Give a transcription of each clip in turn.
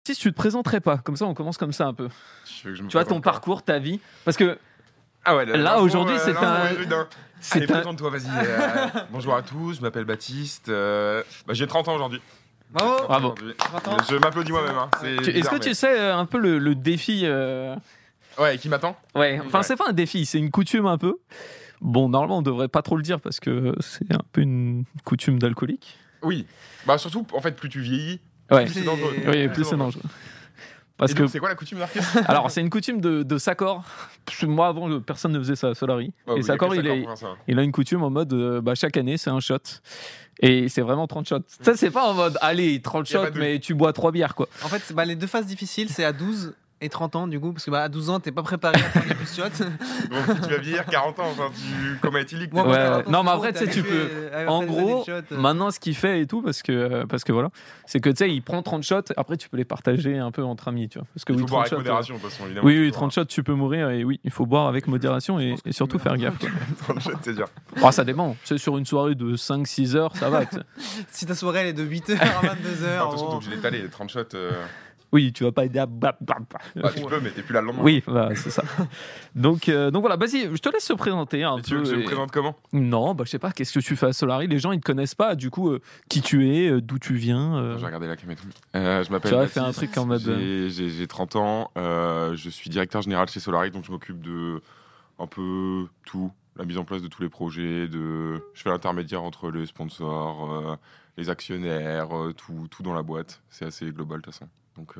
Si tu te présenterais pas, comme ça on commence comme ça un peu. Tu vois ton parcours, ta vie, parce que là aujourd'hui c'est un. Allez, présente-toi, vas-y. Bonjour à tous, je m'appelle Baptiste. J'ai 30 ans aujourd'hui. Bravo. Je m'applaudis moi-même. Hein. Est-ce que tu sais un peu le défi Ouais, qui m'attend. Ouais, enfin c'est pas un défi, c'est une coutume un peu. Bon, normalement on devrait pas trop le dire parce que c'est un peu une coutume d'alcoolique. Oui, surtout en fait plus tu vieillis, plus c'est dangereux. Oui, plus c'est dangereux. Parce que c'est quoi la coutume, Marcus? Alors c'est une coutume de Sacor. Moi avant personne ne faisait ça à Solari. Et Sacor il a une coutume en mode chaque année c'est un shot. Et c'est vraiment 30 shots. Ça c'est pas en mode allez 30 shots mais tu bois 3 bières quoi. En fait les deux phases difficiles c'est à 12 et 30 ans du coup parce que à 12 ans t'es pas préparé à prendre plus de shots. Donc tu vas vieillir 40 ans, enfin tu comme éthylique. Ouais. Non mais après tu sais tu peux en gros maintenant ce qu'il fait et tout parce que voilà, c'est que tu sais il prend 30 shots après tu peux les partager un peu entre amis tu vois parce que il faut boire avec modération de toute façon évidemment. Oui 30 shots tu peux mourir et oui, il faut boire avec modération et surtout faire gaffe. 30 shots c'est dur. Ça dépend, c'est sur une soirée de 5-6 heures, ça va. Si ta soirée elle est de 8h à 22h. Attention donc je l'ai talé 30 shots. Oui, tu vas pas aider à... tu peux, mais t'es plus là le lendemain. Oui, c'est ça. Donc voilà, vas-y, je te laisse se présenter un peu. Tu veux que je me présente comment? Non, je sais pas, qu'est-ce que tu fais à Solari? Les gens, ils te connaissent pas, du coup, qui tu es, d'où tu viens. J'ai regardé la cam et tout. Je m'appelle Tu as fait un truc en mode... J'ai 30 ans, je suis directeur général chez Solari, donc je m'occupe de un peu tout, la mise en place de tous les projets, je fais l'intermédiaire entre les sponsors, les actionnaires, tout dans la boîte. C'est assez global de toute façon. Donc,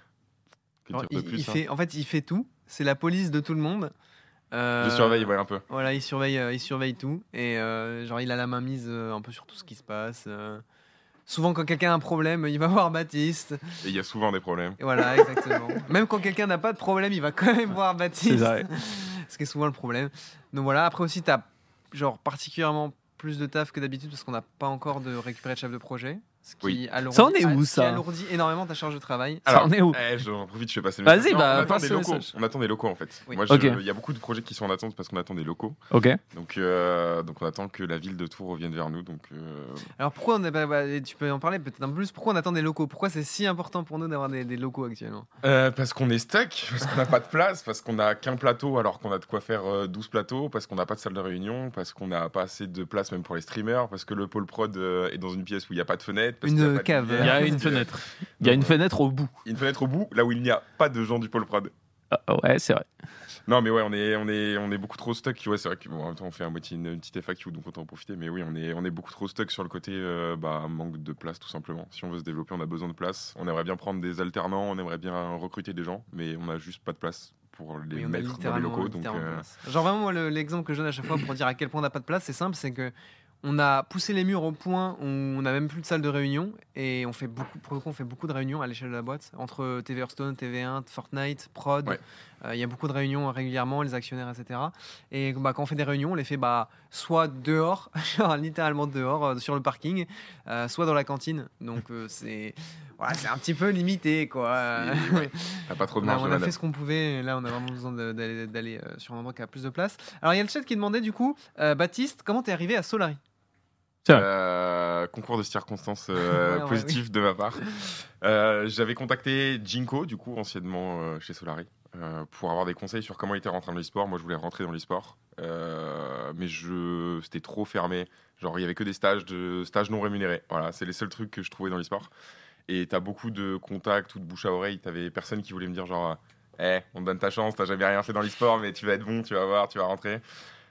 il fait tout. C'est la police de tout le monde. Je surveille, un peu. Voilà, il surveille tout et il a la main mise un peu sur tout ce qui se passe. Souvent, quand quelqu'un a un problème, il va voir Baptiste. Et il y a souvent des problèmes. Et voilà, exactement. Même quand quelqu'un n'a pas de problème, il va quand même voir Baptiste. C'est vrai. Ce qui est souvent le problème. Donc voilà. Après aussi, t'as particulièrement plus de taf que d'habitude parce qu'on n'a pas encore de récupéré de chef de projet. Ça en est où ça? Ça alourdit énormément ta charge de travail. Alors, ça en est où? J'en profite, je fais passer. Vas-y, on attend des locaux en fait. Oui. Moi, il y a beaucoup de projets qui sont en attente parce qu'on attend des locaux. Ok. Donc on attend que la ville de Tours revienne vers nous. Donc. Alors pourquoi tu peux en parler peut-être un peu plus. Pourquoi on attend des locaux? Pourquoi c'est si important pour nous d'avoir des locaux actuellement? Parce qu'on est stuck, parce qu'on n'a pas de place, parce qu'on n'a qu'un plateau alors qu'on a de quoi faire 12 plateaux, parce qu'on n'a pas de salle de réunion, parce qu'on n'a pas assez de place même pour les streamers, parce que le pôle prod est dans une pièce où il n'y a pas de fenêtre. Une cave. Il y a une fenêtre. Il y a une fenêtre au bout. Une fenêtre au bout, là où il n'y a pas de gens du pôle prod. Ouais, c'est vrai. Non, mais ouais, on est beaucoup trop stuck. Ouais, c'est vrai qu'en même temps, on fait une petite FAQ, donc on peut en profiter. Mais oui, on est beaucoup trop stuck sur le côté manque de place, tout simplement. Si on veut se développer, on a besoin de place. On aimerait bien prendre des alternants, on aimerait bien recruter des gens, mais on n'a juste pas de place pour les mettre dans les locaux. Donc, vraiment, moi, l'exemple que je donne à chaque fois pour dire à quel point on n'a pas de place, c'est simple, c'est que on a poussé les murs au point où on n'a même plus de salle de réunion et on fait beaucoup de réunions à l'échelle de la boîte entre TV Hearthstone, TV1, Fortnite, Prod. Il y a beaucoup de réunions régulièrement, les actionnaires, etc. Et quand on fait des réunions, on les fait soit dehors, littéralement dehors, sur le parking, soit dans la cantine. Donc c'est un petit peu limité, quoi. T'as pas trop de marge. On a fait ce qu'on pouvait. Et là, on a vraiment besoin d'aller sur un endroit qui a plus de place. Alors, il y a le chat qui demandait du coup, Baptiste, comment t'es arrivé à Solari? Concours de circonstances positif de ma part. J'avais contacté Jinko, du coup, anciennement chez Solari, pour avoir des conseils sur comment il était rentré dans l'e-sport. Moi, je voulais rentrer dans l'e-sport, mais c'était trop fermé. Genre, il y avait que des stages non rémunérés. Voilà, c'est les seuls trucs que je trouvais dans l'e-sport. Et t'as beaucoup de contacts ou de bouche à oreille. T'avais personne qui voulait me dire genre, on te donne ta chance, t'as jamais rien fait dans l'e-sport, mais tu vas être bon, tu vas voir, tu vas rentrer.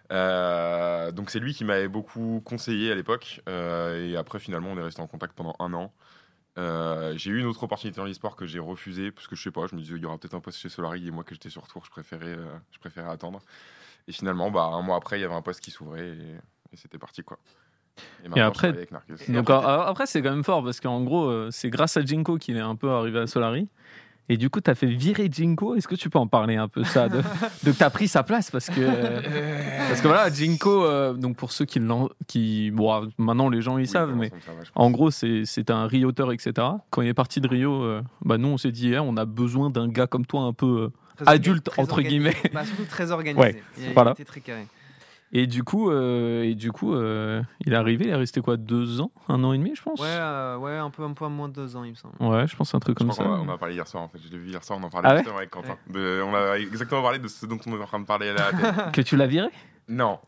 Donc c'est lui qui m'avait beaucoup conseillé à l'époque et après finalement on est resté en contact pendant 1 an. J'ai eu une autre opportunité dans l'e-sport que j'ai refusée parce que je sais pas, je me disais il y aura peut-être un poste chez Solari et moi que j'étais sur Tours je préférais attendre et finalement 1 mois après il y avait un poste qui s'ouvrait et c'était parti quoi. Et après, après c'est quand même fort parce qu'en gros c'est grâce à Jinko qu'il est un peu arrivé à Solari. Et du coup, tu as fait virer Jinko. Est-ce que tu peux en parler un peu ça de que tu as pris sa place parce que voilà, Jinko, donc pour ceux qui maintenant les gens ils savent, mais en gros, c'est un Rioteur, etc. Quand il est parti de Rio, nous on s'est dit, on a besoin d'un gars comme toi un peu adulte, entre guillemets. Surtout très organisé. Voilà. Il était très carré. Et du coup, il est arrivé, il est resté quoi, 2 ans, 1 an et demi, je pense. Ouais, un peu moins de 2 ans, il me semble. Ouais, je pense un truc comme ça. On a parlé hier soir, en fait. Je l'ai vu hier soir, on en parlait justement avec Quentin. Ouais. On a exactement parlé de ce dont on est en train de parler là. Que tu l'as viré? Non.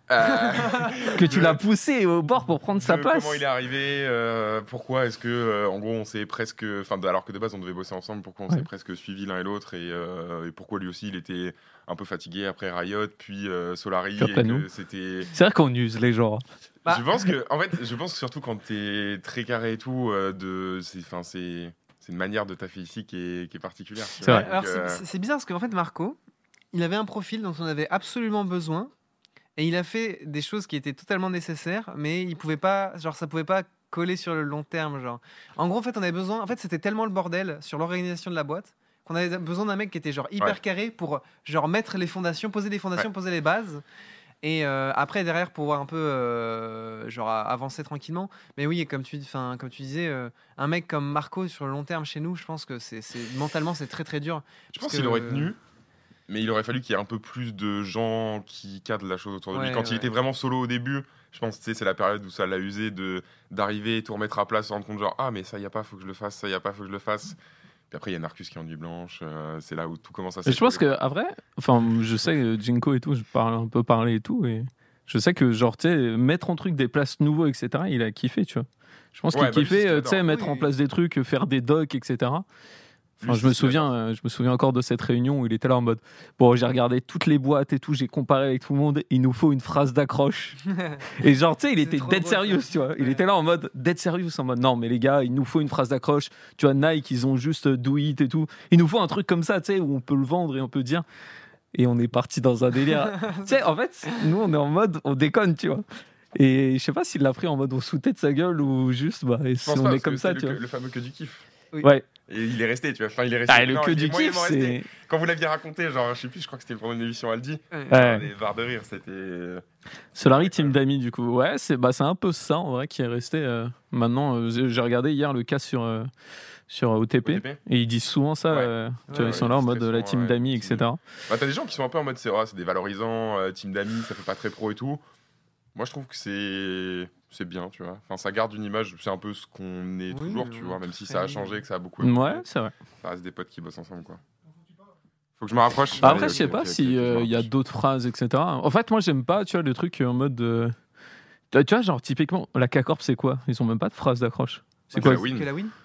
Que tu l'as poussé au bord pour prendre sa place. Comment il est arrivé, pourquoi est-ce que, en gros, on s'est presque. Enfin, alors que de base, on devait bosser ensemble, pourquoi on s'est presque suivi l'un et l'autre et pourquoi lui aussi, il était un peu fatigué après Riot, puis Solary. C'est vrai qu'on use les gens. Je pense que surtout quand t'es très carré et tout, c'est une manière de taffer ici qui est particulière. C'est vrai. Alors, c'est bizarre parce qu'en fait, Marco, il avait un profil dont on avait absolument besoin. Et il a fait des choses qui étaient totalement nécessaires, mais il pouvait pas, ça pouvait pas coller sur le long terme, genre. En gros, en fait, on avait besoin. En fait, c'était tellement le bordel sur l'organisation de la boîte qu'on avait besoin d'un mec qui était hyper carré pour mettre les fondations, poser les fondations, poser les bases. Et après, derrière, pouvoir un peu avancer tranquillement. Mais oui, comme tu disais, un mec comme Marco sur le long terme chez nous, je pense que mentalement, c'est très très dur. Je pense qu'il aurait tenu. Mais il aurait fallu qu'il y ait un peu plus de gens qui cadrent la chose autour de lui. Quand il était vraiment solo au début, je pense que c'est la période où ça l'a usé d'arriver et tout remettre à place, se rendre compte ah mais ça y a pas, faut que je le fasse, ça y a pas, faut que je le fasse. Puis après il y a Narcus qui est en nuit blanche, c'est là où tout commence à se. Je pense que après, je sais que Jinko et tout, je parle un peu parler et tout, et je sais que mettre en truc des places nouveaux, etc. Il a kiffé, tu vois. Je pense qu'il kiffait, mettre en place des trucs, faire des docs, etc. Je me souviens encore de cette réunion où il était là en mode bon, j'ai regardé toutes les boîtes et tout, j'ai comparé avec tout le monde, il nous faut une phrase d'accroche. Et il était dead serious, tu vois. Il était là en mode dead serious, en mode non mais les gars, il nous faut une phrase d'accroche. Tu vois, Nike, ils ont juste do it et tout. Il nous faut un truc comme ça, tu sais, où on peut le vendre et on peut dire. Et on est parti dans un délire. Tu sais, en fait, nous on est en mode on déconne, tu vois. Et je sais pas s'il l'a pris en mode on se foutait de sa gueule ou juste on est comme ça, tu vois. Le fameux que du kiff. Oui. Ouais. Et il est resté, tu vois. Enfin, il est resté. Le que du kiff, c'est. Quand vous l'aviez raconté, je crois que c'était pendant une émission Aldi. Des barres de rire, c'était. Solary, team d'amis, du coup. Ouais, c'est un peu ça, en vrai, qui est resté. Maintenant, j'ai regardé hier le cas sur OTP. Et ils disent souvent ça. Ils sont là en mode la team d'amis, etc. T'as des gens qui sont un peu en mode c'est dévalorisant, team d'amis, ça fait pas très pro et tout. Moi, je trouve que c'est bien, tu vois. Enfin, ça garde une image, c'est un peu ce qu'on est toujours, tu vois, même si ça a changé, que ça a beaucoup évolué. Ouais, c'est vrai. Ça reste des potes qui bossent ensemble, quoi. Faut que je me rapproche. Après, je sais pas s'il y a d'autres phrases, etc. En fait, moi, j'aime pas, tu vois, le truc en mode. Tu vois, genre, typiquement, la K-Corp, c'est quoi? Ils ont même pas de phrase d'accroche. C'est quoi? Que la win?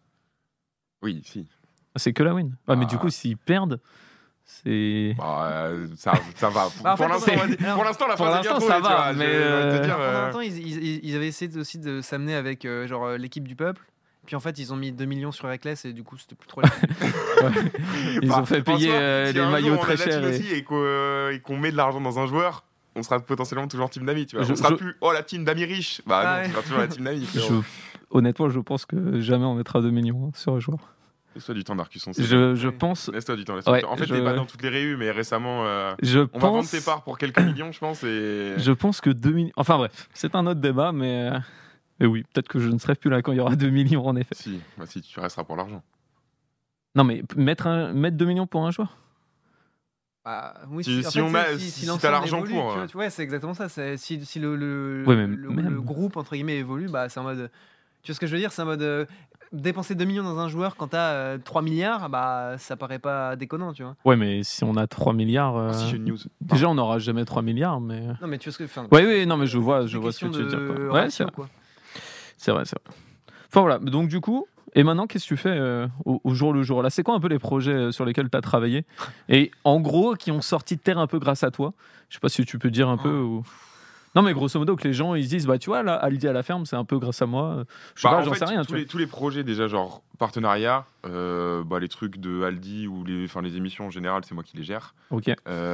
Oui, si. C'est que la win. Ouais, mais du coup, s'ils perdent. C'est. Ça va. Pour l'instant, la phrase est bien ça va. Mais pendant un temps, ils avaient essayé aussi de s'amener avec l'équipe du peuple. Puis en fait, ils ont mis 2 millions sur Reckless et du coup, c'était plus trop. Ils ont fait payer les maillots très chers. Et qu'on met de l'argent dans un joueur, on sera potentiellement toujours team d'amis. Tu vois. On sera plus la team d'amis riches. Non, on sera toujours la team d'amis. Honnêtement, je pense que jamais on mettra 2 millions sur un joueur. Laisse-toi du temps, Narcus. Je pense. Laisse-toi du temps. En fait, t'es pas dans toutes les réus, mais récemment, on va vendre tes parts pour quelques millions, je pense. Je pense que 2 millions. Enfin bref, c'est un autre débat, mais oui, peut-être que je ne serai plus là quand il y aura 2 millions, en effet. Si, tu resteras pour l'argent. Non, mais mettre 2 millions pour un joueur. Oui, si t'as l'argent évolue, pour. Tu vois, c'est exactement ça. Si le groupe, entre guillemets, évolue, c'est en mode. Tu vois ce que je veux dire? C'est en mode. Dépenser 2 millions dans un joueur quand t'as 3 milliards, ça paraît pas déconnant, tu vois. Ouais, mais si on a 3 milliards. Si j'ai une news. Déjà, on n'aura jamais 3 milliards, mais. Non, mais tu vois ce que. Oui, non, mais je vois ce que tu veux dire. Ouais, c'est vrai. Enfin voilà, donc du coup, et maintenant, qu'est-ce que tu fais au jour le jour? Là, c'est quoi un peu les projets sur lesquels tu as travaillé? Et en gros, qui ont sorti de terre un peu grâce à toi? Je sais pas si tu peux dire un peu. Non, mais grosso modo, que les gens ils se disent, tu vois, là, Aldi à la ferme, c'est un peu grâce à moi. Je sais pas, j'en sais rien. Tous les projets, déjà, genre partenariat, les trucs de Aldi ou les émissions en général, c'est moi qui les gère. Ok.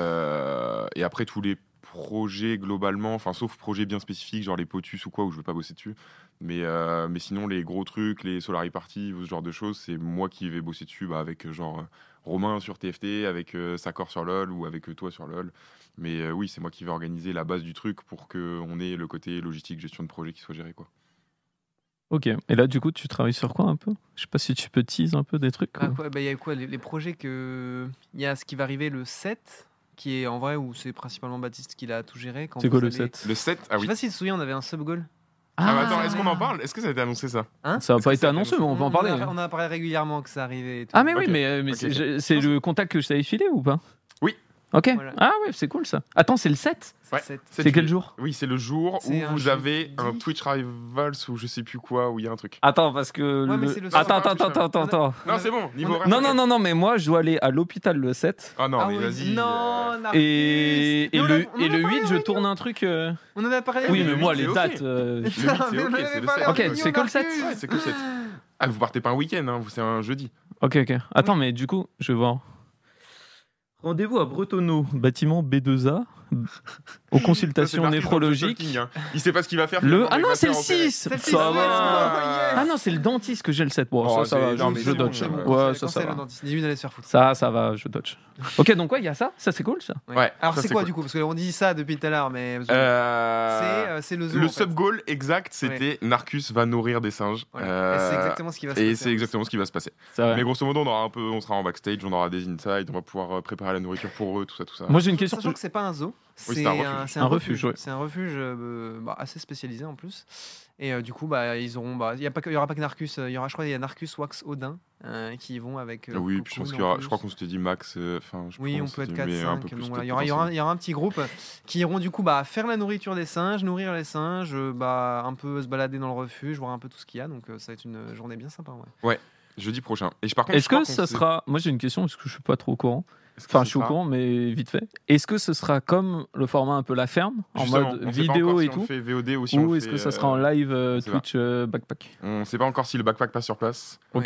Et après, tous les projets globalement, sauf projets bien spécifiques, genre les Potus ou quoi, où je veux pas bosser dessus. Mais sinon, les gros trucs, les Solary Party, ce genre de choses, c'est moi qui vais bosser dessus avec Romain sur TFT, avec Sakor sur LoL ou avec toi sur LoL. Mais oui, c'est moi qui vais organiser la base du truc pour qu'on ait le côté logistique, gestion de projet qui soit géré, quoi. Ok. Et là, du coup, tu travailles sur quoi un peu? Je sais pas si tu peux tease un peu des trucs. Il y a quoi les projets que. Il y a ce qui va arriver le 7, qui est en vrai où c'est principalement Baptiste qui l'a tout géré. C'est quoi le 7 Le 7, Je sais pas si tu te souviens, on avait un sub-goal. Ah, mais attends, est-ce qu'on en parle? Est-ce que ça a été annoncé ça? Ça n'a pas été annoncé, mais on peut en parler. On a parlé régulièrement que ça arrivait. Et tout. Ah mais oui, Ok. mais Ok. c'est le contact que je t'avais filé ou pas? Oui. Ok. Voilà. Ah ouais, c'est cool ça. Attends, c'est le 7? Ouais. C'est quel jour? Oui, c'est le jour où C'est un vous avez jeudi. un Twitch Rivals ou je sais plus quoi, où il y a un truc. Attends, parce que. Ouais, mais c'est le soir. Attends. Non, c'est bon, niveau horaire. Non, mais moi je dois aller à l'hôpital le 7. Ah non, Ah mais oui. vas-y. Non, Narcus. Et Mais on le en a parlé 8, en je réunion. tourne un truc. On en a parlé. Oui, en mais réunion. moi, c'est les ok. dates. Le 8, c'est Mais on ok, en c'est avait le parlé 7. en Ok, réunion, c'est que le 7. Narcus. Ouais, c'est que le 7. Ah, vous partez pas un week-end, hein, c'est un jeudi. Ok. Attends, mais du coup, je vais voir. Rendez-vous à Bretonneau, bâtiment B2A, aux Ça, consultations c'est marqué dans le néphrologiques. stalking, hein. Il sait pas ce qu'il va faire. Le... finalement, Ah il non, va c'est le faire opérer. 6. C'est le 6, Ça let's va. go, yes. Ah non, c'est le dentiste que j'ai le 7. Bon, Oh, ça va, c'est- non, mais je c'est bon, dodge. c'est bon. Ouais, ça Conseil va. le dentiste. 18 d'aller se faire foutre. Ça va, je dodge. Ok, donc ouais, il y a ça. Ça, c'est cool, ça. Ouais. Alors ça, c'est quoi cool. du coup? Parce qu'on dit ça depuis tout à l'heure, mais c'est le zoo. Le en fait. sub-goal exact, c'était Narcus va nourrir des singes. Voilà. Et c'est exactement ce qui va se passer. Et c'est exactement ce qui va se passer. C'est vrai. Mais grosso modo, on sera en backstage, on aura des insides, on va pouvoir préparer la nourriture pour eux, tout ça. Moi, j'ai une question. Sachant que c'est pas un zoo, Oui, c'est c'est un refuge. c'est Un refuge, ouais. C'est un refuge assez spécialisé en plus. Et du coup, ils auront, il y aura pas que Narcus, il y aura, je crois, il y a Narcus, Wax, Odin qui y vont avec. Oui, puis je pense qu'il y aura, je crois qu'on s'était dit max. Oui, on peut être 4, 5. un peu plus. Donc, voilà, il y aura un petit groupe qui iront du coup faire la nourriture des singes, nourrir les singes, un peu se balader dans le refuge, voir un peu tout ce qu'il y a. Donc ça va être une journée bien sympa. Ouais. Jeudi prochain. Et par contre, Est-ce je crois que qu'on ça s'est- sera. Moi, j'ai une question parce que je suis pas trop au courant. est-ce que Enfin, ce je suis au sera- courant, mais vite fait. Est-ce que ce sera comme le format un peu la ferme, en Justement, mode on sait pas vidéo encore et si on tout, fait VOD ou si on ou est-ce fait, que ça sera en live on sait pas. Twitch backpack? On sait pas encore si le backpack passe sur place Ok.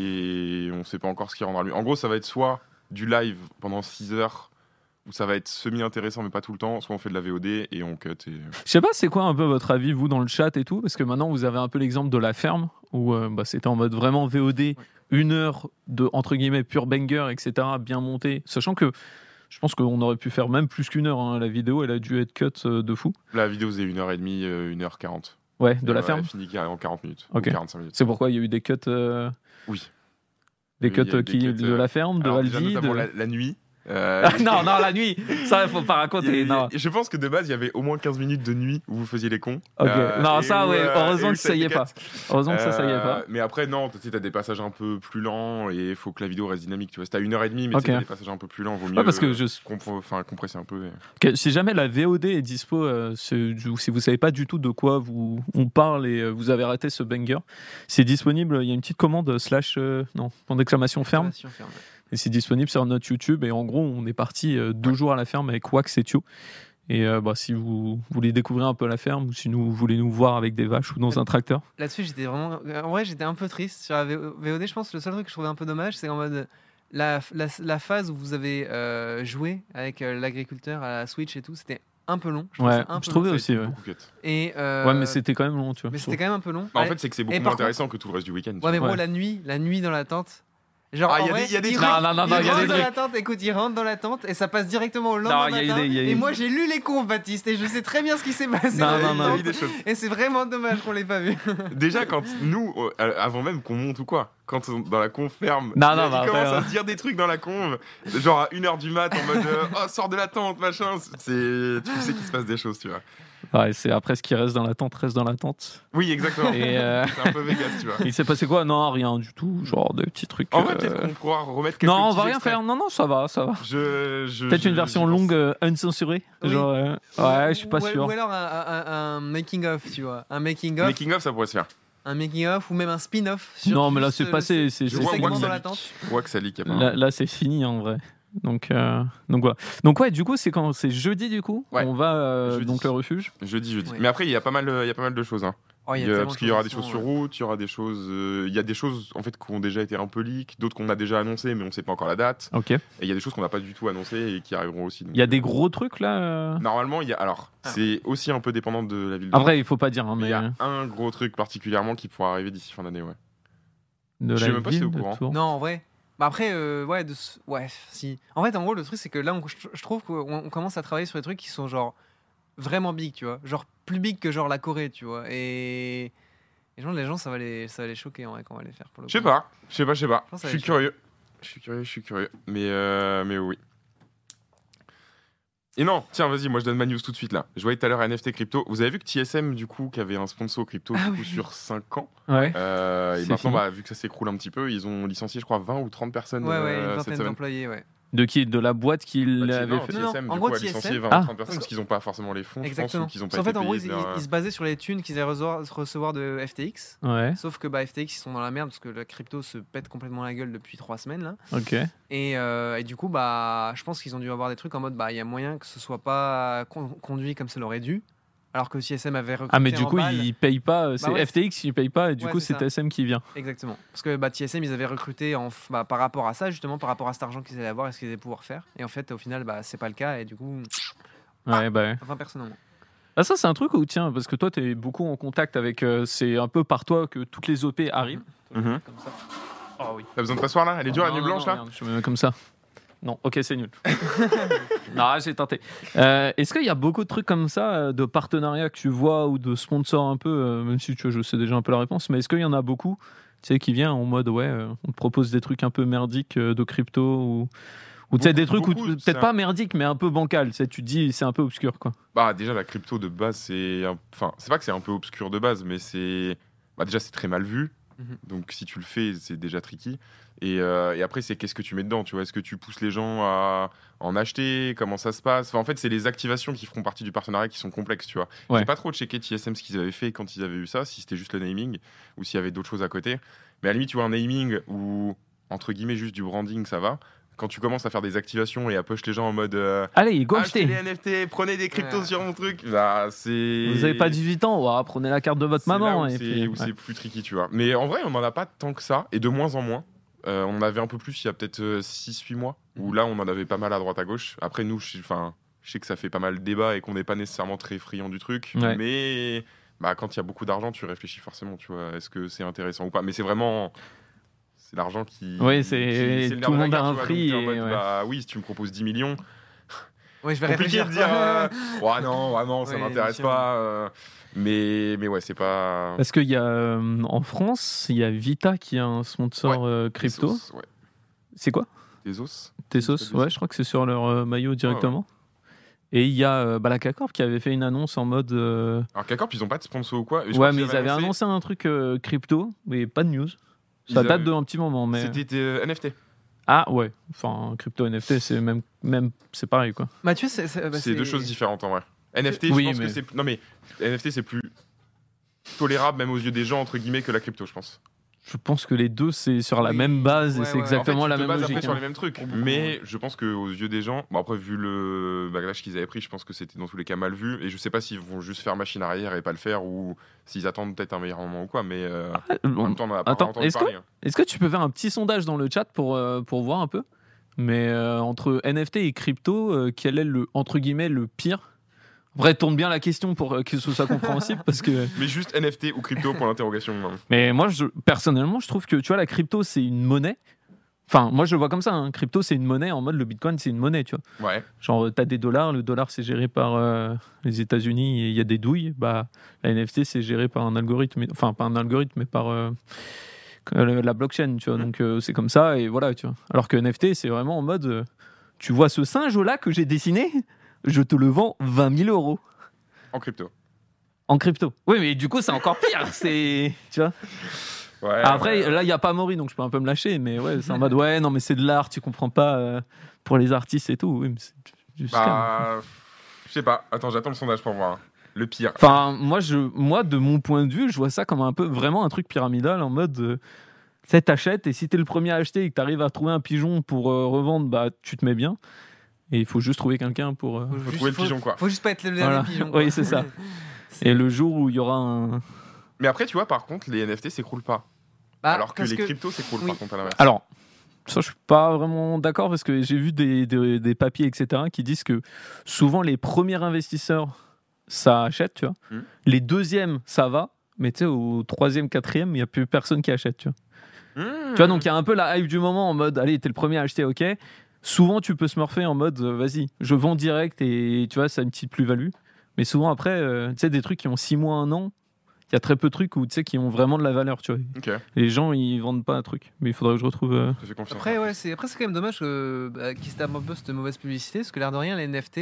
et on sait pas encore ce qui rendra mieux. En gros, ça va être soit du live pendant 6 heures où ça va être semi-intéressant mais pas tout le temps, soit on fait de la VOD et on cut. Et... Je sais pas, c'est quoi un peu votre avis, vous, dans le chat et tout? Parce que maintenant, vous avez un peu l'exemple de la ferme, où c'était en mode vraiment VOD, 1 heure de, entre guillemets, pure banger, etc., bien monté. Sachant que je pense qu'on aurait pu faire même plus qu'1 heure. Hein. La vidéo, elle a dû être cut de fou. La vidéo faisait 1h30, 1h40. Ouais, de la ferme. Elle finit en 40 minutes, Ok. ou 45 minutes. C'est pourquoi il y a eu des cuts, Oui. des Il y a cuts eu des cuts, de la ferme, de Alors, déjà, Aldi. notamment de- la nuit. non, la nuit, ça, il faut pas raconter. Non. Je pense que de base, il y avait au moins 15 minutes de nuit où vous faisiez les cons. Ok. Non, et ça, où, ouais, heureusement et où que ça y est été pas. cut. Heureusement que ça y est pas. Mais après, non, tu as des passages un peu plus lents et il faut que la vidéo reste dynamique. Tu vois, si t'as 1h30, mais Ok. tu sais, des passages un peu plus lents, vaut mieux Ouais, parce que compresser un peu. si jamais la VOD est dispo, si vous savez pas du tout de quoi on parle et vous avez raté ce banger, c'est disponible. Il y a une petite commande non, point d'exclamation ferme. Et c'est disponible sur notre YouTube. Et en gros, on est parti 2 jours à la ferme avec Wax et Thio. Et si vous voulez découvrir un peu la ferme ou si vous voulez nous voir avec des vaches ou dans un tracteur. Là-dessus, j'étais vraiment. En vrai, j'étais un peu triste sur la VOD. Je pense que le seul truc que je trouvais un peu dommage, c'est en mode la phase où vous avez joué avec l'agriculteur à la Switch et tout, c'était un peu long. Ouais, ça un peu je trouvais long. aussi. Ouais. Beaucoup cut. Et, Ouais, mais c'était quand même long, tu vois. mais je c'était quand même un peu long. Bah, en fait, c'est que c'est beaucoup Et moins par intéressant que tout le reste du week-end. tu Ouais, mais vois. bro, la nuit dans la tente. Genre, Ah, en il y a vrai, des- il y a des il trucs. rentre- Non, il il y a des rentre dans trucs. la tente, écoute, il rentre dans la tente et ça passe directement au lendemain Non, il y a matin. eu des- Et moi, j'ai lu les confs, Baptiste, et je sais très bien ce qui s'est passé Non, dans non, la non. Il y a eu tente. des choses. Et c'est vraiment dommage qu'on l'ait pas vu. Déjà, quand nous, avant même qu'on monte ou quoi, quand dans la conf ferme, Non, il non, bah, commence après, à se dire des trucs dans la conf, genre à 1h du mat en mode oh, sors de la tente, machin. Tu sais qu'il se passe des choses, tu vois. Ouais, c'est après ce qui reste dans la tente, reste dans la tente. Oui, exactement. Et C'est un peu Vegas, tu vois. il s'est passé quoi? Non, rien du tout. Genre des petits trucs. En vrai, peut-être qu'on pourra remettre quelques Non, on petits va rien extraits. faire. Non, ça va. Peut-être une version j'y pense. longue, uncensurée. Oui. Genre, ouais, je suis pas Ou sûr. alors un making-of, tu vois. Un making-of, Making of, ça pourrait se faire. ou même un spin-off. Sur Non, mais là, juste c'est passé. C'est Je le vois segment Wax dans à la leak. tente. Wax à leak, apparemment. Là, c'est fini en vrai. Donc voilà. Donc ouais, du coup, c'est quand c'est jeudi du coup. Ouais. On va Jeudi. donc le refuge. Jeudi. Ouais. Mais après, il y a pas mal de choses. Hein. Oh, il y a Il y a- tellement parce de qu'il y aura des choses choses qui sur sont, route, il y aura des choses. Il y a des choses en fait qui ont déjà été un peu leak, d'autres qu'on a déjà annoncées, mais on sait pas encore la date. Ok. Et il y a des choses qu'on n'a pas du tout annoncées et qui arriveront aussi. donc, Il y a des gros trucs là. Normalement, il y a. Alors, Ah. c'est aussi un peu dépendant de la ville de Après, il faut pas dire, hein, mais mais il y a un gros truc particulièrement qui pourra arriver d'ici fin d'année, ouais. de je la sais même pas si ville t'es au de courant. Tours. Non, en vrai. Bah après, ouais, si. En fait, en gros, le truc, c'est que là, je trouve qu'on commence à travailler sur des trucs qui sont genre vraiment big, tu vois. Genre plus big que genre la Corée, tu vois. Et les gens, ça va les choquer en vrai quand on va les faire pour le Je sais coup. pas. Je pense que Je ça suis va être curieux. Je suis curieux. Mais oui. Et non, tiens, vas-y, moi je donne ma news tout de suite là. Je voyais tout à l'heure NFT crypto. Vous avez vu que TSM, du coup, qui avait un sponsor crypto sur 5 ans. Ouais. Et maintenant, vu que ça s'écroule un petit peu, ils ont licencié, je crois, 20 ou 30 personnes. Une vingtaine cette semaine. d'employés, ouais. De qui? De la boîte qui l'avait fait? TSM, en du gros, coup, a licencié 20 ou 30 personnes parce qu'ils n'ont pas forcément les fonds, Exactement. je pense, ou qu'ils n'ont pas En été fait, en gros, payés ils se basaient sur les thunes qu'ils allaient recevoir de FTX. Ouais. Sauf que FTX, ils sont dans la merde parce que la crypto se pète complètement la gueule depuis 3 semaines. Là. Ok. Et du coup, je pense qu'ils ont dû avoir des trucs en mode il y a moyen que ce soit pas conduit comme ça l'aurait dû. Alors que TSM avait recruté. Ah, mais du coup, ils payent pas. C'est FTX, ils payent pas. Et du coup, c'est TSM qui vient. Exactement. Parce que TSM, ils avaient recruté par rapport à ça, justement, par rapport à cet argent qu'ils allaient avoir et ce qu'ils allaient pouvoir faire. Et en fait, au final, c'est pas le cas. Et du coup. Ouais. 20 personnes en moins. Ah, ça, c'est un truc où, tiens, parce que toi, tu es beaucoup en contact avec. C'est un peu par toi que toutes les OP arrivent. Comme ça. Oh oui. T'as besoin de t'asseoir là? Elle est dure, la nuit blanche là? Regarde, je me mets comme ça. Non, ok, c'est nul. Non, j'ai tenté. Est-ce qu'il y a beaucoup de trucs comme ça, de partenariats que tu vois ou de sponsors un peu, même si je sais déjà un peu la réponse, mais est-ce qu'il y en a beaucoup, tu sais, qui viennent en mode on te propose des trucs un peu merdiques de crypto ou tu sais, des trucs où peut-être pas merdiques, mais un peu bancal, tu sais, tu te dis c'est un peu obscur quoi. Déjà la crypto de base c'est pas que c'est un peu obscur de base, mais c'est déjà c'est très mal vu. Donc si tu le fais, c'est déjà tricky. Et après, c'est qu'est-ce que tu mets dedans, tu vois? Est-ce que tu pousses les gens à en acheter? Comment ça se passe? En fait, c'est les activations qui feront partie du partenariat qui sont complexes, tu vois. Ouais. J'ai pas trop checké TSM ce qu'ils avaient fait quand ils avaient eu ça, si c'était juste le naming ou s'il y avait d'autres choses à côté. Mais à la limite, tu vois, un naming ou entre guillemets juste du branding, ça va. Quand tu commences à faire des activations et à push les gens en mode allez, go achetez les NFT, prenez des cryptos sur mon truc, c'est... Vous avez pas 18 ans, prenez la carte de votre maman. C'est plus tricky, tu vois. Mais en vrai, on en a pas tant que ça, et de moins en moins. On en avait un peu plus il y a peut-être 6-8 mois, où là, on en avait pas mal à droite à gauche. Après, nous, je sais que ça fait pas mal de débat et qu'on n'est pas nécessairement très friand du truc, mais quand il y a beaucoup d'argent, tu réfléchis forcément, tu vois, est-ce que c'est intéressant ou pas? Mais c'est vraiment... C'est l'argent qui... Oui, c'est tout le monde a un prix. Oui, si tu me proposes 10 millions... Oui, je vais compliqué réfléchir. De dire non, ça m'intéresse pas. Mais ouais, c'est pas. Parce qu'il y a en France, il y a Vita qui a un sponsor crypto. Tezos, ouais. C'est quoi? Tezos, ouais, je crois que c'est sur leur maillot directement. Ouais. Et il y a la K-Corp qui avait fait une annonce en mode. Alors K-Corp, ils ont pas de sponsor ou quoi? Ouais, mais ils avaient annoncé un truc crypto, mais pas de news. Ça date d'un petit moment, mais. C'était NFT. Ah ouais, enfin crypto NFT c'est même c'est pareil quoi. Mathieu, c'est deux choses différentes en vrai. NFT, je pense que c'est NFT c'est plus tolérable même aux yeux des gens entre guillemets que la crypto, je pense. Je pense que les deux c'est sur la même base et c'est exactement en fait, la même logique. Sur les mêmes trucs, mais je pense que aux yeux des gens, après vu le bagage qu'ils avaient pris, je pense que c'était dans tous les cas mal vu et je sais pas s'ils vont juste faire machine arrière et pas le faire ou s'ils attendent peut-être un meilleur moment ou quoi, mais en même temps on en a pas entendu parler. Est-ce que tu peux faire un petit sondage dans le chat pour voir un peu? Mais entre NFT et crypto, quel est le entre guillemets le pire? Après, tourne bien la question pour que ce soit compréhensible parce que. Mais juste NFT ou crypto pour l'interrogation. Mais moi, personnellement, je trouve que tu vois, la crypto, c'est une monnaie. Enfin, moi, je le vois comme ça. Hein. Crypto, c'est une monnaie en mode le Bitcoin, c'est une monnaie, tu vois. Ouais. Genre, t'as des dollars, le dollar, c'est géré par les États-Unis et il y a des douilles. La NFT, c'est géré par un algorithme. Enfin, pas un algorithme, mais par la blockchain, tu vois. Donc, c'est comme ça et voilà, tu vois. Alors que NFT, c'est vraiment en mode. Tu vois ce singe-là que j'ai dessiné? Je te le vends 20 000 euros. En crypto. En crypto. Oui, mais du coup, c'est encore pire. C'est. Tu vois? Ouais, après, là, il n'y a pas Maury, donc je peux un peu me lâcher. Mais ouais, c'est en mode, non, mais c'est de l'art, tu comprends pas pour les artistes et tout. Oui, mais c'est juste. Je sais pas. Attends, j'attends le sondage pour voir. Le pire. Enfin, moi, de mon point de vue, je vois ça comme un peu vraiment un truc pyramidal en mode. Tu sais, t'achètes et si t'es le premier à acheter et que t'arrives à trouver un pigeon pour revendre, tu te mets bien. Et il faut juste trouver quelqu'un pour. Faut trouver le pigeon, quoi. Faut juste pas être le dernier pigeon. Oui, c'est ça. Et le jour où il y aura un. Mais après, tu vois, par contre, les NFT s'écroulent pas. Alors que les cryptos s'écroulent par contre à l'inverse. Alors, ça, je suis pas vraiment d'accord parce que j'ai vu des papiers, etc., qui disent que souvent les premiers investisseurs, ça achète, tu vois. Les deuxièmes, ça va. Mais tu sais, au troisième, quatrième, il n'y a plus personne qui achète, tu vois. Tu vois, donc il y a un peu la hype du moment en mode, allez, t'es le premier à acheter, ok. Souvent, tu peux smurfer en mode, vas-y, je vends direct et tu vois, ça a une petite plus-value. Mais souvent, après, tu sais, des trucs qui ont 6 mois, 1 an, il y a très peu de trucs où, tu sais, qui ont vraiment de la valeur, tu vois. Okay. Les gens, ils vendent pas un truc. Mais il faudrait que je retrouve. Après, c'est quand même dommage qu'ils se tapent un peu cette mauvaise publicité, parce que l'air de rien, les NFT,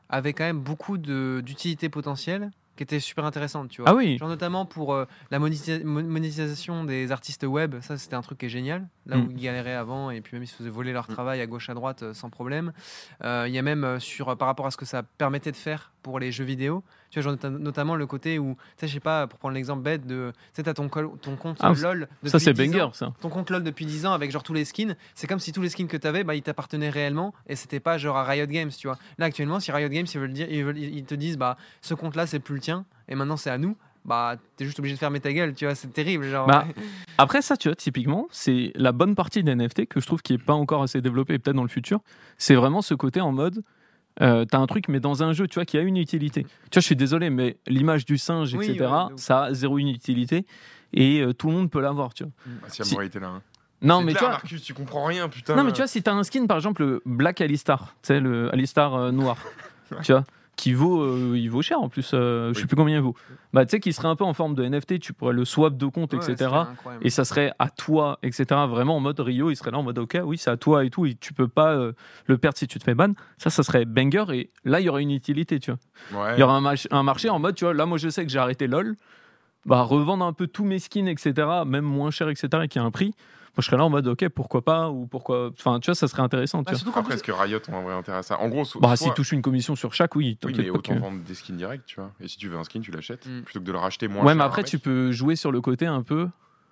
avait quand même beaucoup d'utilités potentielles qui étaient super intéressantes, tu vois. Ah oui. Genre notamment pour la monétisation des artistes web, ça c'était un truc qui est génial, là où ils galéraient avant et puis même ils se faisaient voler leur travail à gauche à droite sans problème. Il y a même par rapport à ce que ça permettait de faire pour les jeux vidéo, tu vois, genre, notamment le côté où, tu sais, je sais pas, pour prendre l'exemple bête de, tu sais, t'as ton compte LOL depuis ça c'est 10 banger ans, ça. ton compte LOL depuis 10 ans avec genre tous les skins, c'est comme si tous les skins que t'avais, bah ils t'appartenaient réellement et c'était pas genre à Riot Games, tu vois. Là actuellement, si Riot Games ils te disent bah ce compte là c'est plus le tien et maintenant c'est à nous, bah t'es juste obligé de fermer ta gueule, tu vois, c'est terrible genre. Bah, après ça, tu vois, typiquement, c'est la bonne partie des NFT que je trouve qui est pas encore assez développée, peut-être dans le futur, c'est vraiment ce côté en mode t'as un truc mais dans un jeu, tu vois, qui a une utilité. Tu vois, je suis désolé, mais l'image du singe, Oui, etc., ça a zéro utilité et tout le monde peut l'avoir, tu vois. Si la moralité là. Non, c'est mais clair, tu vois, Marcus, tu comprends rien, putain. non, mais tu vois, si t'as un skin, par exemple, le Black Alistar, tu sais, le Alistar noir, tu vois, qui vaut, il vaut cher en plus, je sais plus combien il vaut. Bah, tu sais, qui serait un peu en forme de NFT, tu pourrais le swap de compte, etc. Et ça serait à toi, etc. Vraiment en mode Rio, il serait là en mode ok, oui, c'est à toi et tout, et tu peux pas le perdre si tu te fais ban. Ça serait banger, et là, il y aurait une utilité, tu vois. Ouais. Il y aurait un marché en mode, tu vois, là, moi, je sais que j'ai arrêté LoL, bah, revendre un peu tous mes skins, etc., même moins cher, etc., et qui a un prix. Moi, je serais là en mode, ok, pourquoi pas, ou pourquoi. Enfin, tu vois, ça serait intéressant. Tu vois. Après, est-ce que Riot ont un vrai intérêt à ça? En gros, bah, s'ils touchent une commission sur chaque, oui. Oui, mais autant vendre des skins directs, tu vois. Et si tu veux un skin, tu l'achètes, plutôt que de le racheter moins cher. Ouais, mais après, tu peux jouer sur le côté un peu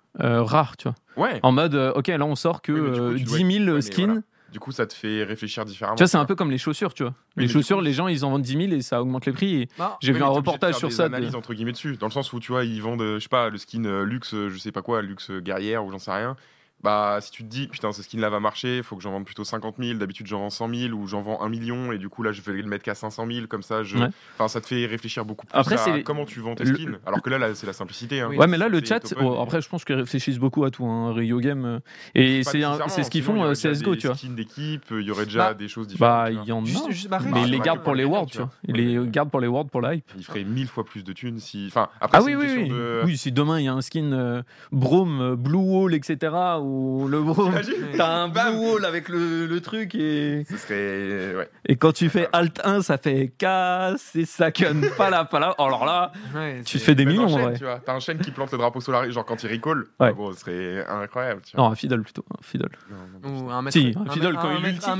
rare, tu vois. Ouais. En mode, ok, là, on sort que 10 000 skins. Voilà. Du coup, ça te fait réfléchir différemment. Tu vois, c'est un peu comme les chaussures, tu vois. Les chaussures, les gens, ils en vendent 10 000 et ça augmente les prix. Et j'ai vu un reportage sur ça. Analyse entre guillemets dessus, dans le sens où tu vois, ils vendent, je sais pas, le skin luxe, je sais pas quoi, luxe guerrière ou j'en sais rien. Bah, si tu te dis, putain, ce skin-là va marcher, faut que j'en vende plutôt 50 000, d'habitude j'en vends 100 000 ou j'en vends 1 million, et du coup là je vais le mettre qu'à 500 000, comme ça, enfin, ça te fait réfléchir beaucoup plus après, à comment tu vends tes skins, alors que là c'est la simplicité. Hein. Ouais, mais là, le chat, après, je pense qu'ils réfléchissent beaucoup à tout, hein, Rio Game, et c'est ce qu'ils font CSGO, tu vois. Skins d'équipe, il y aurait déjà des choses différentes. Bah, il y en a, mais ils les gardent pour les Worlds, tu vois. Ils les gardent pour les Worlds, pour la hype. Ils feraient 1000 fois plus de thunes si. Enfin, après, oui, si demain il y a un skin Brome, Blue Wall, etc., ou le Brome. T'as un blue wall avec le truc et. Ce serait. Ouais. Et quand tu fais Alt 1, ça fait casse et ça conne pas là. Alors là, tu te fais des millions en vrai. T'as un chêne qui plante le drapeau Solari, genre quand il recall. Bon, ce serait incroyable. Tu vois. Non, un Fiddle plutôt. Un Fiddle. Ou un Fiddle quand il ulti.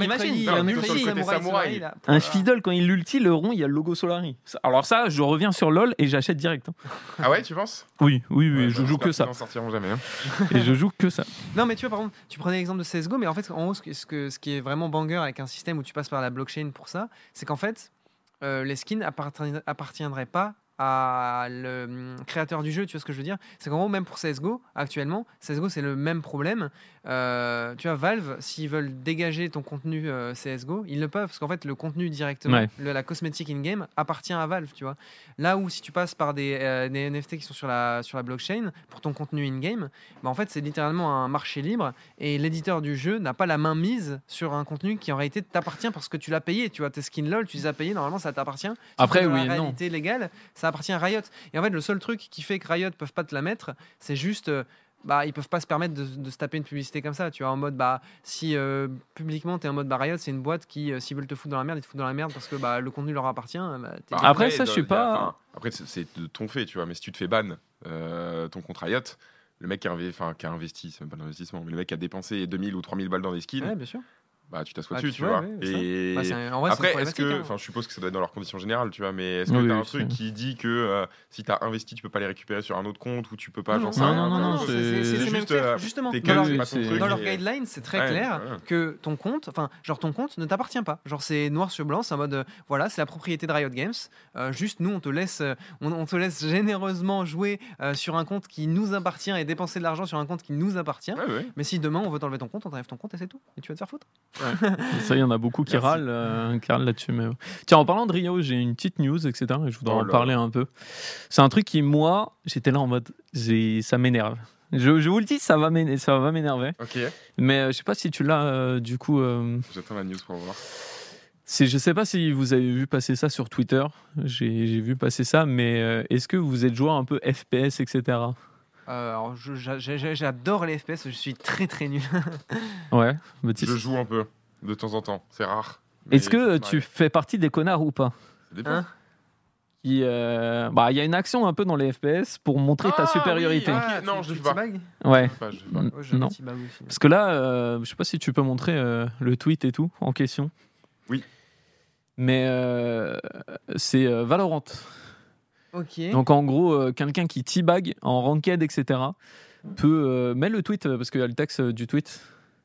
Imagine, un Fiddle quand il ulti, le rond, il y a le logo Solari. Alors ça, je reviens sur LoL et j'achète direct. Ah ouais, tu penses? Oui, je joue que ça. Ils n'en sortiront jamais. Et je joue que ça. Non, mais tu vois, par exemple, tu prenais l'exemple de CSGO, mais en fait, en haut, ce qui est vraiment banger avec un système où tu passes par la blockchain pour ça, c'est qu'en fait, les skins appartiendraient pas à le créateur du jeu, tu vois ce que je veux dire? C'est qu'en gros, même pour CSGO, actuellement, CSGO, c'est le même problème. Tu vois, Valve, s'ils veulent dégager ton contenu CSGO, ils le peuvent, parce qu'en fait, le contenu directement, la cosmétique in-game, appartient à Valve, tu vois. Là où, si tu passes par des NFT qui sont sur la blockchain, pour ton contenu in-game, bah, en fait, c'est littéralement un marché libre, et l'éditeur du jeu n'a pas la main mise sur un contenu qui, en réalité, t'appartient parce que tu l'as payé, tu vois. Tes skins LOL, tu les as payés, normalement, ça t'appartient. Après, oui, la réalité légale, ça appartient à Riot. Et en fait, le seul truc qui fait que Riot peuvent pas te la mettre, c'est juste, ils peuvent pas se permettre de se taper une publicité comme ça. Tu vois, en mode, si publiquement t'es en mode Riot, c'est une boîte qui, s'ils veulent te foutre dans la merde, ils te foutent dans la merde parce que le contenu leur appartient. Après, ça, je sais pas. Après, c'est de ton fait, tu vois. Mais si tu te fais ban ton compte Riot, le mec qui a investi, c'est même pas l'investissement, mais le mec qui a dépensé 2000 ou 3000 balles dans des skins. Ouais, bien sûr. Tu t'assois dessus, tu vois. Et après, est-ce que, je suppose que ça doit être dans leurs conditions générales, tu vois, mais est-ce que t'as un truc qui dit que si t'as investi, tu peux pas les récupérer sur un autre compte ou tu peux pas, j'en sais rien. Non, c'est juste, justement, dans leur guideline, c'est très clair que ton compte ne t'appartient pas. Genre, c'est noir sur blanc, c'est en mode, voilà, c'est la propriété de Riot Games. Juste, nous, on te laisse généreusement jouer sur un compte qui nous appartient et dépenser de l'argent sur un compte qui nous appartient. Mais si demain on veut t'enlever ton compte, on t'enlève ton compte et c'est tout. Et tu vas te faire foutre. Ça, il y en a beaucoup qui râlent là-dessus. Mais... Tiens, en parlant de Rio, j'ai une petite new, etc. Et je voudrais en parler un peu. C'est un truc qui, moi, j'étais là en mode, ça m'énerve. Je vous le dis, ça va m'énerver. Ok. Mais je sais pas si tu l'as, du coup. J'attends la news pour voir. Je sais pas si vous avez vu passer ça sur Twitter. J'ai vu passer ça, mais est-ce que vous êtes joueur un peu FPS, etc. Alors, j'adore les FPS, je suis très très nul. Ouais, Baptiste. Je joue un peu, de temps en temps, c'est rare. Est-ce que tu fais partie des connards ou pas? Ça dépend. Il y a une action un peu dans les FPS pour montrer ta supériorité. Oui, non, je ne fais pas. Ouais. Non. Parce que là, je sais pas si tu peux montrer le tweet et tout en question. Oui. Mais c'est Valorant. Ok. Donc en gros, quelqu'un qui teabag en ranked, etc. peut mettre le tweet parce qu'il y a le texte du tweet.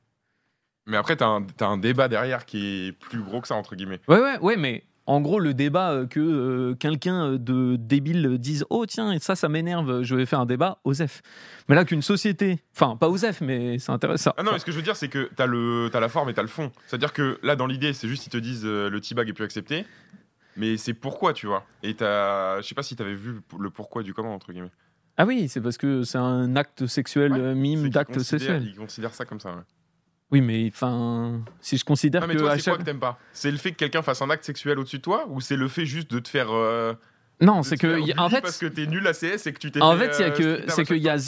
Mais après, t'as un débat derrière qui est plus gros que ça, entre guillemets. Ouais, mais en gros, le débat que quelqu'un de débile dise « Oh tiens, ça m'énerve, je vais faire un débat », OSEF. Mais là, qu'une société... Enfin, pas OSEF, mais c'est intéressant. Ah non, mais ce que je veux dire, c'est que t'as la forme et t'as le fond. C'est-à-dire que là, dans l'idée, c'est juste qu'ils te disent le teabag est plus accepté. Mais c'est pourquoi, tu vois. Et je sais pas si t'avais vu le pourquoi du comment, entre guillemets. Ah oui, c'est parce que c'est un acte sexuel, mime d'acte sexuel. Ils considèrent ça comme ça, ouais. Oui, mais enfin, si je considère mais que... toi, c'est quoi que t'aimes pas? C'est le fait que quelqu'un fasse un acte sexuel au-dessus de toi? Ou c'est le fait juste de te faire... Non, c'est que... En fait, parce que t'es nul à CS et que tu t'es... En fait, c'est qu'il y a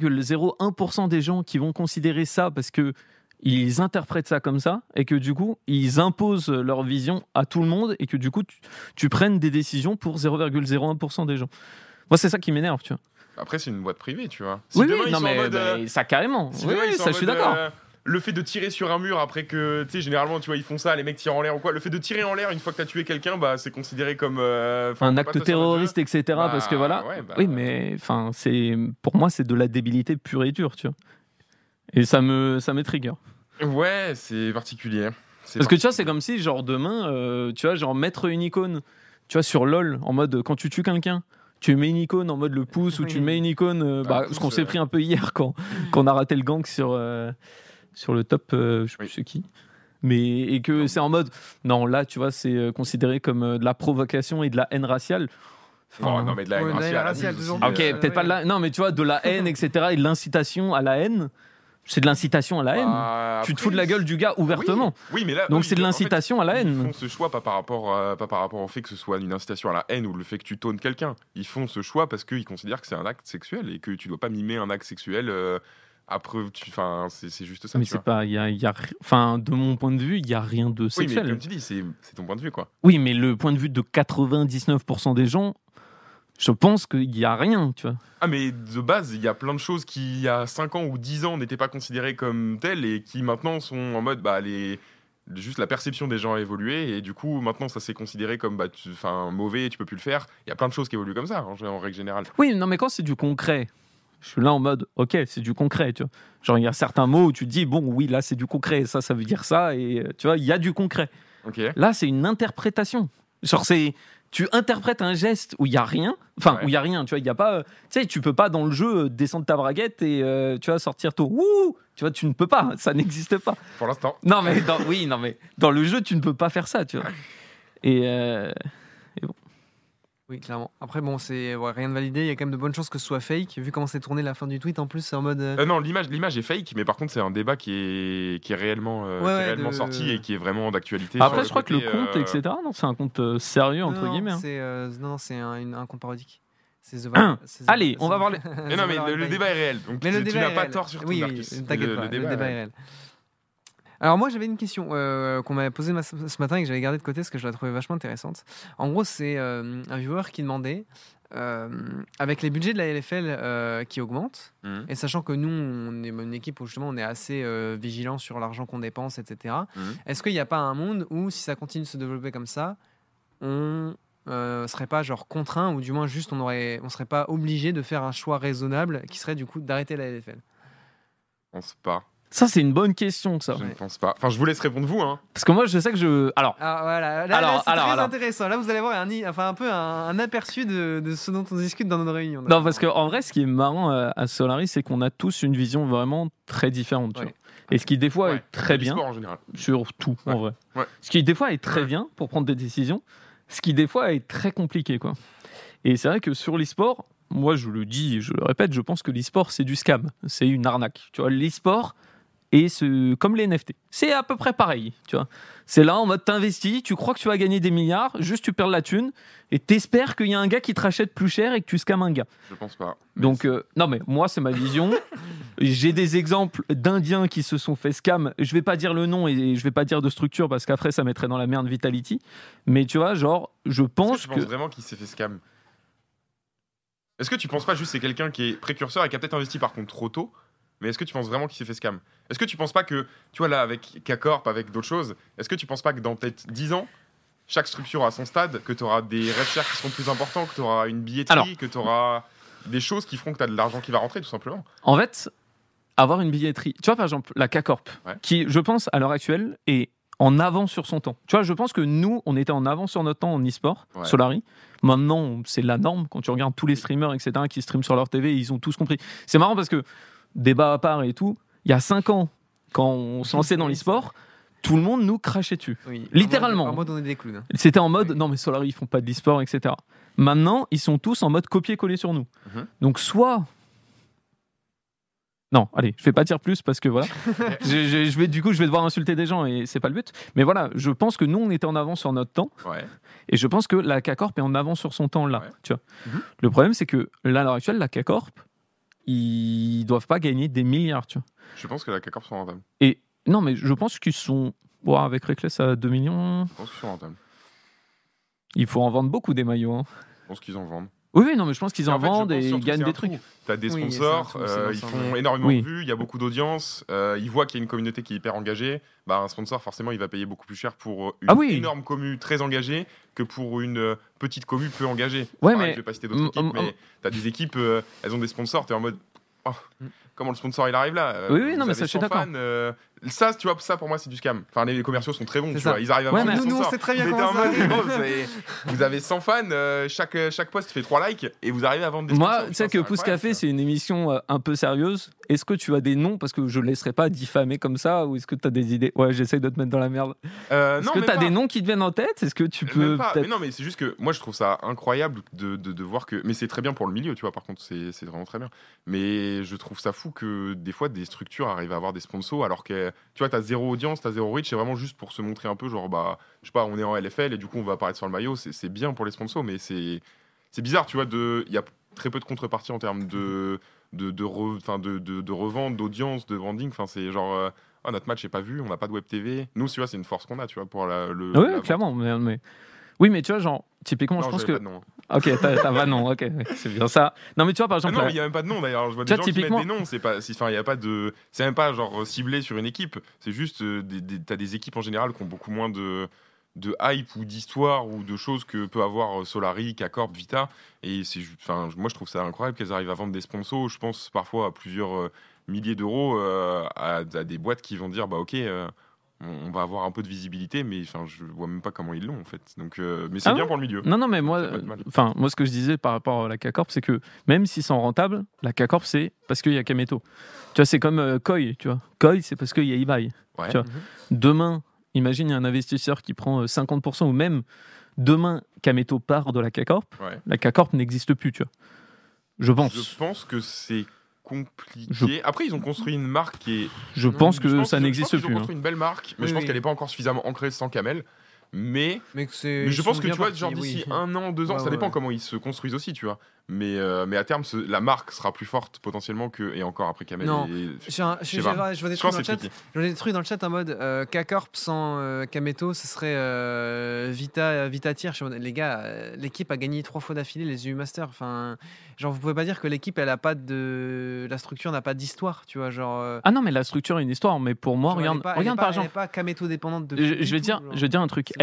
0,01% des gens qui vont considérer ça parce que ils interprètent ça comme ça et que du coup, ils imposent leur vision à tout le monde et que du coup, tu prennes des décisions pour 0,01% des gens. Moi, c'est ça qui m'énerve, tu vois. Après, c'est une boîte privée, tu vois. Si mais ça carrément. Si ça, je suis d'accord. Le fait de tirer sur un mur après que, tu sais, généralement, tu vois, ils font ça, les mecs tirent en l'air ou quoi. Le fait de tirer en l'air une fois que t'as tué quelqu'un, bah, c'est considéré comme un acte terroriste, etc. Parce que voilà. Oui, mais enfin, pour moi, c'est de la débilité pure et dure, tu vois. Et ça me trigger. Ouais, c'est particulier. Parce que tu vois, c'est comme si, genre, demain, tu vois, genre, mettre une icône, tu vois, sur LoL, en mode, quand tu tues quelqu'un, tu mets une icône en mode le pouce, ou tu mets une icône, ce qu'on s'est pris un peu hier quand on a raté le gang sur le top, je sais plus c'est qui. Et que c'est en mode, non, là, tu vois, c'est considéré comme de la provocation et de la haine raciale. Enfin, non, mais de la haine raciale. Ok, peut-être pas de la... Non, mais tu vois, de la haine, etc. et de l'incitation à la haine. C'est de l'incitation à la haine. Tu te fous de la gueule du gars ouvertement. Oui, mais là, donc c'est de l'incitation à la haine. Ils font ce choix pas par rapport au fait que ce soit une incitation à la haine ou le fait que tu taunes quelqu'un. Ils font ce choix parce qu'ils considèrent que c'est un acte sexuel et que tu dois pas mimer un acte sexuel. Après, c'est juste ça. Mais c'est pas, de mon point de vue, il y a rien de sexuel. Oui, mais comme tu dis, c'est ton point de vue, quoi. Oui, mais le point de vue de 99% des gens. Je pense qu'il n'y a rien, tu vois. Ah, mais de base, il y a plein de choses qui, il y a 5 ans ou 10 ans, n'étaient pas considérées comme telles et qui maintenant sont en mode, juste la perception des gens a évolué et du coup, maintenant, ça s'est considéré comme mauvais, tu peux plus le faire. Il y a plein de choses qui évoluent comme ça, en règle générale. Oui, non, mais quand c'est du concret, je suis là en mode, ok, c'est du concret, tu vois. Genre, il y a certains mots où tu te dis, bon, oui, là, c'est du concret, ça veut dire ça, et tu vois, il y a du concret. Okay. Là, c'est une interprétation. Genre, tu interprètes un geste où il y a rien, où il y a rien, tu vois, il y a pas, tu sais, tu peux pas dans le jeu descendre ta braguette et tu vois sortir ton ouh, tu vois, tu ne peux pas, ça n'existe pas. Pour l'instant. Non mais dans le jeu tu ne peux pas faire ça, tu vois. Et bon. Oui, clairement. Après, bon, c'est rien de validé. Il y a quand même de bonnes chances que ce soit fake. Vu comment c'est tourné la fin du tweet, en plus, c'est en mode. Non, l'image est fake, mais par contre, c'est un débat qui est réellement, sorti et qui est vraiment d'actualité. Après, je crois que le compte, etc. Non, c'est un compte sérieux entre guillemets. C'est un compte parodique. Allez, on va voir. Non, mais le débat est réel. Donc tu n'as pas tort sur tout, Marcus. Oui, t'inquiète pas. Le débat est réel. Alors moi j'avais une question qu'on m'avait posée ce matin et que j'avais gardée de côté parce que je la trouvais vachement intéressante. En gros c'est un viewer qui demandait avec les budgets de la LFL qui augmentent et sachant que nous on est une équipe où justement on est assez vigilant sur l'argent qu'on dépense, etc. Est-ce qu'il n'y a pas un monde où si ça continue de se développer comme ça on serait pas genre contraint ou du moins juste on serait pas obligé de faire un choix raisonnable qui serait du coup d'arrêter la LFL? Je pense pas. Ça, c'est une bonne question, ça. Je ne pense pas. Enfin, je vous laisse répondre, vous. Hein. Parce que moi, je sais que je... Alors, voilà. Là, c'est très intéressant. Là, vous allez voir un peu un aperçu de ce dont on discute dans notre réunion. Non, parce qu'en vrai, ce qui est marrant à Solary, c'est qu'on a tous une vision vraiment très différente. Tu vois. Et ce qui, des fois, est très bien. En général. Sur tout, en vrai. Ouais. Ce qui, des fois, est très bien pour prendre des décisions. Ce qui, des fois, est très compliqué, quoi. Et c'est vrai que sur l'e-sport, moi, je le dis, je le répète, je pense que l'e-sport, c'est du scam. C'est une arnaque. Tu vois, l'e-sport... et comme les NFT. C'est à peu près pareil, tu vois. C'est là en mode t'investis, tu crois que tu vas gagner des milliards, juste tu perds la thune et t'espères qu'il y a un gars qui te rachète plus cher et que tu scammes un gars. Je pense pas. Donc, non mais moi c'est ma vision. J'ai des exemples d'Indiens qui se sont fait scam. Je vais pas dire le nom et je vais pas dire de structure parce qu'après ça mettrait dans la merde Vitality. Mais tu vois, genre, je pense Est-ce que tu penses vraiment qu'il s'est fait scam? Est-ce que tu penses pas juste c'est quelqu'un qui est précurseur et qui a peut-être investi par contre trop tôt? Mais est-ce que tu penses vraiment qu'il s'est fait scam? Est-ce que tu penses pas que, tu vois là avec K-Corp, avec d'autres choses, est-ce que tu penses pas que dans peut-être 10 ans, chaque structure a son stade, que tu auras des rev shares qui seront plus importants, que tu auras une billetterie, que tu auras des choses qui feront que tu as de l'argent qui va rentrer tout simplement? En fait, avoir une billetterie, tu vois par exemple la K-Corp, qui je pense à l'heure actuelle est en avance sur son temps. Tu vois, je pense que nous, on était en avance sur notre temps en e-sport, Solary. Maintenant, c'est la norme. Quand tu regardes tous les streamers, etc., qui streament sur leur TV, ils ont tous compris. C'est marrant parce que, débat à part et tout, il y a 5 ans, quand on se lançait dans l'e-sport, tout le monde nous crachait dessus. Oui, littéralement. En mode on est des clowns. C'était en mode, non mais Solary, ils font pas de l'e-sport, etc. Maintenant, ils sont tous en mode copier-coller sur nous. Donc soit... Non, allez, je vais pas dire plus parce que voilà, je vais devoir insulter des gens et c'est pas le but. Mais voilà, je pense que nous on était en avance sur notre temps et je pense que la K-Corp est en avance sur son temps là. Tu vois. Le problème c'est que là à l'heure actuelle la K-Corp ils doivent pas gagner des milliards, tu vois. Je pense que la K-Corp sont rentables. Et non mais je pense qu'ils sont avec Reckless à 2 millions. Je pense qu'ils sont rentables. Il faut en vendre beaucoup des maillots. Hein. Je pense qu'ils en vendent. Oui, non, mais je pense qu'ils en vendent et ils gagnent des trucs. Tu as des sponsors, ils font énormément de vues, il y a beaucoup d'audience, ils voient qu'il y a une communauté qui est hyper engagée. Bah, un sponsor, forcément, il va payer beaucoup plus cher pour une énorme commu très engagée que pour une petite commu peu engagée. Ouais, mais... Je vais pas citer d'autres équipes, mais tu as des équipes, elles ont des sponsors, tu es en mode... Oh, comment le sponsor il arrive là? Oui, non, mais ça, je suis d'accord. Ça, tu vois, ça pour moi c'est du scam. Enfin, les commerciaux sont très bons, tu vois. Ils arrivent à vendre des sponsors. Nous, c'est très bien comment ça arrive. Vous avez 100 fans, chaque post fait 3 likes et vous arrivez à vendre des sponsors. Moi, tu sais que Pouce Café, c'est une émission un peu sérieuse. Est-ce que tu as des noms? Parce que je ne laisserai pas diffamer comme ça. Ou est-ce que tu as des idées? Ouais, j'essaye de te mettre dans la merde. Est-ce que tu as des noms qui te viennent en tête? Est-ce que tu peux. Mais non, mais c'est juste que moi je trouve ça incroyable de voir que. Mais c'est très bien pour le milieu, tu vois, par contre, c'est vraiment très bien. Mais je trouve ça fou que des fois des structures arrivent à avoir des sponsors alors que tu vois, t'as zéro audience, t'as zéro reach, c'est vraiment juste pour se montrer un peu, genre, bah, je sais pas, on est en LFL et du coup on va apparaître sur le maillot, c'est bien pour les sponsors, mais c'est bizarre, tu vois, il y a très peu de contrepartie en termes de revente, d'audience, de branding, enfin, c'est genre, notre match n'est pas vu, on n'a pas de web TV. Nous, tu vois, c'est une force qu'on a, tu vois, pour Oui, clairement, mais... Oui, mais tu vois, genre, typiquement, je pense que. Pas de nom. Ok, t'as pas de nom, ok, c'est bien ça. Non, mais tu vois, par exemple. Non, il n'y a même pas de nom d'ailleurs. Je vois des gens qui mettent des noms. C'est même pas genre ciblé sur une équipe. C'est juste, t'as des équipes en général qui ont beaucoup moins de hype ou d'histoire ou de choses que peut avoir Solary, K-Corp, Vita. Et moi, je trouve ça incroyable qu'elles arrivent à vendre des sponsors. Je pense parfois à plusieurs milliers d'euros à des boîtes qui vont dire, bah ok. On va avoir un peu de visibilité, mais je vois même pas comment ils l'ont en fait. Donc, mais c'est bien pour le milieu. Non, mais moi, ce que je disais par rapport à la K-Corp, c'est que même s'ils sont rentables, la K-Corp, c'est parce qu'il y a Kameto. Tu vois, c'est comme Koi, tu vois. Koi, c'est parce qu'il y a Ibai. Tu vois. Demain, imagine, il y a un investisseur qui prend 50%, ou même demain, Kameto part de la K-Corp. La K-Corp n'existe plus, tu vois. Je pense que c'est compliqué. Après, ils ont construit une marque qui est. Je pense que ça n'existe plus. Ils ont construit une belle marque, mais je pense qu'elle n'est pas encore suffisamment ancrée sans Kamel. Mais je pense que tu vois, genre d'ici 1 an, 2 ans, ça dépend comment ils se construisent aussi, tu vois. Mais à terme, la marque sera plus forte potentiellement et encore après Kamel. Non, je vois des trucs dans le chat. Je vois des trucs dans le chat en mode K-Corp sans Kameto, ce serait Vita Tier. Les gars, l'équipe a gagné 3 fois d'affilée les EU Masters. Enfin, genre vous pouvez pas dire que l'équipe la structure n'a pas d'histoire, tu vois, genre. Ah non, mais la structure a une histoire. Mais pour moi, regarde par exemple. Elle n'est pas Kameto dépendante de. Je vais dire un truc.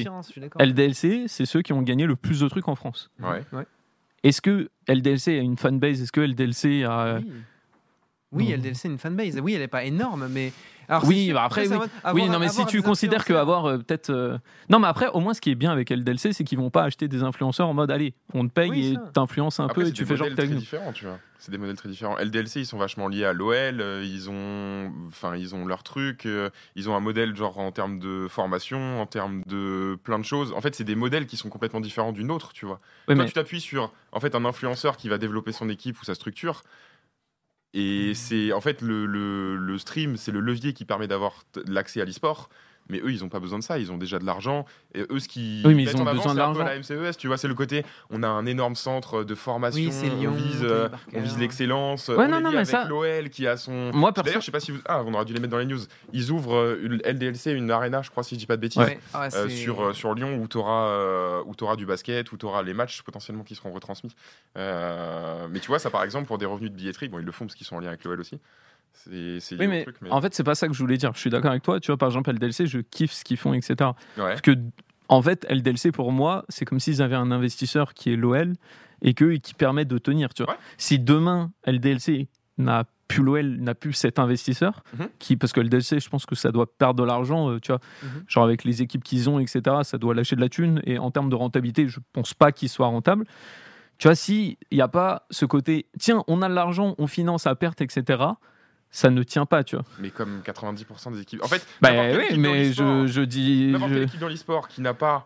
LDLC, c'est ceux qui ont gagné le plus de trucs en France. Ouais. Est-ce que LDLC a une fanbase? Est-ce que LDLC a... Oui, LDLC a une fanbase. Oui, elle n'est pas énorme, mais... Alors, oui, après, non, mais si tu considères qu'avoir peut-être... Non, mais après, au moins, ce qui est bien avec LDLC, c'est qu'ils vont pas acheter des influenceurs en mode, allez, on te paye et t'influences un peu et tu fais genre que t'as différents, tu vois. C'est des modèles très différents. LDLC, ils sont vachement liés à l'OL, ils ont leur truc, ils ont un modèle genre en termes de formation, en termes de plein de choses. En fait, c'est des modèles qui sont complètement différents d'une autre, tu vois. Toi, tu t'appuies sur en fait un influenceur qui va développer son équipe ou sa structure. Et c'est en fait le stream, c'est le levier qui permet d'avoir l'accès à l'e-sport. Mais eux, ils n'ont pas besoin de ça, ils ont déjà de l'argent. Et eux, ce qui mais mettent ils ont en avant, besoin c'est de un peu l'argent. la MCES, tu vois, c'est le côté, on a un énorme centre de formation, Oui, c'est Lyon, on vise l'excellence. Ouais, on non, est non, lié mais avec ça... l'OL qui a son... Moi, D'ailleurs, je sais pas si vous... Ah, on aurait dû les mettre dans les news. Ils ouvrent une LDLC, une arena, je crois, si je dis pas de bêtises, sur Lyon, où tu auras du basket, où tu auras les matchs potentiellement qui seront retransmis. Mais tu vois, ça par exemple, pour des revenus de billetterie, bon, ils le font parce qu'ils sont en lien avec l'OL aussi. C'est oui, mais, truc, en fait, c'est pas ça que je voulais dire. Je suis d'accord avec toi. Tu vois, par exemple, LDLC, je kiffe ce qu'ils font, etc. Ouais. Parce que, en fait, LDLC, pour moi, c'est comme s'ils avaient un investisseur qui est l'OL et qui permet de tenir. Tu vois. Ouais. Si demain, LDLC n'a plus l'OL, n'a plus cet investisseur, parce que LDLC, je pense que ça doit perdre de l'argent, tu vois, genre avec les équipes qu'ils ont, etc., ça doit lâcher de la thune. Et en termes de rentabilité, je pense pas qu'il soit rentable. Tu vois, s'il n'y a pas ce côté, tiens, on a de l'argent, on finance à perte, etc., ça ne tient pas, tu vois. Mais comme 90% des équipes. En fait, oui, mais je dis. N'importe quelle équipe dans l'e-sport qui n'a pas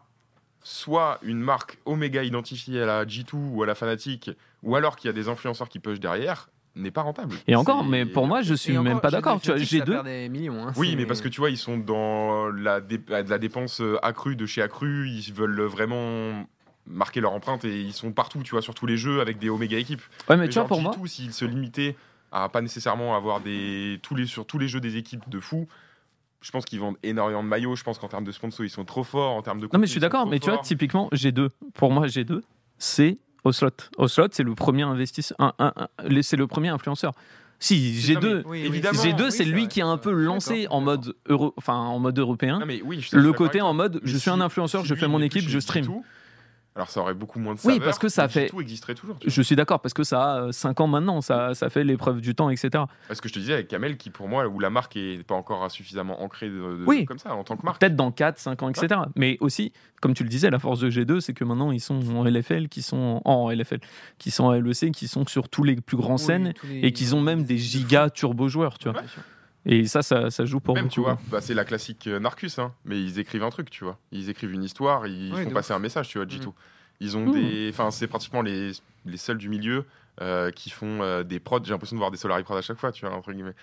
soit une marque Omega identifiée à la G2 ou à la Fnatic, ou alors qu'il y a des influenceurs qui push derrière, n'est pas rentable. Et encore, mais pour moi, je suis même pas d'accord. Tu vois, G2. Des millions, hein, oui, mais parce que tu vois, ils sont dans la dépense accrue de chez accrue. Ils veulent vraiment marquer leur empreinte et ils sont partout, tu vois, sur tous les jeux avec des Omega équipes. Ouais, mais tu vois, pour G2, moi, s'ils se limitaient à pas nécessairement avoir sur tous les jeux des équipes de fou. Je pense qu'ils vendent énormément de maillots. Je pense qu'en termes de sponsors, ils sont trop forts. En termes de non, mais je suis d'accord. Mais tu vois, typiquement, G2, pour moi, G2, c'est Oslot. Oslot, c'est le premier investisseur, c'est le premier influenceur. Si, G2, G2 c'est lui qui a un peu lancé en mode européen. Non, mais le côté en mode, je suis un influenceur, je fais mon équipe, je stream. Alors ça aurait beaucoup moins de saveur. Oui, parce que ça fait. Tout existerait toujours. Je suis d'accord, parce que ça a 5 ans maintenant, ça fait l'épreuve du temps, etc. Parce que je te disais avec Kamel, qui pour moi, où la marque n'est pas encore suffisamment ancrée comme ça, en tant que marque. Peut-être dans 4, 5 ans, etc. Ouais. Mais aussi, comme tu le disais, la force de G2, c'est que maintenant, ils sont en LFL, qui sont en LFL, qui sont en LEC, qui sont sur tous les plus grands scènes, et qu'ils ont même des giga turbo joueurs, tu vois. Ouais. Et ça joue pour même, beaucoup. Tu vois, c'est la classique Narcus, hein, mais ils écrivent un truc, tu vois. Ils écrivent une histoire, ils font passer un message, tu vois, G2. Ils ont c'est pratiquement les seuls du milieu qui font des prods. J'ai l'impression de voir des Solari prods à chaque fois, tu vois, entre guillemets.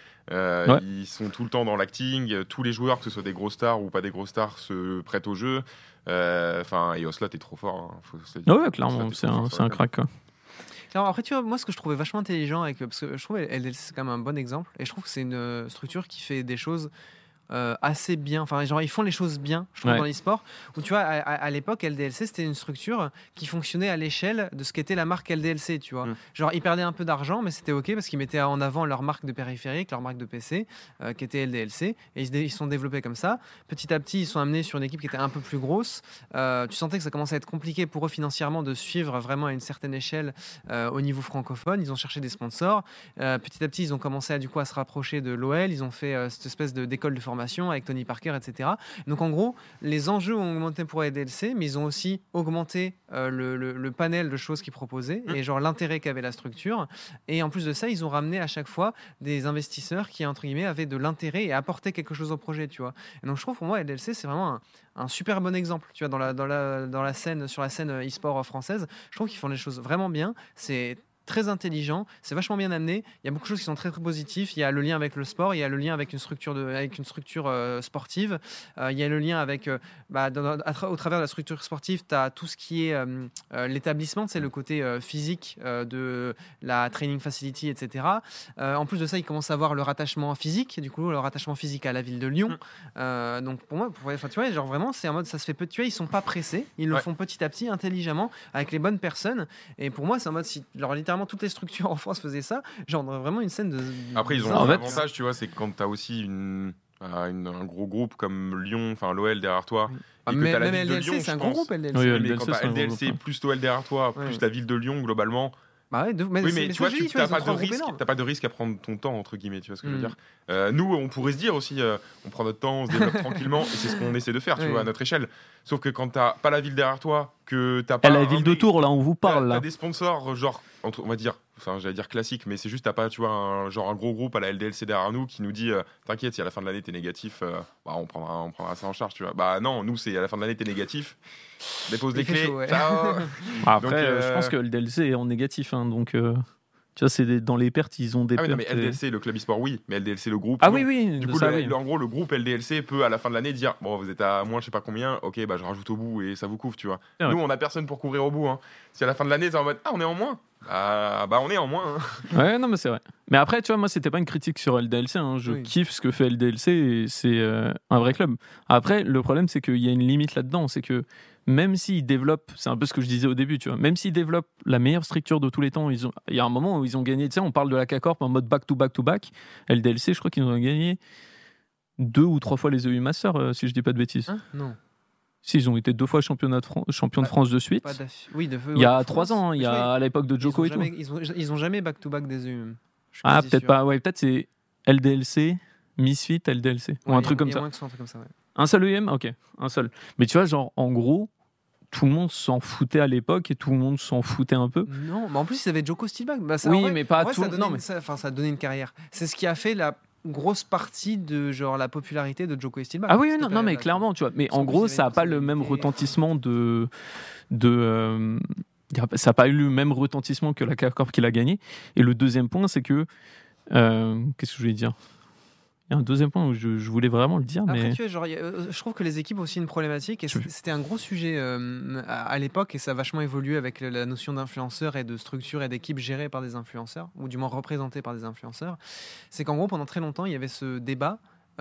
Ils sont tout le temps dans l'acting. Tous les joueurs, que ce soit des grosses stars ou pas des grosses stars, se prêtent au jeu. Et Oslot est trop fort. Hein, ouais, clairement, c'est un crack. Alors après, tu vois, moi, ce que je trouvais vachement intelligent, parce que je trouve LDLC, c'est quand même un bon exemple. Et je trouve que c'est une structure qui fait des choses assez bien, enfin genre ils font les choses bien, je trouve, dans l'e-sport, où tu vois à l'époque LDLC c'était une structure qui fonctionnait à l'échelle de ce qu'était la marque LDLC, tu vois. Genre ils perdaient un peu d'argent mais c'était ok parce qu'ils mettaient en avant leur marque de périphérique, leur marque de PC qui était LDLC, et ils se sont développés comme ça. Petit à petit ils sont amenés sur une équipe qui était un peu plus grosse, tu sentais que ça commençait à être compliqué pour eux financièrement de suivre vraiment à une certaine échelle au niveau francophone. Ils ont cherché des sponsors, petit à petit ils ont commencé à se rapprocher de l'OL, ils ont fait cette espèce d'école de formation avec Tony Parker, etc. Donc en gros, les enjeux ont augmenté pour LDLC, mais ils ont aussi augmenté le panel de choses qu'ils proposaient et genre l'intérêt qu'avait la structure. Et en plus de ça, ils ont ramené à chaque fois des investisseurs qui, entre guillemets, avaient de l'intérêt et apportaient quelque chose au projet, tu vois. Et donc je trouve pour moi LDLC c'est vraiment un super bon exemple, tu vois, dans la scène, sur la scène e-sport française. Je trouve qu'ils font les choses vraiment bien. C'est très intelligent, c'est vachement bien amené. Il y a beaucoup de choses qui sont très très positives. Il y a le lien avec le sport, il y a le lien avec une structure sportive. Il y a le lien avec au travers de la structure sportive, tu as tout ce qui est l'établissement, c'est le côté physique de la training facility, etc. En plus de ça, ils commencent à avoir le rattachement physique, du coup le rattachement physique à la ville de Lyon. Donc pour moi, tu vois, genre vraiment, c'est en mode ça se fait peu. Tu vois, ils sont pas pressés, ils le font petit à petit, intelligemment, avec les bonnes personnes. Et pour moi, c'est en mode si littéralement toutes les structures en France faisaient ça, genre vraiment une scène de. Après, ils ont un avantage, tu vois, c'est que quand tu as aussi un gros groupe comme Lyon, enfin l'OL derrière toi. Et que t'as la ville de Lyon, c'est un gros groupe LDLC. Oui, mais quand t'as LDLC plus l'OL derrière toi, plus la ville de Lyon globalement. Bah ouais, mais tu vois, t'as pas de risque à prendre ton temps, entre guillemets, tu vois ce que je veux dire. Nous, on pourrait se dire aussi, on prend notre temps, on se développe tranquillement, et c'est ce qu'on essaie de faire, tu vois, à notre échelle. Sauf que quand t'as pas la ville derrière toi, que t'as pas la ville de Tours, là, on vous parle, là. T'as des sponsors, genre, on va dire, j'allais dire classique, mais c'est juste t'as pas, tu vois, un gros groupe à la LDLC derrière nous qui nous dit, t'inquiète, si à la fin de l'année t'es négatif, on prendra ça en charge, tu vois. Bah non, nous, c'est à la fin de l'année t'es négatif, dépose les clés, ciao. Après, je pense que le LDLC est en négatif, hein, donc Tu vois, dans les pertes, ils ont des pertes. Non, mais LDLC, le club e-sport, oui, mais LDLC, le groupe. Ah non. oui. Du coup, en gros, le groupe LDLC peut à la fin de l'année dire bon, vous êtes à moins, je sais pas combien, ok, bah je rajoute au bout et ça vous couvre, tu vois. Nous, on a personne pour couvrir au bout. Hein. Si à la fin de l'année, c'est en mode on est en moins. Bah on est en moins. Hein. Ouais, non, mais c'est vrai. Mais après, tu vois, moi, c'était pas une critique sur LDLC. Hein. Je kiffe ce que fait LDLC et c'est un vrai club. Après, le problème, c'est qu'il y a une limite là-dedans. C'est que même s'ils développent, c'est un peu ce que je disais au début, tu vois, même s'ils développent la meilleure structure de tous les temps, il y a un moment où ils ont gagné, tu sais, on parle de la K-Corp en mode back-to-back. LDLC, je crois qu'ils ont gagné 2 ou 3 fois les EU Masters, si je dis pas de bêtises. Non. Si, ils ont été 2 fois champion de France de suite. Il y a 3 ans, il y a à l'époque de Djoko et tout. Ils ont jamais back-to-back des EU. Ah, peut-être pas. Ouais, peut-être c'est LDLC, Misfit, LDLC. Ou un truc comme ça. Un seul EM. Ok, un seul. Mais tu vois, genre, en gros, tout le monde s'en foutait à l'époque et tout le monde s'en foutait un peu. Non, mais en plus, ils avaient Djoko Steelback. Oui, mais pas tout. Non, mais ça a donné une carrière. C'est ce qui a fait la grosse partie de genre la popularité de Djoko et Steelback. Ah oui, non, mais clairement, tu vois. Mais en gros, ça n'a pas le même retentissement ça n'a pas eu le même retentissement que la K-Corp qu'il a gagné. Et le deuxième point, c'est que qu'est-ce que je voulais dire ? Il y a un deuxième point où je voulais vraiment le dire. Après, mais... tu vois, genre, je trouve que les équipes ont aussi une problématique. Et c'était un gros sujet à l'époque, et ça a vachement évolué avec la notion d'influenceur et de structure et d'équipe gérée par des influenceurs, ou du moins représentée par des influenceurs. C'est qu'en gros, pendant très longtemps, il y avait ce débat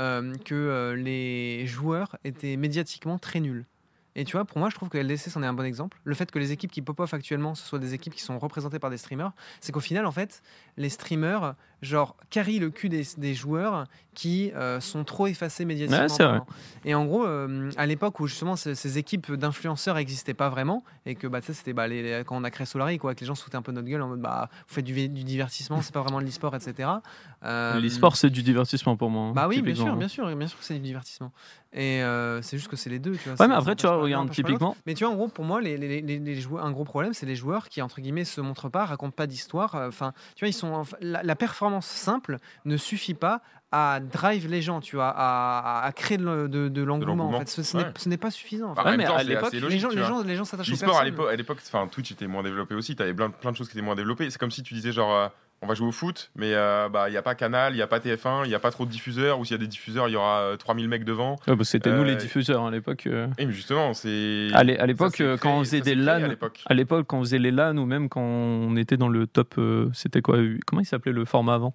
que les joueurs étaient médiatiquement très nuls. Et tu vois, pour moi, je trouve que LDC, c'en est un bon exemple. Le fait que les équipes qui pop-off actuellement, ce soient des équipes qui sont représentées par des streamers, c'est qu'au final, en fait, les streamers, genre, carrient le cul des joueurs qui sont trop effacés médiatiquement. Ouais, c'est vrai. Et en gros, à l'époque où justement ces équipes d'influenceurs n'existaient pas vraiment, et que c'était quand on a créé Solary, quoi, que les gens se foutaient un peu de notre gueule en mode vous faites du divertissement, c'est pas vraiment de l'e-sport, etc. L'e-sport, c'est du divertissement pour moi. Bah oui, bien sûr que c'est du divertissement. Et c'est juste que c'est les deux, tu vois. Ouais, mais après, tu vois, regarde, typiquement. Mais tu vois, en gros, pour moi, les joueurs, un gros problème, c'est les joueurs qui, entre guillemets, se montrent pas, racontent pas d'histoire. Enfin, tu vois, ils sont la performance simple ne suffit pas à drive les gens, tu vois, à créer de l'engouement. En fait, ce n'est pas suffisant. En fait. Ouais, mais à l'époque, les gens s'attachent aux personnes. l'e-sport à l'époque, Twitch était moins développé aussi. T'avais plein de choses qui étaient moins développées. C'est comme si tu disais genre. On va jouer au foot, mais il n'y a pas Canal, il n'y a pas TF1, il n'y a pas trop de diffuseurs, ou s'il y a des diffuseurs, il y aura 3000 mecs devant. Ouais, c'était nous les diffuseurs à l'époque. Oui, mais justement, c'est. À l'époque, quand on faisait des LAN, à l'époque, quand on faisait les LAN, ou même quand on était dans le top, c'était quoi ? Comment il s'appelait le format avant ?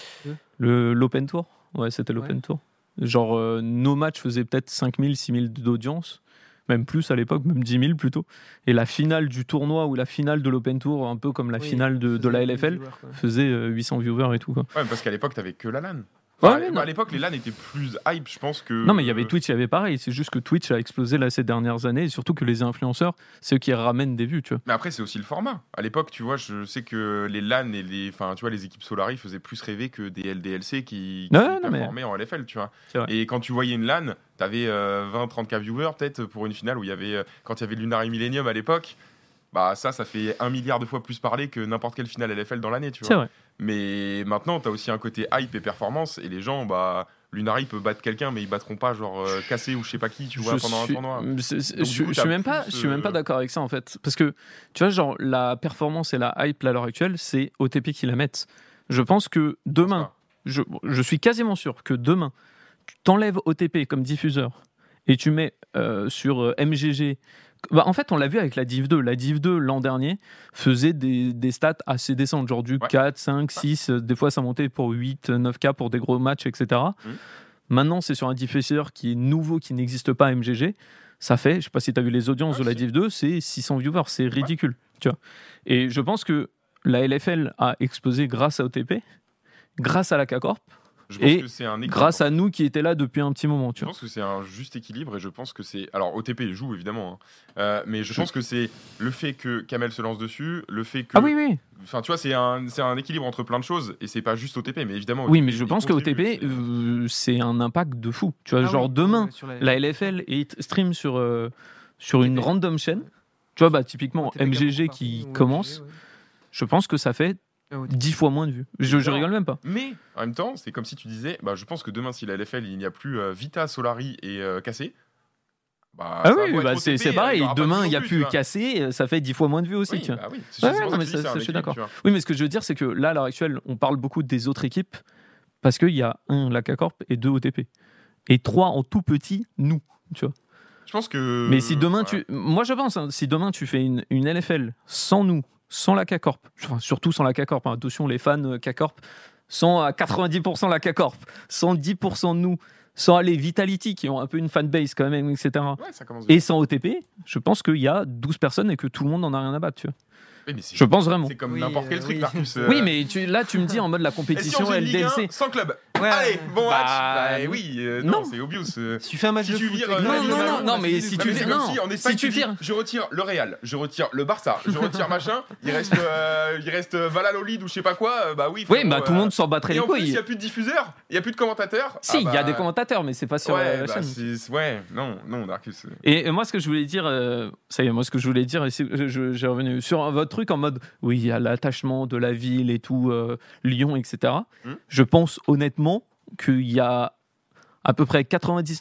L'Open Tour ? Ouais, c'était l'Open Tour. Genre, nos matchs faisaient peut-être 5000, 6000 d'audience. Même plus à l'époque, même 10 000 plutôt. Et la finale du tournoi ou la finale de l'Open Tour, un peu comme la finale de la LFL, faisait 800 viewers et tout. Quoi. Ouais, parce qu'à l'époque, t'avais que la LAN. À l'époque, les LAN étaient plus hype, je pense que. Non, mais il y avait Twitch, il y avait pareil. C'est juste que Twitch a explosé là ces dernières années, et surtout que les influenceurs, c'est eux qui ramènent des vues, tu vois. Mais après, c'est aussi le format. À l'époque, tu vois, je sais que les LAN et les équipes Solary faisaient plus rêver que des LDLC qui performaient en LFL, tu vois. Et quand tu voyais une LAN, t'avais 20-30K viewers peut-être pour une finale où il y avait, quand il y avait Lunari Millennium à l'époque. Bah ça fait 1 milliard de fois plus parler que n'importe quelle finale LFL dans l'année, tu vois. C'est vrai. Mais maintenant, tu as aussi un côté hype et performance, et les gens, Lunari peut battre quelqu'un, mais ils battront pas genre Cassé ou je sais pas qui, tu vois, pendant un tournoi. Je suis même pas d'accord avec ça en fait, parce que tu vois, genre la performance et la hype à l'heure actuelle, c'est OTP qui la mettent. Je pense que demain, je suis quasiment sûr que demain, tu t'enlèves OTP comme diffuseur et tu mets sur MGG. En fait, on l'a vu avec la Div 2. La Div 2, l'an dernier, faisait des stats assez décentes, genre du 4, 5, 6. Des fois, ça montait pour 8, 9K pour des gros matchs, etc. Maintenant, c'est sur un diffuseur qui est nouveau, qui n'existe pas à MGG. Ça fait, je ne sais pas si tu as vu les audiences de la Div 2, c'est 600 viewers. C'est ridicule. Tu vois. Et je pense que la LFL a explosé grâce à OTP, grâce à la K-Corp. Et grâce à nous qui étaient là depuis un petit moment. Je pense que c'est un juste équilibre et je pense que c'est... Alors OTP joue évidemment, mais je pense que c'est le fait que Kamel se lance dessus, le fait que... Ah oui. Enfin tu vois, c'est un équilibre entre plein de choses et c'est pas juste OTP, mais évidemment... Oui, mais je pense que OTP, c'est un impact de fou. Tu vois, genre demain, la LFL stream sur une random chaîne. Tu vois, typiquement MGG qui commence. Je pense que ça fait 10 fois moins de vues. Je rigole même pas. Mais en même temps, c'est comme si tu disais, je pense que demain, si la LFL, il n'y a plus Vita, Solary et Cassé, Bah, c'est pareil. Demain, il n'y a plus cassé, ça fait 10 fois moins de vues aussi. Tu vois. Bah oui, je suis d'accord. Oui, mais ce que je veux dire, c'est que là, à l'heure actuelle, on parle beaucoup des autres équipes parce qu'il y a 1 Lakacorp et 2 OTP. Et 3 en tout petit, nous. Tu vois. Je pense que. Mais si demain, moi je pense, si demain tu fais une LFL sans nous, sans la K-Corp, enfin, surtout sans la K-Corp, hein, attention les fans K-Corp, sans à 90% la K-Corp, sans 10% de nous, sans aller Vitality qui ont un peu une fanbase quand même, etc. Et sans OTP, je pense qu'il y a 12 personnes et que tout le monde n'en a rien à battre. Tu vois. Oui, je pense vraiment. C'est comme n'importe quel truc, Marcus. Oui, mais là, tu me dis en mode la compétition LDLC. Sans club. Allez, bon match. Non, c'est obvious. Si tu fais un match de foot. Non, mais si tu vires. En Espagne, je retire le Real, je retire le Barça, je retire machin. Il reste Valladolid ou je sais pas quoi. Bah oui. Oui, bah tout le monde s'en battrait les couilles. Et en plus, il n'y a plus de diffuseurs, il n'y a plus de commentateurs. Si, il y a des commentateurs, mais c'est pas sur la chaîne. Ouais, non, Marcus. Et moi, ce que je voulais dire, ça y est, j'ai revenu sur votre truc en mode, oui, il y a l'attachement de la ville et tout, Lyon, etc. Je pense honnêtement qu'il y a à peu près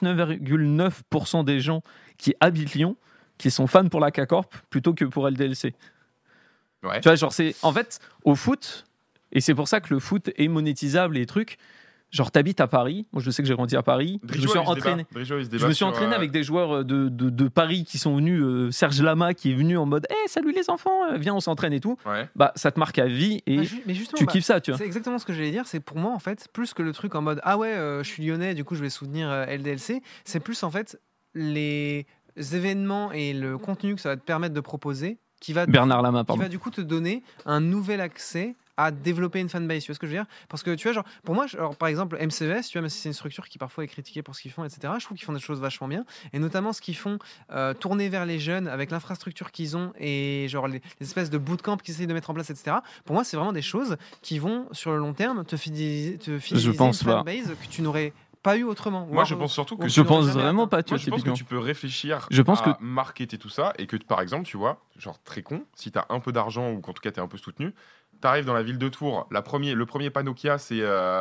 99,9% des gens qui habitent Lyon qui sont fans pour la K-Corp plutôt que pour LDLC. Ouais. Tu vois, genre, c'est en fait au foot, et c'est pour ça que le foot est monétisable et trucs. Genre, t'habites à Paris. Moi, je sais que j'ai grandi à Paris. Je me suis entraîné. Je me suis entraîné avec des joueurs de Paris qui sont venus. Serge Lama qui est venu en mode salut les enfants, viens, on s'entraîne et tout. Ouais. Bah, ça te marque à vie et tu kiffes ça, tu vois. C'est exactement ce que j'allais dire. C'est pour moi, en fait, plus que le truc en mode je suis lyonnais, du coup, je vais soutenir LDLC. C'est plus, en fait, les événements et le contenu que ça va te permettre de proposer qui va Bernard Lama, pardon. Qui va du coup te donner un nouvel accès à développer une fanbase, tu vois ce que je veux dire? Parce que tu vois, genre, pour moi, par exemple, MCES, tu vois, même si c'est une structure qui parfois est critiquée pour ce qu'ils font, etc., je trouve qu'ils font des choses vachement bien, et notamment ce qu'ils font tourner vers les jeunes avec l'infrastructure qu'ils ont et genre les espèces de bootcamp qu'ils essayent de mettre en place, etc. Pour moi, c'est vraiment des choses qui vont, sur le long terme, te fidéliser une fanbase que tu n'aurais pas eu autrement. Moi, je pense surtout que je pense vraiment pas. Je pense que tu peux réfléchir à marketer tout ça et que, par exemple, tu vois, genre très con, si tu as un peu d'argent ou qu'en tout cas tu es un peu soutenu, tu arrives dans la ville de Tours, le premier panneau qu'il y a, c'est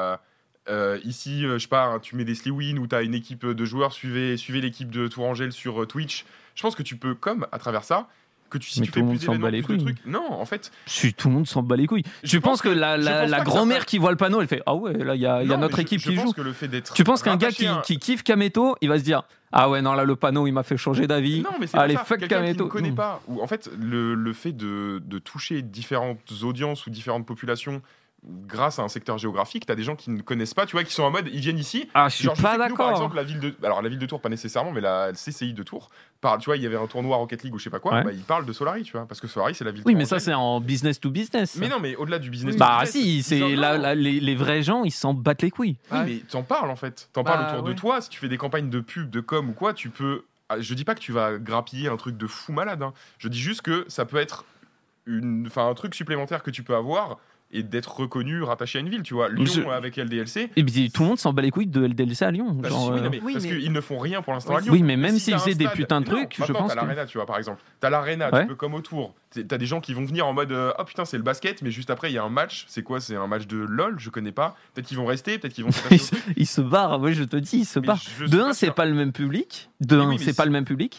ici, je sais pas, tu mets des Sliwin où tu as une équipe de joueurs, suivez l'équipe de Tourangelle sur Twitch. Je pense que tu peux, comme à travers ça, que si tu fais plus d'événements, plus de trucs. Non, en fait. Si tout le monde s'en bat les couilles. Je pense que la grand-mère qui voit le panneau, elle fait ah ouais, là il y a notre équipe qui joue. Tu penses qu'un gars qui kiffe Kameto, il va se dire ah ouais, non, là le panneau il m'a fait changer d'avis. Non, mais c'est allez, pas ça. fuck Kameto. Qui ne connaît pas. Ou en fait, le fait de toucher différentes audiences ou différentes populations grâce à un secteur géographique, t'as des gens qui ne connaissent pas, tu vois, qui sont en mode, ils viennent ici. Ah, je suis pas d'accord. Par exemple, la ville de Tours, pas nécessairement, mais la CCI de Tours, tu vois, il y avait un tournoi Rocket League ou je sais pas quoi, ils parlent de Solary, tu vois, parce que Solary, c'est la ville. Oui, mais ça, c'est en business to business. Mais non, mais au-delà du business. Bah, si, c'est les vrais gens, ils s'en battent les couilles. Oui, mais t'en parles en fait. T'en parles autour de toi. Si tu fais des campagnes de pub, de com ou quoi, tu peux. Je dis pas que tu vas grappiller un truc de fou malade. Hein. Je dis juste que ça peut être un truc supplémentaire que tu peux avoir et d'être reconnu, rattaché à une ville, tu vois. Lyon avec LDLC. Et puis tout le monde s'en bat les couilles de LDLC à Lyon. Parce qu'ils ne font rien pour l'instant à Lyon. Oui, mais même s'ils faisaient des putains de trucs, je pense. T'as l'Arena, tu vois, par exemple. T'as l'Arena, tu peux comme autour. T'as des gens qui vont venir en mode oh putain, c'est le basket, mais juste après, il y a un match. C'est quoi? C'est un match de LOL, je connais pas. Peut-être qu'ils vont rester, peut-être qu'ils vont ils se barrent, oui, je te dis, ils se barrent. De un, c'est pas le même public. De deux,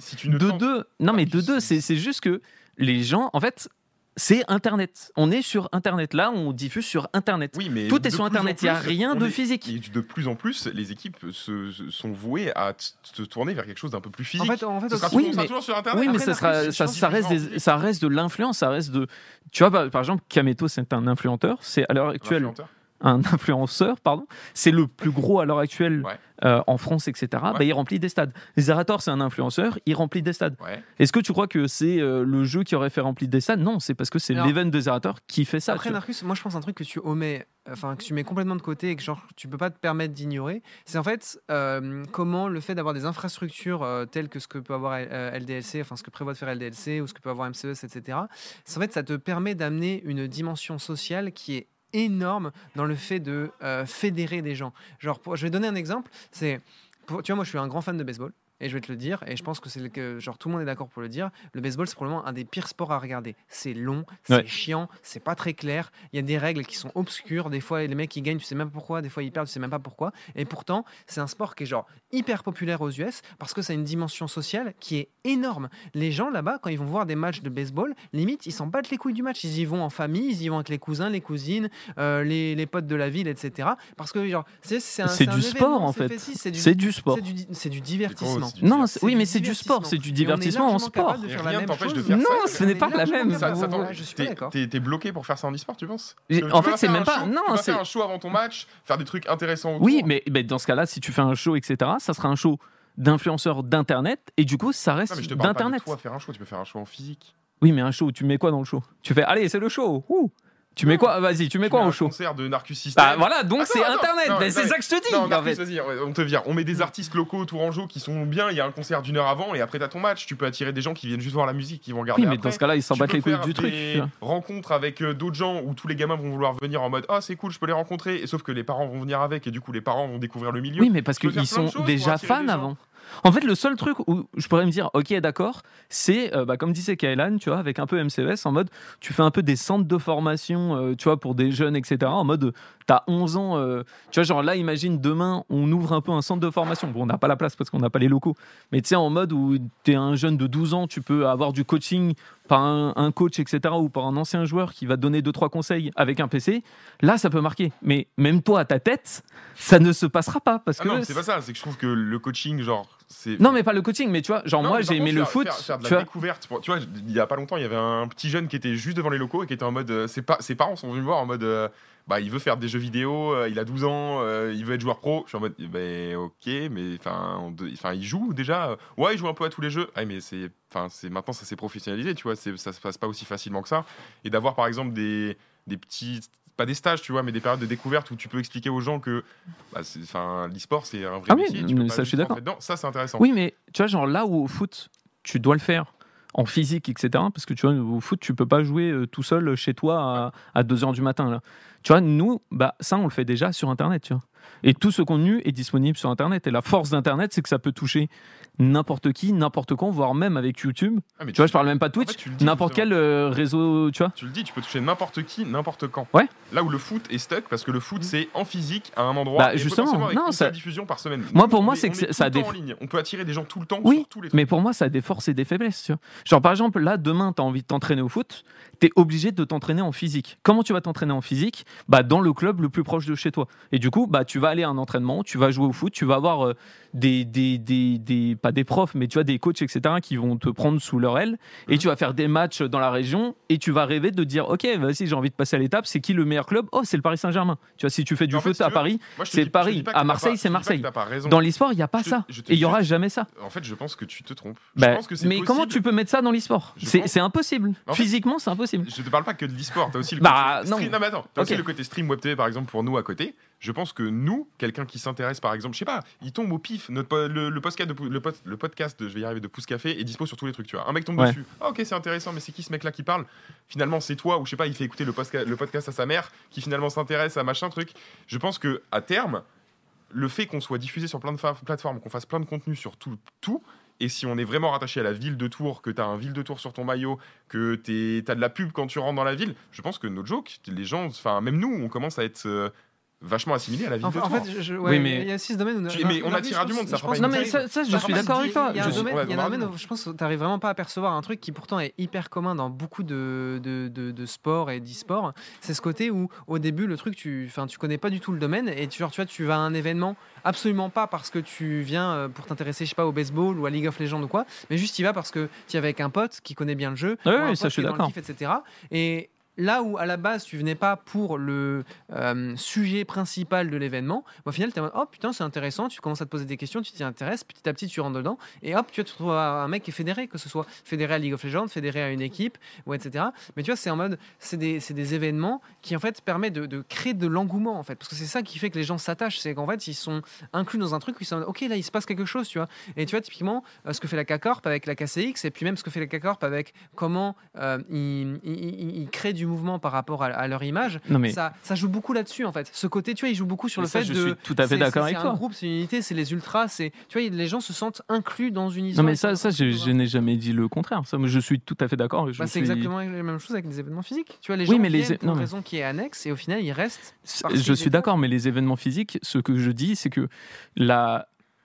c'est juste que les gens, en fait. C'est Internet. On est sur Internet. Là, on diffuse sur Internet. Oui, mais tout est sur Internet. Il n'y a rien de physique. Et de plus en plus, les équipes sont vouées à se tourner vers quelque chose d'un peu plus physique. En fait, ça sera toujours sur Internet. Oui, mais ça reste de l'influence. Ça reste de. Tu vois, par exemple, Kameto, c'est un influenceur. C'est à l'heure actuelle. Un influenceur, pardon, c'est le plus gros à l'heure actuelle en France, etc. Ouais. Bah, il remplit des stades. Zerator, c'est un influenceur, il remplit des stades. Ouais. Est-ce que tu crois que c'est le jeu qui aurait fait remplir des stades? Non, c'est parce que c'est l'event de Zerator qui fait ça. Après, Narcus, moi je pense un truc que tu omets, que tu mets complètement de côté et que genre tu peux pas te permettre d'ignorer, c'est en fait comment le fait d'avoir des infrastructures telles que ce que peut avoir LDLC, enfin ce que prévoit de faire LDLC ou ce que peut avoir MCES, etc. En fait, ça te permet d'amener une dimension sociale qui est énorme dans le fait de fédérer des gens. Genre, je vais donner un exemple. Tu vois, moi, je suis un grand fan de baseball. et je vais te le dire, et je pense que genre tout le monde est d'accord pour le dire, le baseball c'est probablement un des pires sports à regarder. C'est long, c'est chiant, c'est pas très clair, il y a des règles qui sont obscures, des fois les mecs ils gagnent, tu sais même pas pourquoi, des fois ils perdent, tu sais même pas pourquoi, et pourtant c'est un sport qui est genre hyper populaire aux US parce que ça a une dimension sociale qui est énorme. Les gens là-bas, quand ils vont voir des matchs de baseball, limite ils s'en battent les couilles du match, ils y vont en famille, ils y vont avec les cousins, les cousines, les potes de la ville, etc. Parce que genre c'est du sport en fait. C'est du sport. C'est du divertissement. Non, oui, mais c'est du sport, c'est du divertissement en sport. Rien t'empêche de faire ça. Non, ce n'est pas la même. T'es bloqué pour faire ça en e-sport, tu penses? En fait, c'est même pas. Non, tu vas faire un show avant ton match, faire des trucs intéressants autour. Oui, mais dans ce cas-là, si tu fais un show, etc., ça sera un show d'influenceurs d'internet et du coup, ça reste d'internet. Pas de toi faire un show, tu peux faire un show en physique. Oui, mais un show, tu mets quoi dans le show? Tu fais, allez, c'est le show. Tu mets quoi? Vas-y, tu mets quoi au show? Un concert de Narcus System. Bah voilà, donc c'est internet. C'est ça que je te dis. Non, Narcus, vas-y, on te vire. On met des artistes locaux tourangeaux qui sont bien. Il y a un concert d'1 heure avant et après t'as ton match. Tu peux attirer des gens qui viennent juste voir la musique, qui vont regarder. Oui, mais dans ce cas-là, ils s'en battent les couilles du truc. Rencontres avec d'autres gens où tous les gamins vont vouloir venir en mode c'est cool, je peux les rencontrer. Et sauf que les parents vont venir avec et du coup les parents vont découvrir le milieu. Oui, mais parce qu'ils sont déjà fans avant. En fait, le seul truc où je pourrais me dire, ok, d'accord, c'est, comme disait Kailan, tu vois, avec un peu MCES, en mode, tu fais un peu des centres de formation, tu vois, pour des jeunes, etc. En mode, t'as 11 ans, tu vois, genre là, imagine, demain, on ouvre un peu un centre de formation. Bon, on n'a pas la place parce qu'on n'a pas les locaux. Mais tu sais, en mode où t'es un jeune de 12 ans, tu peux avoir du coaching par un coach, etc., ou par un ancien joueur qui va te donner 2-3 conseils avec un PC. Là, ça peut marquer. Mais même toi, à ta tête, ça ne se passera pas. Parce que non, c'est pas ça. C'est que je trouve que le coaching, genre... Non, mais pas le coaching, mais tu vois, genre moi j'ai aimé le foot. Faire de la découverte. Tu vois, il y a pas longtemps, il y avait un petit jeune qui était juste devant les locaux et qui était en mode. Ses parents sont venus me voir en mode. Il veut faire des jeux vidéo, il a 12 ans, il veut être joueur pro. Je suis en mode, ok, mais il joue déjà. Ouais, il joue un peu à tous les jeux. Ah, mais maintenant ça s'est professionnalisé, tu vois, ça se passe pas aussi facilement que ça. Et d'avoir par exemple des petits. Pas des stages, tu vois, mais des périodes de découverte où tu peux expliquer aux gens que l'e-sport c'est un vrai métier. Oui, ça je suis d'accord. Ça c'est intéressant. Oui, mais tu vois, genre là où au foot, tu dois le faire en physique, etc. Parce que tu vois, au foot, tu peux pas jouer tout seul chez toi à 2h du matin. Là. Tu vois, nous, ça, on le fait déjà sur Internet, tu vois. Et tout ce contenu est disponible sur Internet. Et la force d'Internet, c'est que ça peut toucher n'importe qui, n'importe quand, voire même avec YouTube. Tu vois, je parle même pas de Twitch, n'importe quel réseau, tu vois. Tu le dis, tu peux toucher n'importe qui, n'importe quand. Ouais. Là où le foot est stuck, parce que le foot, c'est en physique, à un endroit, et justement, avec une seule diffusion par semaine. Pour moi, c'est que ça en ligne. On peut attirer des gens tout le temps sur tous les trucs. Mais pour moi, ça a des forces et des faiblesses. Tu vois. Genre, par exemple, là, demain, tu as envie de t'entraîner au foot, tu es obligé de t'entraîner en physique. Comment tu vas t'entraîner en physique? Dans le club le plus proche de chez toi. Et du coup, tu vas aller à un entraînement, tu vas jouer au foot, tu vas avoir pas des profs, mais tu as des coachs, etc., qui vont te prendre sous leur aile, et tu vas faire des matchs dans la région, et tu vas rêver de dire, ok, vas-y, j'ai envie de passer à l'étape, c'est qui le meilleur club? Oh, c'est le Paris Saint-Germain. Tu vois, si tu fais du foot à Paris, c'est Paris. À Marseille, c'est Marseille. Dans l'e-sport, il n'y a pas ça. Et il n'y aura jamais ça. En fait, je pense que tu te trompes. Mais comment tu peux mettre ça dans l'e-sport? C'est impossible. Physiquement, c'est impossible. Je te parle pas que de l'e-sport, t'as aussi le côté stream. Non, mais attends, t'as aussi le côté stream web TV, par exemple, pour nous à côté. Je pense que nous, quelqu'un qui s'intéresse, par exemple, je sais pas, il tombe au pif. Le podcast de Je vais y arriver de Pouce Café est dispo sur tous les trucs, tu vois. Un mec tombe dessus. Ah, ok, c'est intéressant, mais c'est qui ce mec-là qui parle? Finalement, c'est toi, ou je sais pas, il fait écouter le podcast à sa mère, qui finalement s'intéresse à machin truc. Je pense que à terme, le fait qu'on soit diffusé sur plein de plateformes, qu'on fasse plein de contenu sur tout. Et si on est vraiment rattaché à la ville de Tours, que tu as un ville de Tours sur ton maillot, que tu as de la pub quand tu rentres dans la ville, je pense que no joke, les gens, même nous, on commence à être vachement assimilé à la ville de Tours. En fait, oui, mais il y a 6 domaines où mais on attirera du monde, ça fera pas. Non, mais ça, je suis d'accord avec toi. Il y a un domaine où je pense que tu n'arrives vraiment pas à percevoir un truc qui pourtant est hyper commun dans beaucoup de sports et d'e-sport. C'est ce côté où, au début, le truc, tu connais pas du tout le domaine et tu vas à un événement, absolument pas parce que tu viens pour t'intéresser, je sais pas, au baseball ou à League of Legends ou quoi, mais juste tu y vas parce que tu es avec un pote qui connaît bien le jeu, oui, ça je suis d'accord. etc. Et là où à la base tu venais pas pour le sujet principal de l'événement, au final tu es en mode oh putain c'est intéressant, tu commences à te poser des questions, tu t'y intéresses, petit à petit tu rentres dedans et hop tu te retrouves un mec qui est fédéré, que ce soit fédéré à League of Legends, fédéré à une équipe ou etc. Mais tu vois c'est en mode c'est des événements qui en fait permettent de créer de l'engouement en fait, parce que c'est ça qui fait que les gens s'attachent, c'est qu'en fait ils sont inclus dans un truc où ils sont en mode, ok là il se passe quelque chose, tu vois. Et tu vois typiquement ce que fait la K-Corp avec la KCX et puis même ce que fait la K-Corp avec comment il crée du mouvement par rapport à leur image. Ça joue beaucoup là-dessus en fait. Ce côté, tu vois, il joue beaucoup sur le fait je suis tout à fait d'accord avec toi. C'est un groupe, c'est une unité, c'est les ultras, tu vois, les gens se sentent inclus dans une histoire. Non mais ça je n'ai jamais dit le contraire. Ça, je suis tout à fait d'accord. C'est exactement la même chose avec les événements physiques. Tu vois, les gens viennent pour une raison qui est annexe et au final ils restent. Je suis d'accord, mais les événements physiques, ce que je dis, c'est que la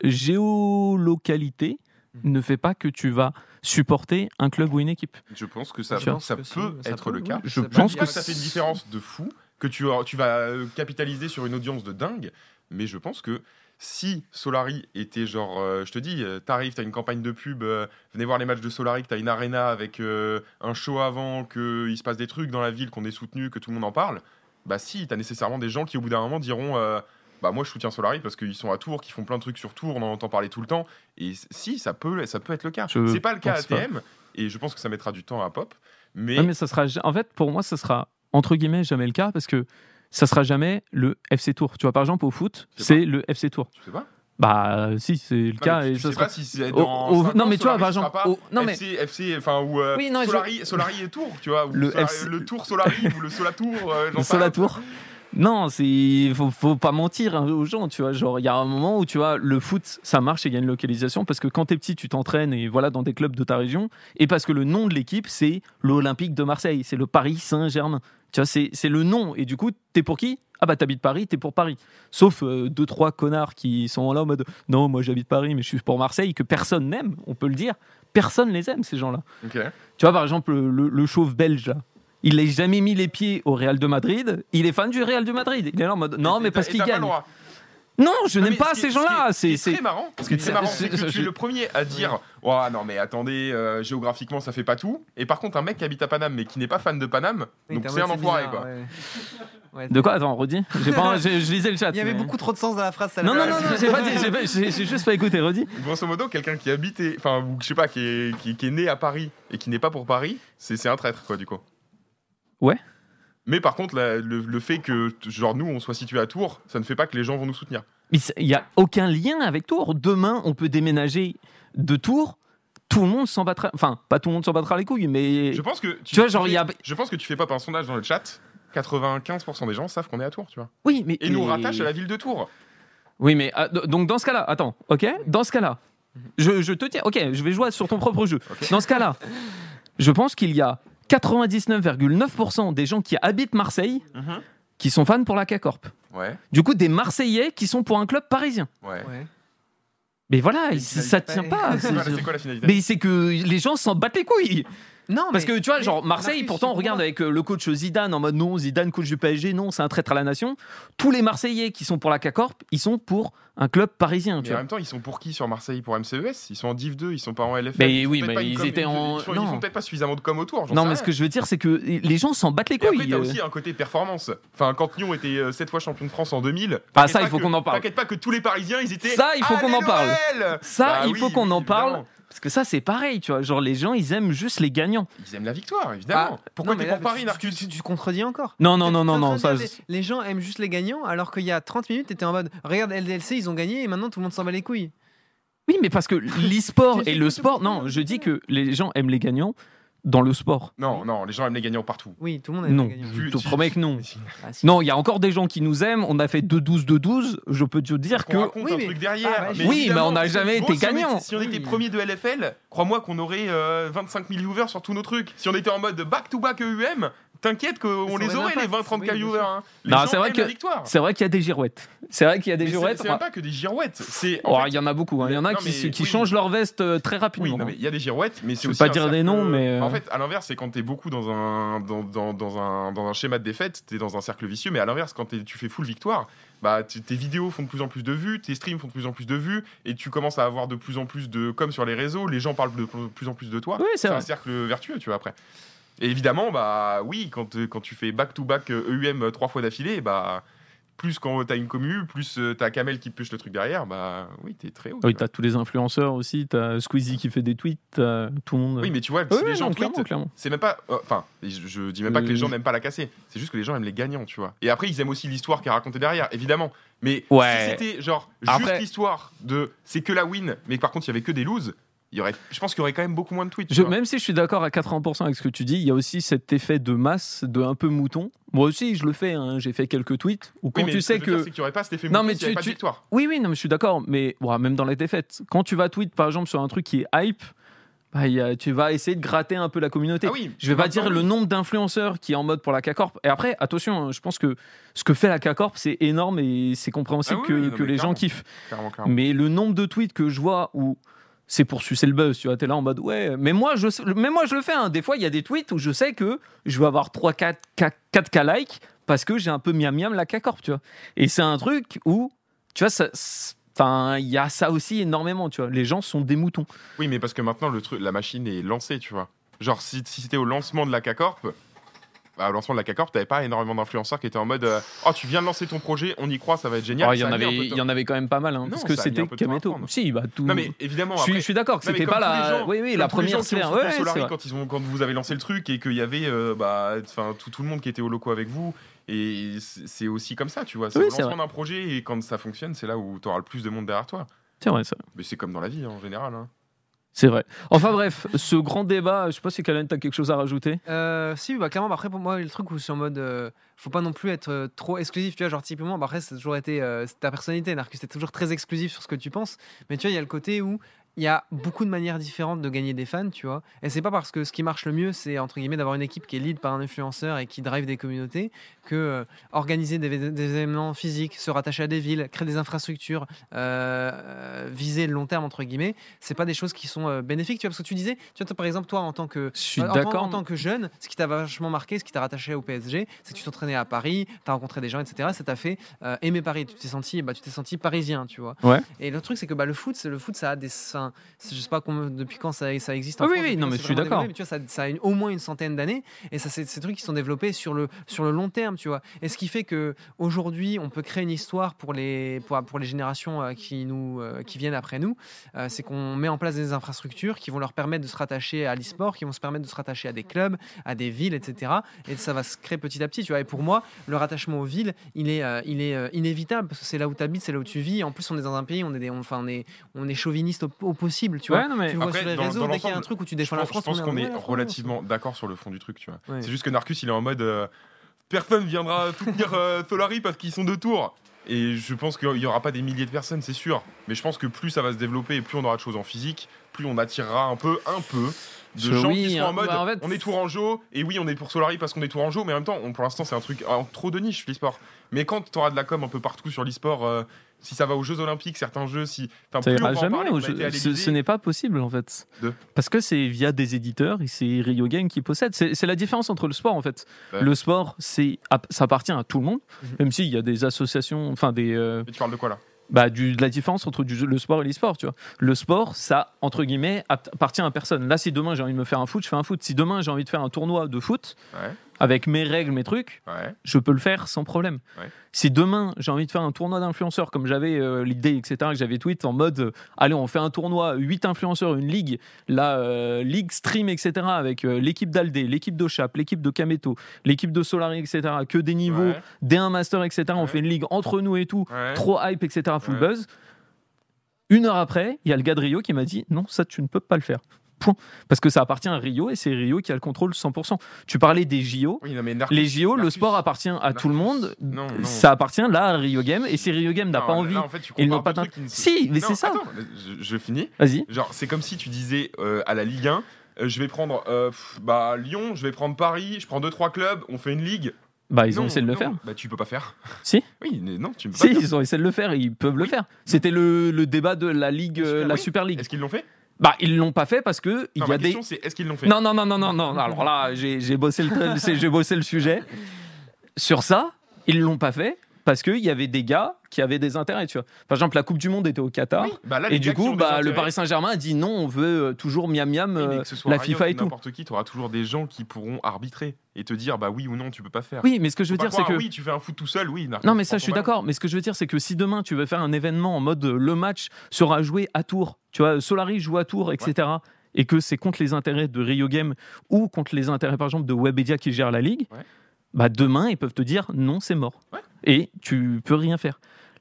géolocalité ne fait pas que tu vas supporter un club ou une équipe. Je pense que ça peut être le cas. Je pense que ça fait une différence de fou, que tu vas capitaliser sur une audience de dingue, mais je pense que si Solari était genre, je te dis, t'arrives, t'as une campagne de pub, venez voir les matchs de Solari, que t'as une arena avec un show avant, qu'il se passe des trucs dans la ville, qu'on est soutenu, que tout le monde en parle, bah si, t'as nécessairement des gens qui au bout d'un moment diront... bah moi je soutiens Solari parce qu'ils sont à Tours, qu'ils font plein de trucs sur Tours, on en entend parler tout le temps, et si ça peut être le cas. C'est pas le cas à ATM, et je pense que ça mettra du temps à pop, mais ça sera, en fait pour moi ça sera entre guillemets jamais le cas, parce que ça sera jamais le FC Tours. Tu vois, par exemple au foot, c'est le FC Tours. Tu sais pas? Bah si, c'est le cas, et ça sais sera pas si c'est dans non mais tu vois par exemple FC enfin ou Solari et Tours, tu vois, ou le Tour Solari ou le Solatour, le Solatour. Non, faut pas mentir aux gens, tu vois. Genre, il y a un moment où, tu vois, le foot, ça marche et il y a une localisation, parce que quand t'es petit, tu t'entraînes et voilà dans des clubs de ta région, et parce que le nom de l'équipe, c'est l'Olympique de Marseille, c'est le Paris Saint-Germain. Tu vois, c'est le nom. Et du coup, t'es pour qui? Ah bah t'habites Paris, t'es pour Paris. Sauf 2-3 connards qui sont là en mode non, moi j'habite Paris, mais je suis pour Marseille, que personne n'aime, on peut le dire. Personne les aime, ces gens-là. Okay. Tu vois, par exemple, le chauve belge, là. Il n'a jamais mis les pieds au Real de Madrid. Il est fan du Real de Madrid. Il est là en mode non, mais parce qu'il gagne. Non, je n'aime pas ces gens-là. C'est très marrant. Ce qui est très marrant, c'est que tu es le premier à dire oh, non, mais attendez, géographiquement, ça fait pas tout. Et par contre, un mec qui habite à Paname, mais qui n'est pas fan de Paname, donc c'est un enfoiré, quoi. Ouais, de quoi? Attends, redis. Je lisais le chat. Il y avait beaucoup trop de sens dans la phrase. Non, j'ai pas dit. J'ai juste pas écouté. Redis. Grosso modo, quelqu'un qui habitait, enfin, ou je sais pas, qui est né à Paris et qui n'est pas pour Paris, c'est un traître, quoi, du coup. Ouais. Mais par contre, le fait que genre nous on soit situé à Tours, ça ne fait pas que les gens vont nous soutenir. Mais il y a aucun lien avec Tours. Demain, on peut déménager de Tours. Tout le monde s'en battra. Enfin, pas tout le monde s'en battra les couilles, mais je pense que je pense que tu fais pas un sondage dans le chat. 95% des gens savent qu'on est à Tours, tu vois. Oui, mais et nous rattachent à la ville de Tours. Oui, mais donc dans ce cas-là, attends, ok. Dans ce cas-là, je te dis, ok, je vais jouer sur ton propre jeu. Okay. Dans ce cas-là, je pense qu'il y a 99,9% des gens qui habitent Marseille qui sont fans pour la K-Corp. Ouais. Du coup, des Marseillais qui sont pour un club parisien. Ouais. Mais voilà, ça tient pas. C'est quoi la finalité? Mais c'est que les gens s'en battent les couilles. Non, parce que tu vois, genre Marseille, pourtant, on regarde avec le coach Zidane en mode non, Zidane, coach du PSG, non, c'est un traître à la nation. Tous les Marseillais qui sont pour la K-Corp, ils sont pour un club parisien. Mais en même temps, ils sont pour qui sur Marseille? Pour MCES? Ils sont en Div 2, ils sont pas en LFL. Mais oui, mais ils étaient en. Ils font peut-être pas suffisamment de com autour. Non, mais ce que je veux dire, c'est que les gens s'en battent les couilles. Et après, t'as aussi un côté performance. Enfin, quand Nyon était 7 fois champion de France en 2000. Ah, ça, il faut qu'on en parle. T'inquiète pas que tous les Parisiens, ils étaient. Ça, il faut qu'on en parle. Ça, il faut qu'on en parle. Parce que ça, c'est pareil, tu vois. Genre, les gens, ils aiment juste les gagnants. Ils aiment la victoire, évidemment. Pourquoi t'es pour Paris, Narcus? Tu contredis encore. Non. Ça... Les gens aiment juste les gagnants, alors qu'il y a 30 minutes, t'étais en mode regarde, LDLC, ils ont gagné et maintenant tout le monde s'en bat les couilles. Oui, mais parce que l'e-sport et le sport. Non, je dis que les gens aiment les gagnants dans le sport. Non, les gens aiment les gagnants partout. Oui, tout le monde aime les gagnants. Je te promets que non. Non, il y a encore des gens qui nous aiment. On a fait 2-12, je peux te dire que. On raconte un truc derrière. Mais on n'a jamais été gagnant. Si on était premier de LFL, crois-moi qu'on aurait 25 000 viewers sur tous nos trucs. Si on était en mode back-to-back EUM, t'inquiète qu'on les aurait, les 20-30K viewers. Non, c'est vrai qu'il y a des girouettes. C'est même pas que des girouettes. Il y en a beaucoup. Il y en a qui changent leur veste très rapidement. Oui, non, mais il y a des girouettes, mais c'est aussi. Je ne vais pas dire des noms, mais. En fait, à l'inverse, c'est quand t'es beaucoup dans un schéma de défaite, t'es dans un cercle vicieux, mais à l'inverse, quand tu fais full victoire, bah, tes vidéos font de plus en plus de vues, tes streams font de plus en plus de vues, et tu commences à avoir de plus en plus de com sur les réseaux, les gens parlent de plus en plus de toi. Oui, c'est un cercle vertueux, tu vois, après. Et évidemment, bah oui, quand tu fais back-to-back EUM 3 fois d'affilée, bah plus quand t'as une commu, plus t'as Kamel qui push le truc derrière, bah oui, t'es très haut. Oui, t'as tous les influenceurs aussi, t'as Squeezie qui fait des tweets, t'as tout le monde. Oui, mais tu vois, si les gens tweetent, clairement. C'est même pas. Enfin, je dis même pas que les gens n'aiment pas la casser, c'est juste que les gens aiment les gagnants, tu vois. Et après, ils aiment aussi l'histoire qui est racontée derrière, évidemment. Mais si c'était genre juste l'histoire de c'est que la win, mais par contre, il y avait que des loses. je pense qu'il y aurait quand même beaucoup moins de tweets. Même si je suis d'accord à 80% avec ce que tu dis, il y a aussi cet effet de masse, de un peu mouton. Moi aussi, je le fais. J'ai fait quelques tweets. Ou quand tu sais que. C'est qu'il n'y aurait pas cet effet mouton, s'il n'y avait pas de victoire. Oui, non, mais je suis d'accord. Mais même dans les défaites, quand tu vas tweet, par exemple, sur un truc qui est hype, tu vas essayer de gratter un peu la communauté. Je vais pas dire le nombre d'influenceurs qui est en mode pour la K-Corp. Et après, attention, je pense que ce que fait la K-Corp, c'est énorme et c'est compréhensible que les gens kiffent. Clairement. Mais le nombre de tweets que je vois où c'est pour sucer le buzz, tu vois, t'es là en mode ouais, mais moi je le fais. Des fois, il y a des tweets où je sais que je vais avoir 4K likes parce que j'ai un peu miam la K-Corp, tu vois. Et c'est un truc où, tu vois, il y a ça aussi énormément, tu vois. Les gens sont des moutons. Oui, mais parce que maintenant, la machine est lancée, tu vois. Genre, si c'était au lancement de la K-Corp, au lancement de la K-Corp, t'avais pas énormément d'influenceurs qui étaient en mode oh, tu viens de lancer ton projet, on y croit, ça va être génial. Il y en avait quand même pas mal, parce que c'était Kameto. Si, tout. Non, mais évidemment. Je suis d'accord que c'était pas la première sphère. Quand vous avez lancé le truc et qu'il y avait tout le monde qui était au loco avec vous. Et c'est aussi comme ça, tu vois. C'est le lancement d'un projet et quand ça fonctionne, c'est là où tu auras le plus de monde derrière toi. C'est vrai, ça. Mais c'est comme dans la vie, en général. C'est vrai. Enfin bref, ce grand débat, je sais pas si Kalen, t'as quelque chose à rajouter. Si, clairement, après pour moi, le truc où je suis en mode, faut pas non plus être trop exclusif, tu vois, genre typiquement, après, ça a toujours été ta personnalité, Narcus, t'es toujours très exclusif sur ce que tu penses, mais tu vois, il y a le côté où il y a beaucoup de manières différentes de gagner des fans, tu vois. Et c'est pas parce que ce qui marche le mieux, c'est entre guillemets d'avoir une équipe qui est lead par un influenceur et qui drive des communautés, que organiser des événements physiques, se rattacher à des villes, créer des infrastructures, viser le long terme entre guillemets, c'est pas des choses qui sont bénéfiques, tu vois. Parce que tu disais, tu vois, par exemple, toi en tant que jeune, ce qui t'a vachement marqué, ce qui t'a rattaché au PSG, c'est que tu t'entraînais à Paris, t'as rencontré des gens, etc. Ça t'a fait aimer Paris. Tu t'es senti parisien, tu vois. Ouais. Et le truc, c'est que le foot, ça a des je sais pas depuis quand ça existe en France. Oui, non, mais je suis d'accord. Mais tu vois, ça a au moins une centaine d'années, et ça, c'est ces trucs qui sont développés sur le long terme, tu vois. Et ce qui fait que aujourd'hui, on peut créer une histoire pour les générations qui viennent après nous, c'est qu'on met en place des infrastructures qui vont leur permettre de se rattacher à l'e-sport, qui vont se permettre de se rattacher à des clubs, à des villes, etc. Et ça va se créer petit à petit, tu vois. Et pour moi, le rattachement aux villes, il est inévitable parce que c'est là où tu habites, c'est là où tu vis. En plus, on est dans un pays, on est chauviniste au possible, tu vois. Ouais, non, mais tu vois sur les réseaux, dès qu'il y a un truc où tu défends la France, je pense qu'on est relativement d'accord sur le fond du truc, tu vois. Ouais. C'est juste que Narcus, il est en mode personne viendra soutenir Solary parce qu'ils sont de Tours. Et je pense qu'il n'y aura pas des milliers de personnes, c'est sûr. Mais je pense que plus ça va se développer et plus on aura de choses en physique, plus on attirera un peu de gens qui sont en mode on est Tourangeau, et oui, on est pour Solary parce qu'on est Tourangeau, mais en même temps, pour l'instant, c'est un truc trop de niche, l'e-sport. Mais quand tu auras de la com un peu partout sur l'e-sport, si ça va aux Jeux Olympiques, certains jeux, ça ira jamais. Ce n'est pas possible en fait. Parce que c'est via des éditeurs et c'est Rio Games qui possède. C'est la différence entre le sport en fait. Ouais. Le sport, ça appartient à tout le monde, même s'il y a des associations, Mais tu parles de quoi là ? De la différence entre le sport et l'e-sport, tu vois. Le sport, ça, entre guillemets, appartient à personne. Là, si demain j'ai envie de me faire un foot, je fais un foot. Si demain j'ai envie de faire un tournoi de foot, avec mes règles, mes trucs, je peux le faire sans problème. Ouais. Si demain j'ai envie de faire un tournoi d'influenceurs, comme j'avais l'idée, etc., que j'avais tweet en mode allez, on fait un tournoi, 8 influenceurs, une ligue, la ligue stream, etc., avec l'équipe d'Aldé, l'équipe d'Ochap, l'équipe de Kameto, l'équipe de Solary, etc., que des niveaux, D1 Master, etc., on fait une ligue entre nous et tout, trop hype, etc., full buzz. Une heure après, il y a le gars de Rio qui m'a dit non, ça tu ne peux pas le faire. Point. Parce que ça appartient à Rio et c'est Rio qui a le contrôle 100%. Tu parlais des JO. Oui, non, mais les JO, le sport appartient à tout le monde. Non. Ça appartient là à Rio Games et si Rio Games n'a pas envie, là, en fait, ils n'ont pas Si, mais c'est ça. Attends, je finis. Vas-y. Genre, c'est comme si tu disais à la Ligue 1, je vais prendre Lyon, je vais prendre Paris, je prends 2-3 clubs, on fait une ligue. Ils ont essayé de le faire. Tu peux pas faire. Si. Oui, mais non, tu peux pas. Si, ils ont essayé de le faire, ils peuvent le faire. C'était le débat de la Ligue, la Super League. Est-ce qu'ils l'ont fait ? Ils l'ont pas fait parce que il y a des. Ma question, c'est est-ce qu'ils l'ont fait ? Non. Alors là, j'ai bossé le sujet. Sur ça, ils l'ont pas fait parce qu'il y avait des gars qui avaient des intérêts, tu vois. Par exemple, la Coupe du Monde était au Qatar, et du coup, le Paris Saint-Germain a dit non, on veut toujours miam la FIFA et tout. N'importe qui, tu auras toujours des gens qui pourront arbitrer et te dire oui ou non, tu peux pas faire. Oui, mais ce que je veux dire, c'est que oui, tu fais un foot tout seul, oui. Non, mais ça, je suis d'accord. Mais ce que je veux dire, c'est que si demain tu veux faire un événement en mode le match sera joué à Tours, tu vois, Solary joue à Tours, etc. Et que c'est contre les intérêts de Rio Games ou contre les intérêts, par exemple, de Webedia qui gère la ligue. Demain, ils peuvent te dire non, c'est mort. Et tu peux rien faire.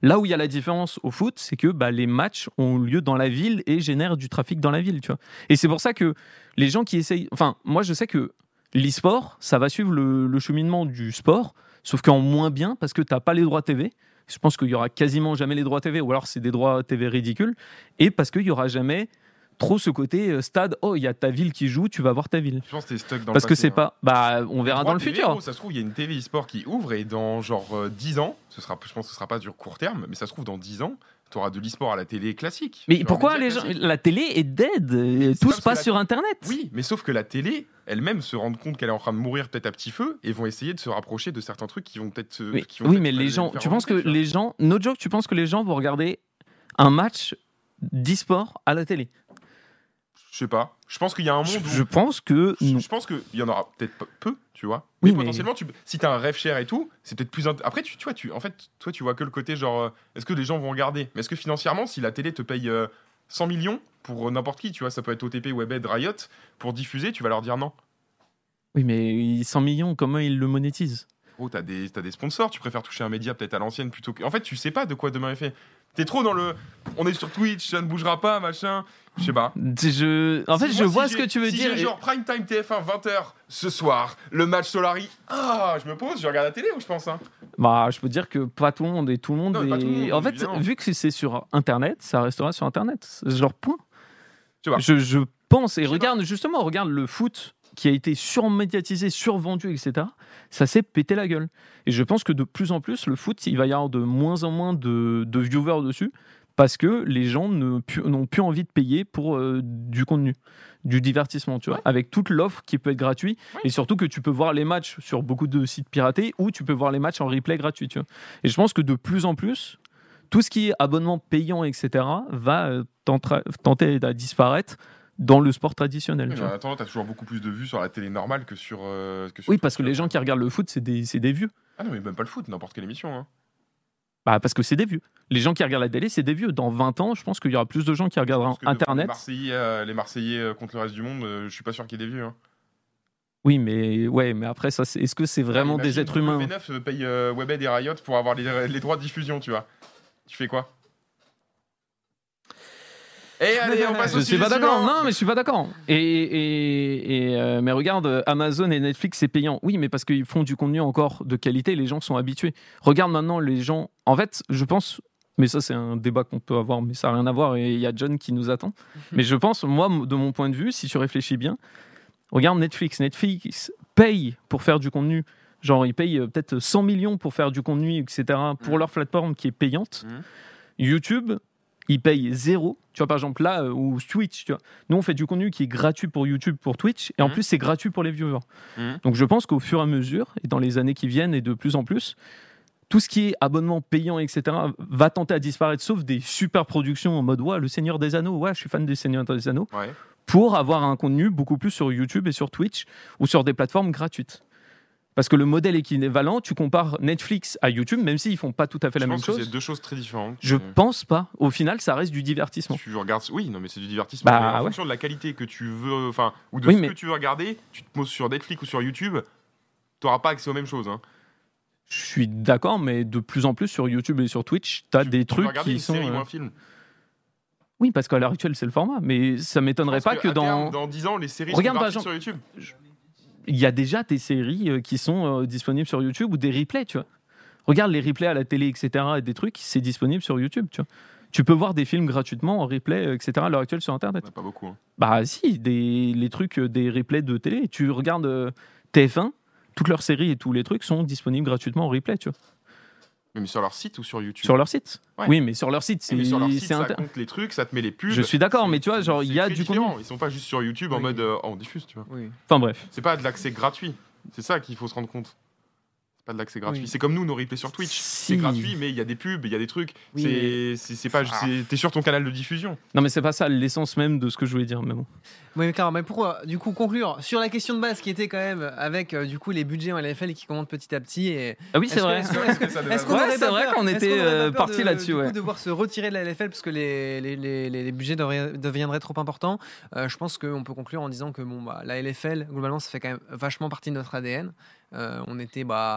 Là où il y a la différence au foot, c'est que les matchs ont lieu dans la ville et génèrent du trafic dans la ville, tu vois. Et c'est pour ça que les gens qui essayent... Enfin, moi, je sais que l'e-sport, ça va suivre le cheminement du sport, sauf qu'en moins bien, parce que tu n'as pas les droits TV. Je pense qu'il y aura quasiment jamais les droits TV, ou alors c'est des droits TV ridicules, et parce qu'il y aura jamais trop ce côté stade. Oh, il y a ta ville qui joue, tu vas voir ta ville. Je pense que t'es stuck dans parce le que passé, c'est pas. On verra dans le TV, futur. Gros, ça se trouve, il y a une TV e-sport qui ouvre et dans genre 10 ans, je pense que ce sera pas du court terme, mais ça se trouve dans 10 ans, tu auras de l'e-sport à la télé classique. Mais pourquoi les gens. La télé est dead. Tout se passe sur Internet. Oui, mais sauf que la télé elle-même se rend compte qu'elle est en train de mourir peut-être à petit feu et vont essayer de se rapprocher de certains trucs qui vont peut-être. Mais les gens. Tu penses que les gens. No joke, tu penses que les gens vont regarder un match d'e-sport à la télé? Je sais pas. Je pense qu'il y a un monde où... Je pense que... Je pense qu'il y en aura peut-être peu, tu vois. Mais potentiellement, si t'as un rêve cher et tout, c'est peut-être plus... Après, tu vois, en fait, toi, tu vois que le côté genre... est-ce que les gens vont regarder? Mais est-ce que financièrement, si la télé te paye 100 millions pour n'importe qui, tu vois, ça peut être OTP, Webed, Riot, pour diffuser, tu vas leur dire non. Oui, mais 100 millions, comment ils le monétisent? Oh, t'as des sponsors, tu préfères toucher un média peut-être à l'ancienne plutôt que... En fait, tu sais pas de quoi demain est fait. T'es trop dans le... On est sur Twitch, ça ne bougera pas, machin... Je sais pas. En fait, je vois ce que tu veux dire. Si j'ai genre Prime Time TF1 20h ce soir, le match Solari, je me pose, je regarde la télé ou je pense je peux dire que pas tout le monde et tout le monde. Non, pas tout le monde, en fait, évidemment. Vu que c'est sur Internet, ça restera sur Internet. Genre point. Je pense et regarde le foot qui a été surmédiatisé, survendu, etc. Ça s'est pété la gueule. Et je pense que de plus en plus, le foot, il va y avoir de moins en moins de viewers dessus. Parce que les gens n'ont plus envie de payer pour du contenu, du divertissement, tu vois, avec toute l'offre qui peut être gratuite, et surtout que tu peux voir les matchs sur beaucoup de sites piratés, ou tu peux voir les matchs en replay gratuit, tu vois. Et je pense que de plus en plus, tout ce qui est abonnement payant, etc., va tenter à disparaître dans le sport traditionnel. Oui, mais attends, t'as toujours beaucoup plus de vues sur la télé normale que sur oui, parce que les gens qui regardent le foot, c'est des vieux. Ah non, mais même pas le foot, n'importe quelle émission, hein. Parce que c'est des vieux. Les gens qui regardent la télé, c'est des vieux. Dans 20 ans, je pense qu'il y aura plus de gens qui regarderont Internet. Les Marseillais contre le reste du monde, je suis pas sûr qu'il y ait des vieux. Hein. Oui, mais après, ça, est-ce que c'est vraiment des êtres humains? V9 paye Webed et Riot pour avoir les droits de diffusion, tu vois. Tu fais quoi? Et allez, on passe au sujet. Je suis pas d'accord. Non, mais je suis pas d'accord. Mais regarde, Amazon et Netflix, c'est payant. Oui, mais parce qu'ils font du contenu encore de qualité, les gens sont habitués. Regarde maintenant les gens. En fait, je pense. Mais ça, c'est un débat qu'on peut avoir, mais ça n'a rien à voir. Et il y a John qui nous attend. Mais je pense, moi, de mon point de vue, si tu réfléchis bien, regarde Netflix. Netflix paye pour faire du contenu. Genre, ils payent peut-être 100 millions pour faire du contenu, etc., pour leur plateforme qui est payante. YouTube, ils payent 0. Tu vois, par exemple, là, ou Twitch, tu vois. Nous, on fait du contenu qui est gratuit pour YouTube, pour Twitch, et en plus, c'est gratuit pour les viewers. Donc, je pense qu'au fur et à mesure, et dans les années qui viennent, et de plus en plus, tout ce qui est abonnement payant, etc., va tenter à disparaître, sauf des super productions en mode « Ouais, le Seigneur des Anneaux, ouais, je suis fan des Seigneurs des Anneaux ouais. », pour avoir un contenu beaucoup plus sur YouTube et sur Twitch, ou sur des plateformes gratuites. Parce que le modèle équivalent, tu compares Netflix à YouTube, même s'ils font pas tout à fait la même chose. C'est deux choses très différentes. Je pense pas. Au final, ça reste du divertissement. Tu regardes, oui, non, mais c'est du divertissement. Mais en fonction de la qualité que tu veux, ou de ce que tu veux regarder, tu te poses sur Netflix ou sur YouTube, t'auras pas accès aux mêmes choses. Hein. Je suis d'accord, mais de plus en plus sur YouTube et sur Twitch, t'as des trucs qui sont. Série ou un film. Oui, parce qu'à l'heure actuelle, c'est le format, mais ça m'étonnerait pas que dans 10 ans, les séries sont gratuites sur YouTube. Il y a déjà des séries qui sont disponibles sur YouTube ou des replays, tu vois. Regarde les replays à la télé, etc. et des trucs, c'est disponible sur YouTube, tu vois. Tu peux voir des films gratuitement en replay, etc. à l'heure actuelle sur Internet. Pas beaucoup. Hein. Bah si, les trucs, des replays de télé. Tu regardes TF1, toutes leurs séries et tous les trucs sont disponibles gratuitement en replay, tu vois. Mais sur leur site ou sur YouTube? Sur leur site. Ouais. Oui, mais sur leur site, ça compte les trucs, ça te met les pubs. Je suis d'accord, mais tu vois, genre il y a du contenu. Ils sont pas juste sur YouTube en mode on diffuse, tu vois. Oui. Enfin bref. C'est pas de l'accès gratuit. C'est ça qu'il faut se rendre compte. C'est pas de l'accès gratuit. Oui. C'est comme nous, nos replays sur Twitch. C'est gratuit, mais il y a des pubs, il y a des trucs. Oui, c'est pas. T'es sur ton canal de diffusion. Non, mais c'est pas ça l'essence même de ce que je voulais dire, mais bon. Oui, mais pour du coup conclure sur la question de base qui était quand même avec du coup les budgets en LFL qui commentent petit à petit. Et ah oui, c'est vrai. C'est vrai qu'on était parti là-dessus. Du coup, devoir se retirer de la LFL parce que les budgets deviendraient trop importants. Je pense qu'on peut conclure en disant que la LFL globalement ça fait quand même vachement partie de notre ADN. On était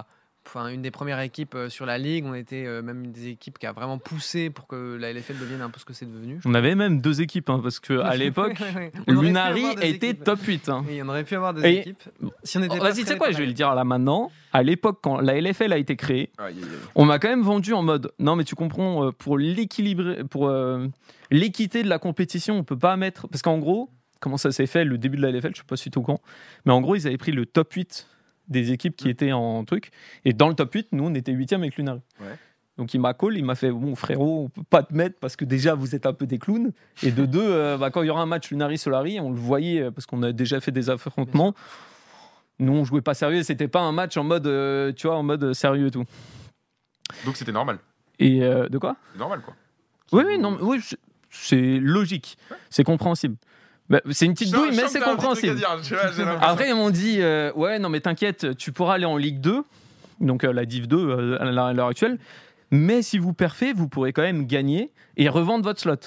une des premières équipes sur la ligue. On était même une des équipes qui a vraiment poussé pour que la LFL devienne un peu ce que c'est devenu. On avait même 2 équipes, parce qu'à l'époque, Lunari était top 8. Oui, on aurait pu avoir 2 équipes. Si on était vas-y, tu sais quoi, je vais le dire là maintenant. À l'époque, quand la LFL a été créée, on m'a quand même vendu en mode non, mais tu comprends, pour l'équilibrer, pour l'équité de la compétition, on peut pas mettre. Parce qu'en gros, comment ça s'est fait, le début de la LFL, je sais pas si tu es au courant, mais en gros, ils avaient pris le top 8 des équipes qui étaient en truc. Et dans le top 8, nous, on était 8e avec Lunari. Ouais. Donc il m'a call, il m'a fait bon frérot, on peut pas te mettre parce que déjà vous êtes un peu des clowns. Et de 2, quand il y aura un match Lunari-Solari, on le voyait parce qu'on a déjà fait des affrontements. Nous, on jouait pas sérieux, c'était pas un match en mode, en mode sérieux et tout. Donc c'était normal. Et de quoi ? C'est normal quoi. Oui, c'est logique, c'est compréhensible. Bah, c'est une petite douille, mais c'est compréhensible. Après, ils m'ont dit ouais, non, mais t'inquiète, tu pourras aller en Ligue 2, donc la Div 2 à l'heure actuelle, mais si vous perfez, vous pourrez quand même gagner et revendre votre slot.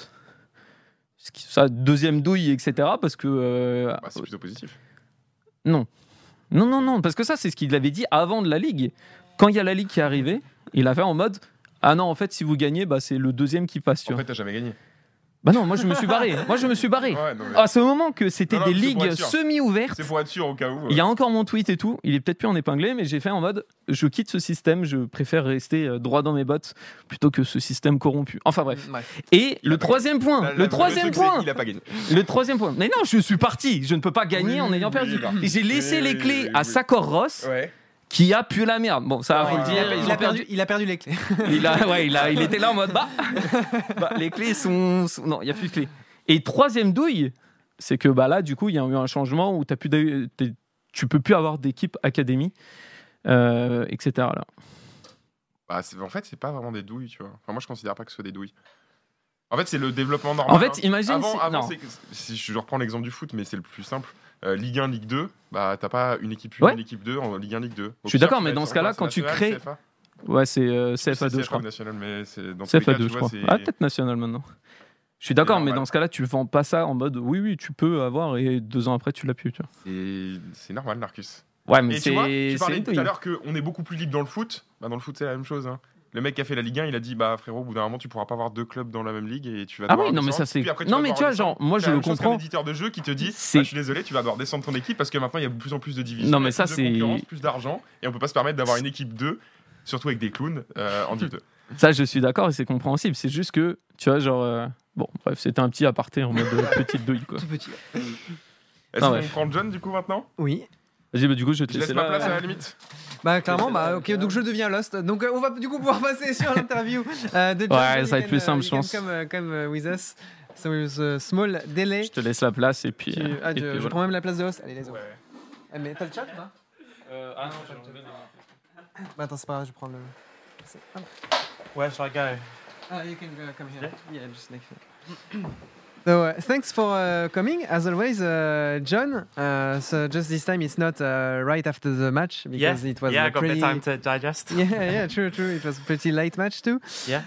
Ça, deuxième douille, etc. Parce que. C'est plutôt positif. Non, parce que ça, c'est ce qu'il avait dit avant de la Ligue. Quand il y a la Ligue qui est arrivée, il a fait en mode ah non, en fait, si vous gagnez, c'est le deuxième qui passe. En fait, t'as jamais gagné. Bah non, moi je me suis barré. Ouais, non, mais... À ce moment que c'était des ligues semi-ouvertes. C'est pour être sûr au cas où. Il y a encore mon tweet et tout. Il est peut-être plus en épinglé, mais j'ai fait en mode je quitte ce système. Je préfère rester droit dans mes bottes plutôt que ce système corrompu. Enfin bref. Et le troisième point. Il a pas gagné. Le troisième point. Mais non, je suis parti. Je ne peux pas gagner en ayant perdu. Et j'ai laissé les clés à Sakor Ross. Ouais. Qui a pu la merde. Bon, ça faut le dire. Il a perdu les clés. Il était là en mode les clés sont... Non, il n'y a plus de clés. Et troisième douille, c'est que là, du coup, il y a eu un changement où tu peux plus avoir d'équipe académie, etc. Là. En fait, c'est pas vraiment des douilles, tu vois. Enfin, moi, je considère pas que ce soit des douilles. En fait, c'est le développement normal. En fait, imagine... Avant si je reprends l'exemple du foot, mais c'est le plus simple. Ligue 1, Ligue 2, t'as pas une équipe 1, une équipe 2 en Ligue 1, Ligue 2. Je suis d'accord, mais dans ce cas-là, quand tu crées... CFA ouais, c'est CFA2, je crois. National, mais c'est dans CFA2, je crois. Peut-être national maintenant. Je suis d'accord, mais dans ce cas-là, tu vends pas ça en mode oui, tu peux avoir et 2 ans après, tu l'as plus. Tu vois. C'est normal, Narcus. Ouais, mais tu parlais tout à l'heure qu'on est beaucoup plus libre dans le foot. Dans le foot, c'est la même chose. Hein. Le mec qui a fait la Ligue 1, il a dit frérot, au bout d'un moment, tu pourras pas avoir 2 clubs dans la même ligue et tu vas devoir descendre. Mais ça c'est. Non, mais tu vois, genre, moi je le comprends. C'est un éditeur de jeu qui te dit je suis désolé, tu vas devoir descendre ton équipe parce que maintenant il y a de plus en plus de divisions. Non, mais ça c'est. Plus d'argent et on peut pas se permettre d'avoir une équipe 2, surtout avec des clowns, en Div 2. Ça, je suis d'accord et c'est compréhensible. C'est juste que, tu vois, genre. Bon, bref, c'était un petit aparté en mode petite douille, quoi. Tout petit. Est-ce qu'on prend John du coup maintenant ? Oui. Vas-y, du coup, je te laisse ma place à la limite. Clairement, ok, donc je deviens Lost. Donc on va du coup pouvoir passer sur l'interview de John. Ouais, ça va être plus simple, je pense. Come with us. So with a small delay. Je te laisse la place et puis. Je prends même la place de host. Allez, let's go. Mais t'as le chat ou pas ? Ah non, j'ai enlevé. Attends, c'est pas grave, je prends le. Where should I go? You can come here. Yeah, just next. So thanks for coming, as always, John. So just this time it's not right after the match because it was I got a bit of time to digest. Yeah, true. It was a pretty late match too. Yeah.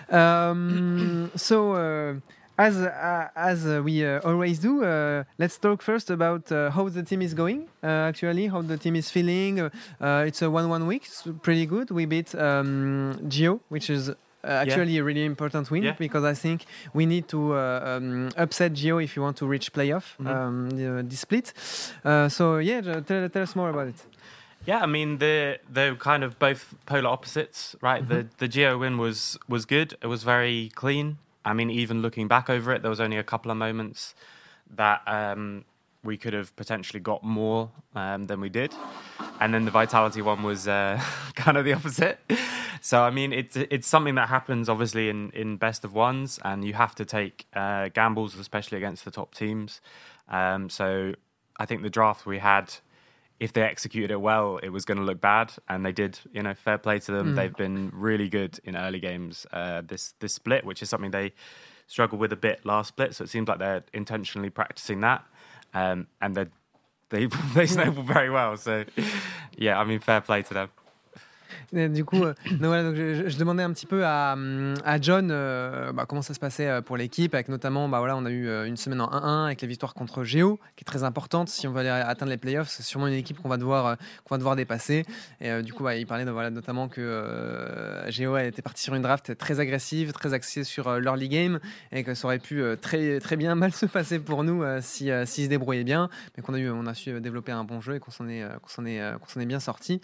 So as we always do, let's talk first about how the team is going. Actually, how the team is feeling. It's a 1-1 week. It's pretty good. We beat Gio, which is. Actually, a really important win because I think we need to upset Gio if you want to reach playoff the split. So tell us more about it. Yeah, I mean they're kind of both polar opposites, right? Mm-hmm. The Gio win was good. It was very clean. I mean, even looking back over it, there was only a couple of moments that we could have potentially got more than we did. And then the Vitality one was kind of the opposite. So, I mean, it's something that happens, obviously, in best of ones, and you have to take gambles, especially against the top teams. So I think the draft we had, if they executed it well, it was going to look bad, and they did. Fair play to them. They've been really good in early games this split, which is something they struggled with a bit last split, so it seems like they're intentionally practicing that. And they snowball very well. So, yeah, I mean, fair play to them. Du coup, donc je demandais un petit peu à John comment ça se passait pour l'équipe, avec notamment, on a eu une semaine en 1-1 avec la victoire contre Géo, qui est très importante si on veut aller atteindre les playoffs. C'est sûrement une équipe qu'on va devoir dépasser. Et du coup, il parlait notamment que Géo était parti sur une draft très agressive, très axée sur l'early game, et que ça aurait pu très, très bien mal se passer pour nous s'ils se débrouillaient bien, mais on a su développer un bon jeu et qu'on s'en est bien sorti.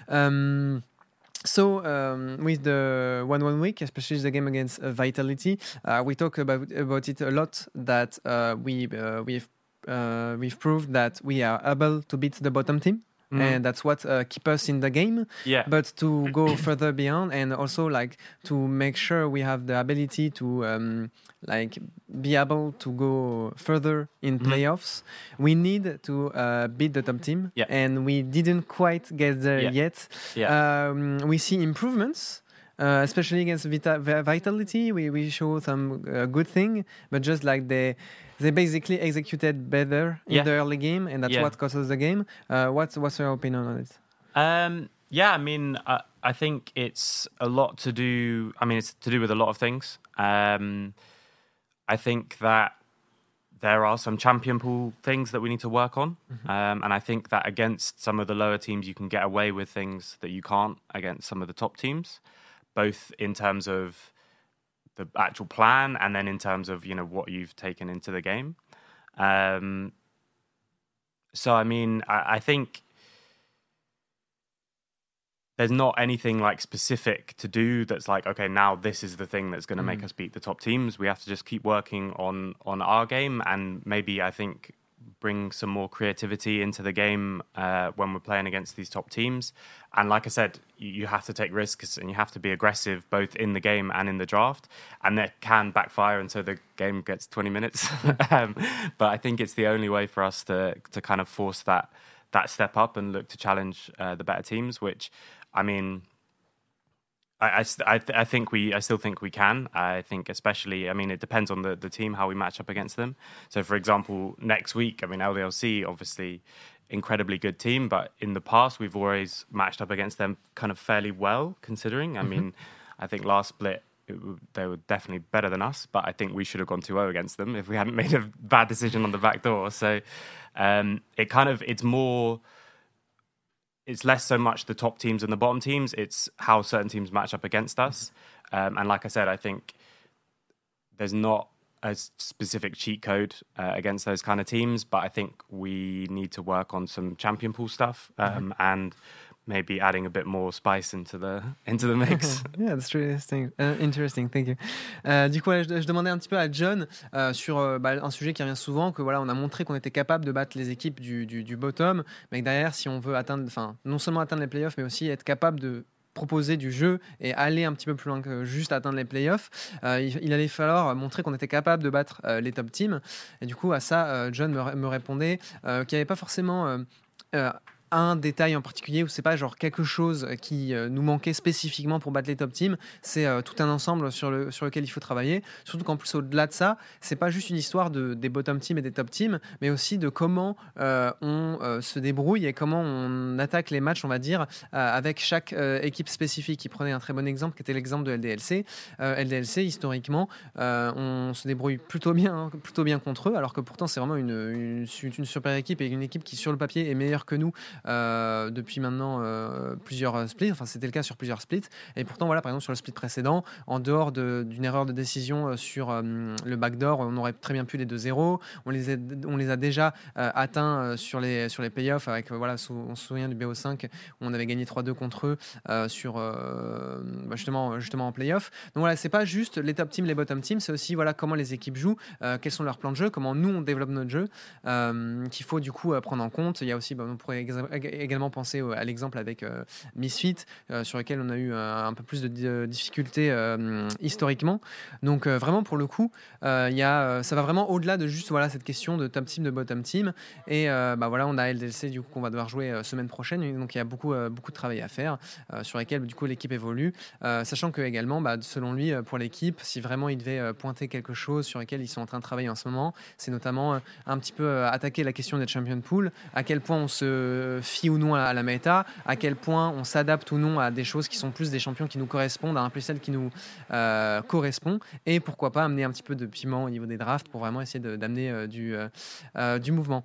So with the 1-1 week, especially the game against Vitality, we talk about it a lot. That we've proved that we are able to beat the bottom team. And that's what keep us in the game. Yeah. But to go further beyond, and also to make sure we have the ability to be able to go further in playoffs, we need to beat the top team. Yeah. And we didn't quite get there yet. Yeah. We see improvements. Especially against Vitality, we show some good thing, but just they basically executed better in the early game, and that's what cost us the game. What's your opinion on it? I mean, I think it's a lot to do. I mean, it's to do with a lot of things. I think that there are some champion pool things that we need to work on. And I think that against some of the lower teams, you can get away with things that you can't against some of the top teams, both in terms of the actual plan and then in terms of, what you've taken into the game. So, I mean, I think there's not anything specific to do that's okay, now this is the thing that's going to make us beat the top teams. We have to just keep working on our game, and maybe I think bring some more creativity into the game when we're playing against these top teams. And like I said, you have to take risks and you have to be aggressive both in the game and in the draft. And that can backfire, and so the game gets 20 minutes. But I think it's the only way for us to kind of force that step up and look to challenge the better teams, which, I mean, I still think we can. I think especially, I mean, it depends on the team, how we match up against them. So, for example, next week, I mean, LDLC, obviously, incredibly good team, but in the past, we've always matched up against them kind of fairly well, considering. I mean, I think last split, they were definitely better than us, but I think we should have gone 2-0 against them if we hadn't made a bad decision on the back door. So, it's less so much the top teams and the bottom teams, it's how certain teams match up against us. And like I said, I think there's not a specific cheat code against those kind of teams, but I think we need to work on some champion pool stuff and maybe adding a bit more spice into the mix. Yeah, that's really interesting. Thank you. Du coup, je demandais un petit peu à John sur un sujet qui revient souvent, que on a montré qu'on était capable de battre les équipes du bottom, mais que derrière, si on veut non seulement atteindre les playoffs, mais aussi être capable de proposer du jeu et aller un petit peu plus loin que juste atteindre les playoffs, il allait falloir montrer qu'on était capable de battre les top teams. Et du coup, à ça, John me répondait qu'il n'y avait pas forcément un détail en particulier, ou c'est pas genre quelque chose qui nous manquait spécifiquement pour battre les top teams, c'est tout un ensemble sur lequel il faut travailler, surtout qu'en plus au-delà de ça, c'est pas juste une histoire des bottom teams et des top teams, mais aussi de comment on se débrouille et comment on attaque les matchs, on va dire, avec chaque équipe spécifique. Il prenait un très bon exemple qui était l'exemple de LDLC. LDLC, historiquement, on se débrouille plutôt bien contre eux, alors que pourtant c'est vraiment une super équipe et une équipe qui sur le papier est meilleure que nous depuis maintenant plusieurs splits. Enfin, c'était le cas sur plusieurs splits. Et pourtant, par exemple, sur le split précédent, en dehors d'une erreur de décision sur le backdoor, on aurait très bien pu les 2-0. On les a déjà atteints sur les playoffs avec, on se souvient du BO5 où on avait gagné 3-2 contre eux justement en playoff. Donc c'est pas juste les top teams, les bottom teams, c'est aussi comment les équipes jouent, quels sont leurs plans de jeu, comment nous on développe notre jeu, qu'il faut du coup prendre en compte. Il y a aussi, on pourrait également penser à l'exemple avec Misfit, sur lequel on a eu un peu plus de difficultés historiquement. Donc vraiment pour le coup, ça va vraiment au-delà de juste cette question de top team, de bottom team. Et on a la LDLC du coup qu'on va devoir jouer semaine prochaine. Donc il y a beaucoup de travail à faire sur lesquels du coup l'équipe évolue, sachant que également selon lui pour l'équipe, si vraiment il devait pointer quelque chose sur lequel ils sont en train de travailler en ce moment, c'est notamment un petit peu attaquer la question des champion pool, à quel point on se fie ou non à la méta, à quel point on s'adapte ou non à des choses qui sont plus des champions qui nous correspondent, à un playstyle qui nous correspond, et pourquoi pas amener un petit peu de piment au niveau des drafts pour vraiment essayer d'amener du mouvement.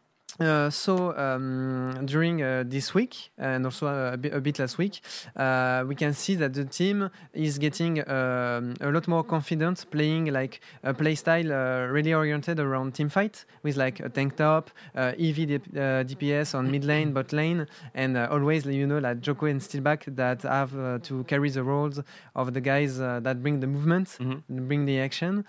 During this week and also a bit last week, we can see that the team is getting a lot more confident playing like a play style really oriented around team fight with like a tank top, EV DPS on mid lane, bot lane, and always like Joko and Steelback that have to carry the roles of the guys that bring the movement, bring the action.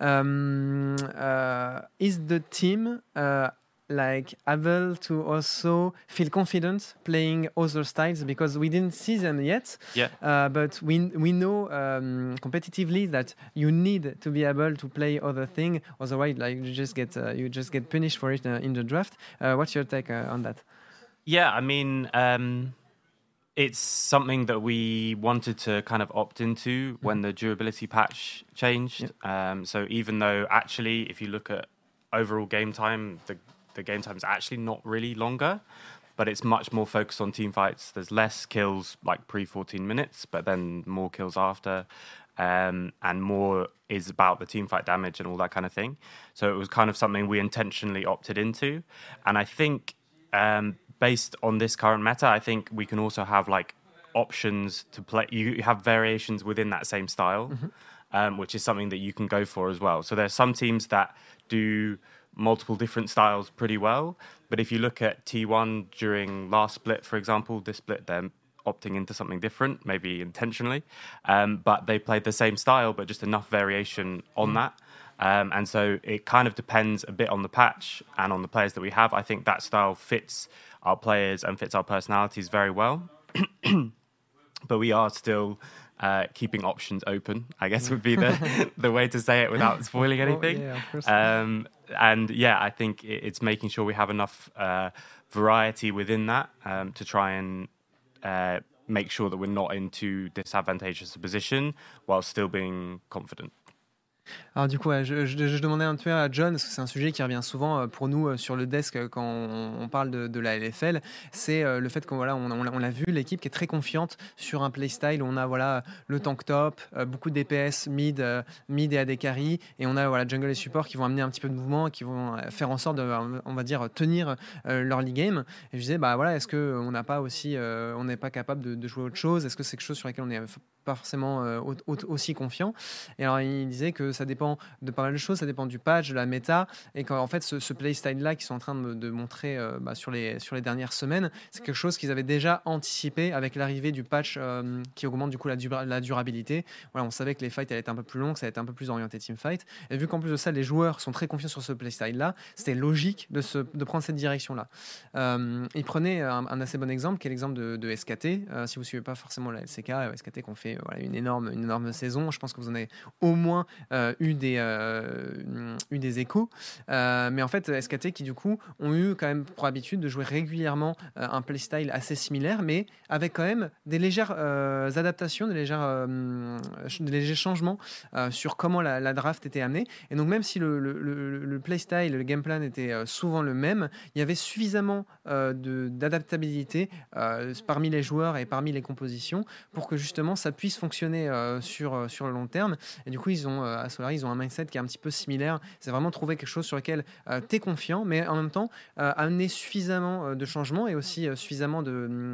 Is the team like able to also feel confident playing other styles, because we didn't see them yet, but we know competitively that you need to be able to play other thing, otherwise like you just get punished for it in the draft. What's your take on that? Yeah, I mean, it's something that we wanted to kind of opt into when the durability patch changed. So even though actually if you look at overall game time, the game time is actually not really longer, but it's much more focused on team fights. There's less kills like pre 14 minutes, but then more kills after, and more is about the team fight damage and all that kind of thing. So it was kind of something we intentionally opted into. And I think based on this current meta, I think we can also have like options to play. You have variations within that same style, which is something that you can go for as well. So there's some teams that do multiple different styles pretty well, but if you look at T1 during last split, for example, this split they're opting into something different, maybe intentionally, but they played the same style but just enough variation on that, and so it kind of depends a bit on the patch and on the players that we have. I think that style fits our players and fits our personalities very well. But we are still keeping options open, I guess would be the way to say it without spoiling anything. Yeah, of course. And yeah, I think it's making sure we have enough variety within that to try and make sure that we're not in too disadvantageous a position while still being confident. Alors du coup, je demandais un peu à John, parce que c'est un sujet qui revient souvent pour nous sur le desk quand on parle de la LFL, c'est le fait qu'on on l'a vu, l'équipe qui est très confiante sur un playstyle où on a le tank top, beaucoup de DPS, mid et AD carry, et on a jungle et support qui vont amener un petit peu de mouvement, qui vont faire en sorte de, on va dire, tenir leur league game. Et je disais, est-ce qu'on n'a pas aussi, on n'est pas capable de jouer autre chose? Est-ce que c'est quelque chose sur lequel on n'est pas forcément aussi confiant? Et alors il disait que ça dépend de pas mal de choses, ça dépend du patch, de la méta, et qu'en fait ce playstyle là qu'ils sont en train de montrer sur les dernières semaines, c'est quelque chose qu'ils avaient déjà anticipé avec l'arrivée du patch qui augmente du coup la durabilité. Voilà, on savait que les fights allaient être un peu plus longues, ça allait être un peu plus orienté team fight, et vu qu'en plus de ça les joueurs sont très confiants sur ce playstyle là, c'était logique de prendre cette direction là. Il prenait un assez bon exemple qui est l'exemple de SKT. Si vous suivez pas forcément la LCK, SKT qu'on fait une énorme saison, je pense que vous en avez au moins eu des échos, mais en fait SKT qui du coup ont eu quand même pour habitude de jouer régulièrement un playstyle assez similaire, mais avec quand même des légères adaptations, des légers changements sur comment la draft était amenée. Et donc même si le playstyle, le game plan était souvent le même, il y avait suffisamment d'adaptabilité parmi les joueurs et parmi les compositions pour que justement ça puisse fonctionner sur le long terme. Et du coup à Solary, ils ont un mindset qui est un petit peu similaire. C'est vraiment trouver quelque chose sur lequel tu es confiant, mais en même temps amener suffisamment de changements et aussi suffisamment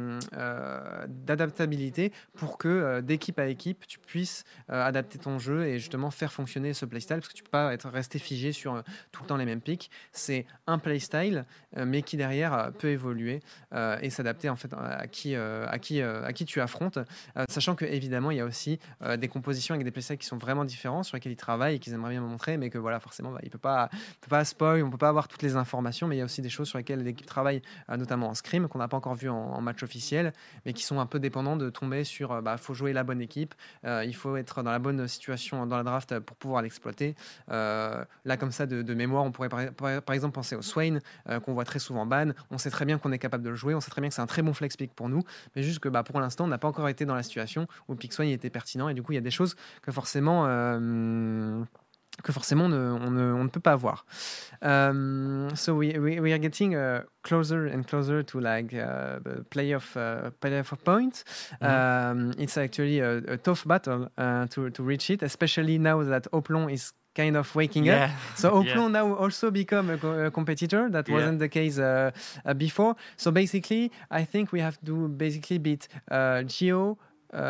d'adaptabilité pour que d'équipe à équipe, tu puisses adapter ton jeu et justement faire fonctionner ce playstyle, parce que tu peux pas rester figé sur tout le temps les mêmes pics. C'est un playstyle, mais qui derrière peut évoluer et s'adapter en fait à qui tu affrontes, sachant que évidemment il y a aussi des compositions avec des playstyles qui sont vraiment différents, sur lesquels ils travaillent et qu'ils aimeraient bien me montrer, mais que voilà, forcément, il peut pas spoil, on peut pas avoir toutes les informations, mais il y a aussi des choses sur lesquelles l'équipe travaille, notamment en scrim, qu'on n'a pas encore vu en match officiel, mais qui sont un peu dépendants de tomber sur faut jouer la bonne équipe, il faut être dans la bonne situation dans la draft pour pouvoir l'exploiter. Là, comme ça, de mémoire, on pourrait par exemple penser au Swain, qu'on voit très souvent ban. On sait très bien qu'on est capable de le jouer, on sait très bien que c'est un très bon flex pick pour nous, mais juste que pour l'instant, on n'a pas encore été dans la situation où le pick Swain était pertinent, et du coup, il y a des choses que forcément on ne peut pas avoir. So we are getting closer and closer to the playoff point. It's actually a tough battle to reach it, especially now that Oplon is kind of waking up. So Oplon now also become a competitor. That wasn't the case before. So basically, I think we have to beat Geo,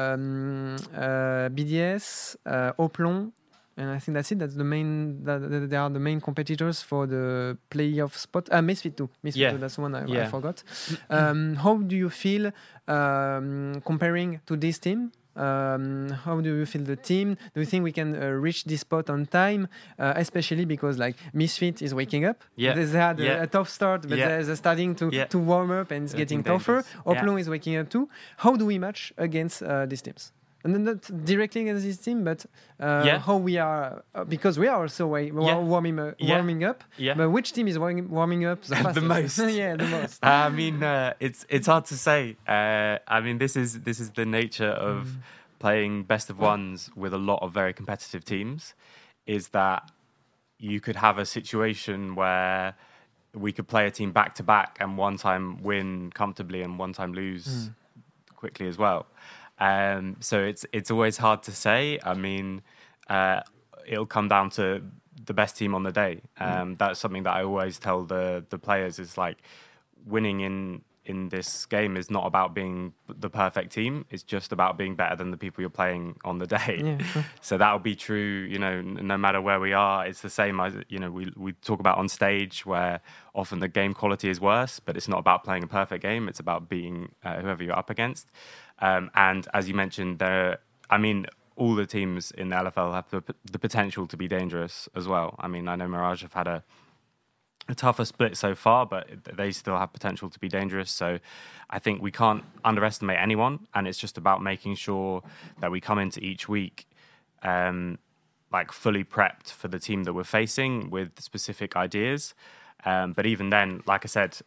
BDS, Oplon, and I think that's it. That's the main. They are the main competitors for the playoff spot. Misfit too. Misfit too. That's the one I forgot. How do you feel comparing to this team? How do you feel the team? Do you think we can reach this spot on time? Especially because Misfit is waking up. They had a tough start, but they're starting to warm up and it's getting tougher. Oplon is waking up too. How do we match against these teams? And not directly against this team, but how we are, because we are also warming up. But which team is warming up the fastest? The most? The most. I mean, it's hard to say. I mean, this is the nature of playing best of ones with a lot of very competitive teams, is that you could have a situation where we could play a team back to back and one time win comfortably and one time lose quickly as well. So it's always hard to say. I mean, it'll come down to the best team on the day. That's something that I always tell the players is winning in this game is not about being the perfect team. It's just about being better than the people you're playing on the day. So that'll be true, no matter where we are. It's the same as, we talk about on stage where often the game quality is worse, but it's not about playing a perfect game. It's about beating whoever you're up against. And as you mentioned, all the teams in the LFL have the potential to be dangerous as well. I mean, I know Mirage have had a tougher split so far, but they still have potential to be dangerous. So I think we can't underestimate anyone, and it's just about making sure that we come into each week fully prepped for the team that we're facing with specific ideas. But even then, like I said,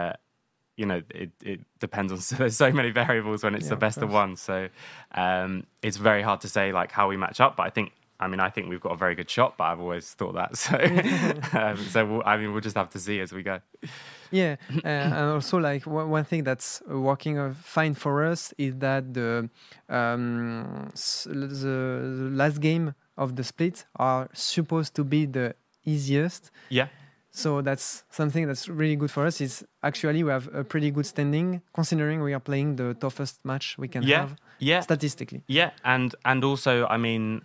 it depends on there's so many variables when it's the best of one. So it's very hard to say how we match up. But I think we've got a very good shot. But I've always thought that. So we'll just have to see as we go. Yeah, and also one thing that's working fine for us is that the last game of the split are supposed to be the easiest. Yeah. So that's something that's really good for us. Is actually we have a pretty good standing considering we are playing the toughest match we can have. Yeah. Statistically. Yeah, and also, I mean,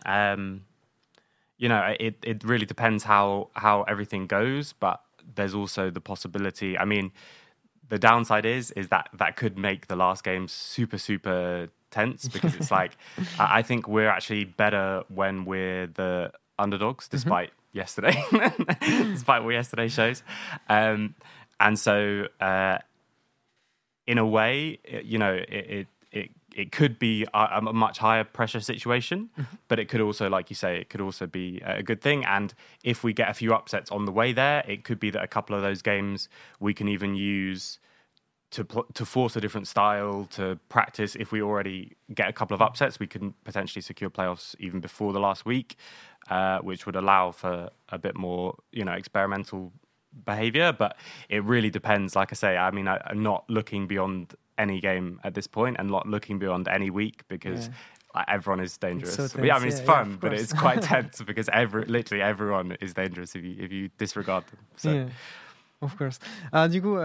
it really depends how everything goes, but there's also the possibility. I mean, the downside is that could make the last game super, super tense because it's I think we're actually better when we're the underdogs, despite yesterday, despite what yesterday shows. And so, in a way, it could be a much higher pressure situation, but it could also, like you say, it could also be a good thing. And if we get a few upsets on the way there, it could be that a couple of those games we can even use to force a different style, to practice. If we already get a couple of upsets, we can potentially secure playoffs even before the last week, which would allow for a bit more, experimental behavior. But it really depends. Like I say, I mean, I'm not looking beyond any game at this point and not looking beyond any week because everyone is dangerous. It's so tense, it's fun, but it's quite tense because literally everyone is dangerous if you disregard them. So. Yeah. Of course. Du coup,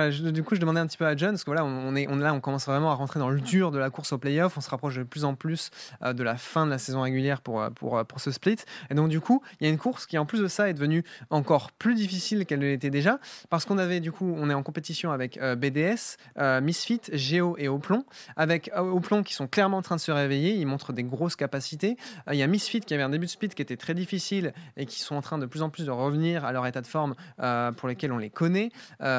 je demandais un petit peu à John, parce que voilà, on commence vraiment à rentrer dans le dur de la course au playoff. On se rapproche de plus en plus de la fin de la saison régulière pour ce split. Et donc, du coup, il y a une course qui, en plus de ça, est devenue encore plus difficile qu'elle ne l'était déjà, parce qu'on avait, du coup, on est en compétition avec BDS, Misfit, Géo et Oplon, avec Oplon qui sont clairement en train de se réveiller. Ils montrent des grosses capacités. Il y a Misfit qui avait un début de split qui était très difficile et qui sont en train de plus en plus de revenir à leur état de forme pour lesquels on les connaît.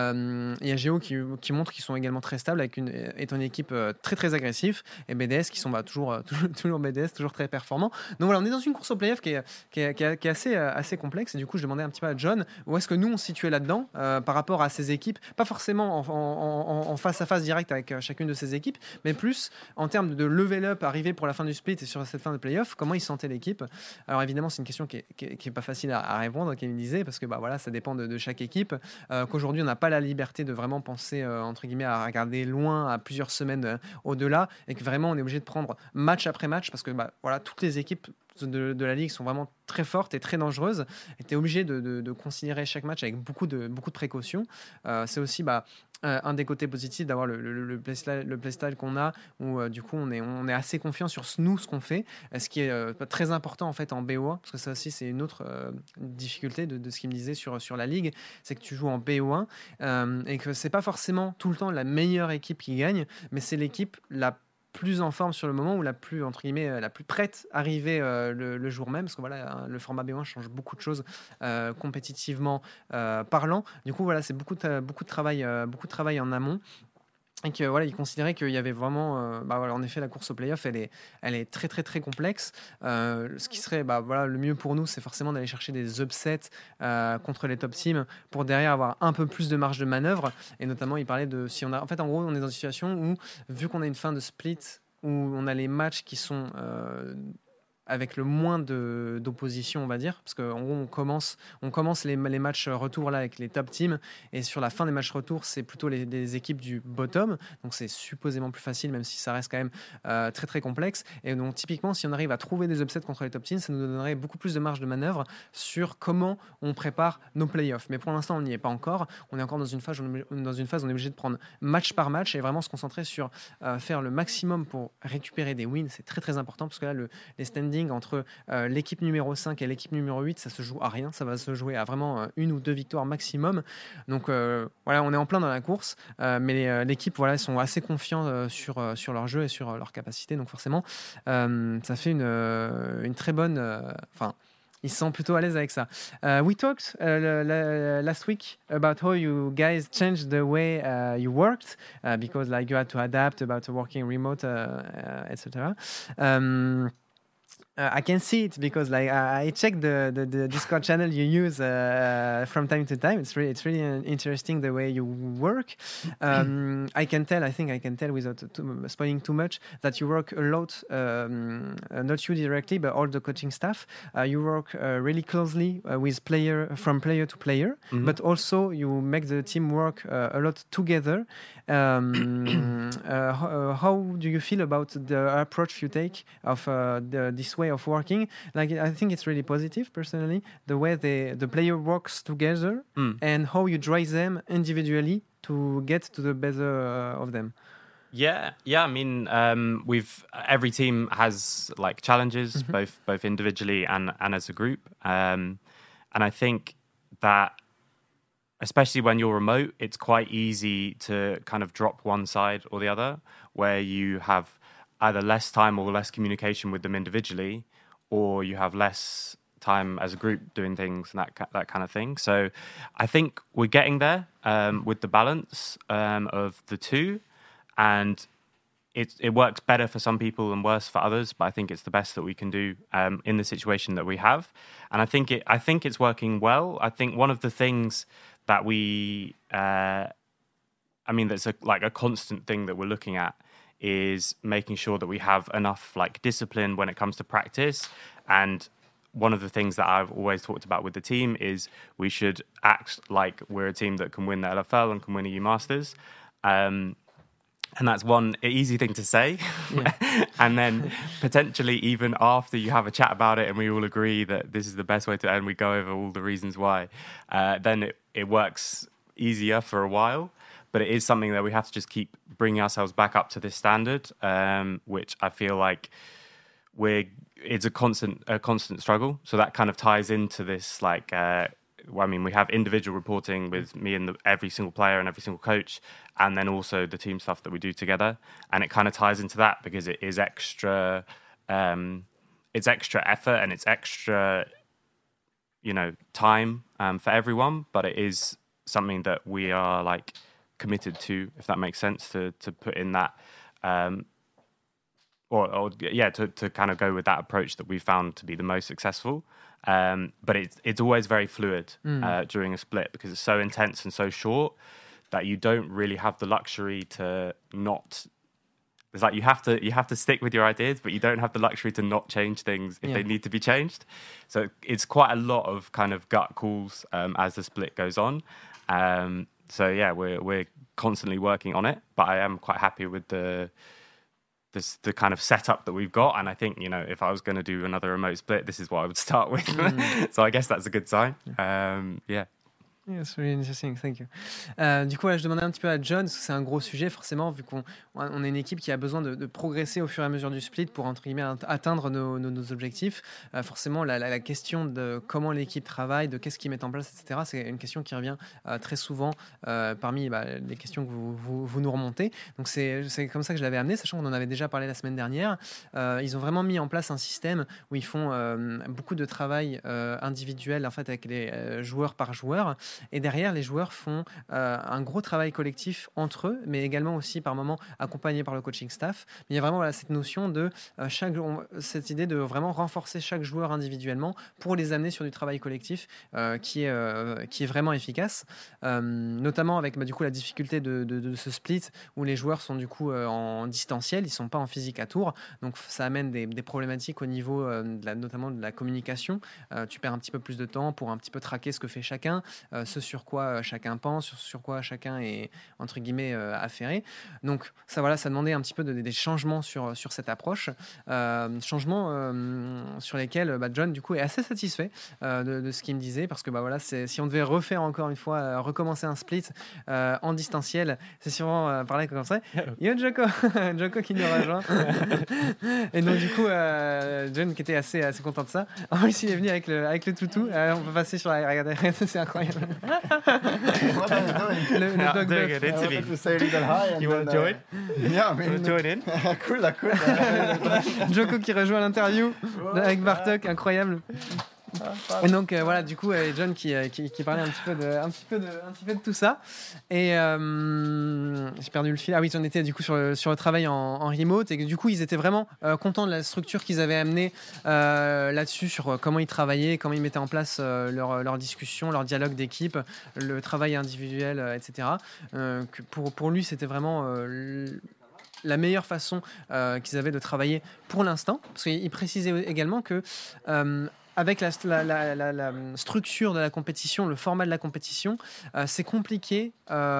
Il y a Géo qui montre qu'ils sont également très stables étant une équipe très très agressive, et BDS qui sont toujours BDS, toujours très performants. Donc voilà, on est dans une course au playoff qui est assez complexe, et du coup je demandais un petit peu à John où est-ce que nous on se situait là-dedans par rapport à ces équipes, pas forcément en face à face direct avec chacune de ces équipes, mais plus en termes de level up arrivé pour la fin du split et sur cette fin de playoff, comment ils sentaient l'équipe. Alors évidemment c'est une question qui est pas facile à répondre, comme il disait, parce que voilà, ça dépend de chaque équipe, qu'aujourd'hui on n'a pas la liberté de vraiment penser entre guillemets à regarder loin, à plusieurs semaines au-delà, et que vraiment on est obligé de prendre match après match, parce que voilà, toutes les équipes de la ligue sont vraiment très fortes et très dangereuses, et tu es obligé de considérer chaque match avec beaucoup de précautions. C'est aussi un des côtés positifs d'avoir le playstyle qu'on a, où du coup on est assez confiant sur ce qu'on fait, ce qui est très important en fait en BO1, parce que ça aussi c'est une autre difficulté de ce qu'il me disait sur la ligue, c'est que tu joues en BO1 et que c'est pas forcément tout le temps la meilleure équipe qui gagne, mais c'est l'équipe la plus en forme sur le moment, ou la plus entre guillemets la plus prête à arriver le jour même, parce que voilà, le format B1 change beaucoup de choses compétitivement parlant. Du coup voilà, c'est beaucoup de travail en amont. Et que voilà, il considérait qu'il y avait vraiment, voilà, en effet, la course au playoff, elle est très très très complexe. Ce qui serait, voilà, le mieux pour nous, c'est forcément d'aller chercher des upsets contre les top teams pour derrière avoir un peu plus de marge de manœuvre. Et notamment, il parlait de si on a, en fait, en gros, on est dans une situation où, vu qu'on a une fin de split, où on a les matchs qui sont avec le moins d'opposition, on va dire, parce qu'en gros, on commence les matchs retour là avec les top teams, et sur la fin des matchs retour, c'est plutôt les équipes du bottom, donc c'est supposément plus facile, même si ça reste quand même très très complexe. Et donc typiquement, si on arrive à trouver des upsets contre les top teams, ça nous donnerait beaucoup plus de marge de manœuvre sur comment on prépare nos playoffs. Mais pour l'instant, on n'y est pas encore. On est encore dans une phase où on est obligé de prendre match par match et vraiment se concentrer sur faire le maximum pour récupérer des wins. C'est très très important, parce que là, les standings entre l'équipe numéro 5 et l'équipe numéro 8, ça se joue à rien, ça va se jouer à vraiment une ou deux victoires maximum. Donc voilà, on est en plein dans la course, mais l'équipe, voilà, ils sont assez confiants sur leur jeu et sur leur capacité, donc forcément ça fait une très bonne ils se sentent plutôt à l'aise avec ça. We talked last week about how you guys changed the way you worked because like you had to adapt about working remote, etc. I can see it because like I checked the Discord channel you use from time to time. It's really interesting the way you work. I think I can tell without spoiling too much that you work a lot, not you directly, but all the coaching staff. You work really closely with player to player, mm-hmm. but also you make the team work a lot together. How do you feel about the approach you take of this way of working? Like, I think it's really positive personally, the way the player works together and how you drive them individually to get to the better of them. Yeah. I mean, every team has like challenges, mm-hmm. both individually and as a group, and I think that especially when you're remote, it's quite easy to kind of drop one side or the other, where you have either less time or less communication with them individually, or you have less time as a group doing things and that kind of thing. So I think we're getting there with the balance of the two, and it works better for some people and worse for others, but I think it's the best that we can do in the situation that we have. And I think it's working well. I think one of the things that that's a constant thing that we're looking at is making sure that we have enough like discipline when it comes to practice. And one of the things that I've always talked about with the team is we should act like we're a team that can win the LFL and can win a U Masters. And that's one easy thing to say. Yeah. And then potentially even after you have a chat about it and we all agree that this is the best way to, and we go over all the reasons why, then it works easier for a while, but it is something that we have to just keep bringing ourselves back up to this standard, which I feel like it's a constant struggle. So that kind of ties into this, like, we have individual reporting with me and every single player and every single coach, and then also the team stuff that we do together. And it kind of ties into that because it is extra effort and it's extra, time for everyone. But it is something that we are like committed to, if that makes sense, to put in that, to kind of go with that approach that we found to be the most successful. But it's always very fluid during a split because it's so intense and so short that you don't really have the luxury to not. It's like you have to stick with your ideas, but you don't have the luxury to not change things if they need to be changed. So it's quite a lot of kind of gut calls as the split goes on. We're constantly working on it, but I am quite happy with the kind of setup that we've got. And I think, if I was going to do another remote split, this is what I would start with. So I guess that's a good sign. Yeah, it's really interesting, thank you. Du coup, je demandais un petit peu à John, parce que c'est un gros sujet, forcément, vu qu'on est une équipe qui a besoin de progresser au fur et à mesure du split pour, entre guillemets, atteindre nos objectifs. Forcément, la question de comment l'équipe travaille, de qu'est-ce qu'ils mettent en place, etc., c'est une question qui revient très souvent parmi les questions que vous nous remontez. Donc, c'est comme ça que je l'avais amené, sachant qu'on en avait déjà parlé la semaine dernière. Ils ont vraiment mis en place un système où ils font beaucoup de travail individuel, en fait, avec les joueurs par joueur. Et derrière, les joueurs font un gros travail collectif entre eux, mais également aussi par moments accompagnés par le coaching staff. Mais il y a vraiment cette notion de cette idée de vraiment renforcer chaque joueur individuellement pour les amener sur du travail collectif qui est vraiment efficace. Notamment avec du coup la difficulté de ce split où les joueurs sont du coup en distanciel, ils ne sont pas en physique à tour. Donc ça amène des problématiques au niveau notamment de la communication. Tu perds un petit peu plus de temps pour un petit peu traquer ce que fait chacun. Ce sur quoi chacun pense, sur quoi chacun est entre guillemets affairé. Donc ça demandait un petit peu des changements sur cette approche, changements sur lesquels John du coup est assez satisfait de ce qu'il me disait, parce que si on devait refaire encore une fois, recommencer un split en distanciel, c'est sûrement parler comme ça. Yo Joko, Joko qui nous rejoint. Et donc du coup John qui était assez content de ça. En plus il est venu avec le toutou. On peut passer sur la regardez, c'est incroyable. What are you doing? Le dog doing an buff. interview. To say a little hi. You want to join? Yeah, I You mean, want to join in? cool. Joko qui rejoint l'interview avec Bartok, incroyable. Et donc du coup John qui parlait un petit peu de tout ça. Et j'ai perdu le fil. Ah oui, on était du coup sur le travail en remote, et que, du coup ils étaient vraiment contents de la structure qu'ils avaient amenée là-dessus, sur comment ils travaillaient, comment ils mettaient en place leur discussion, leur dialogue d'équipe, le travail individuel, etc. Que pour lui c'était vraiment la meilleure façon qu'ils avaient de travailler pour l'instant, parce qu'il précisait également que avec la structure de la compétition, le format de la compétition, c'est compliqué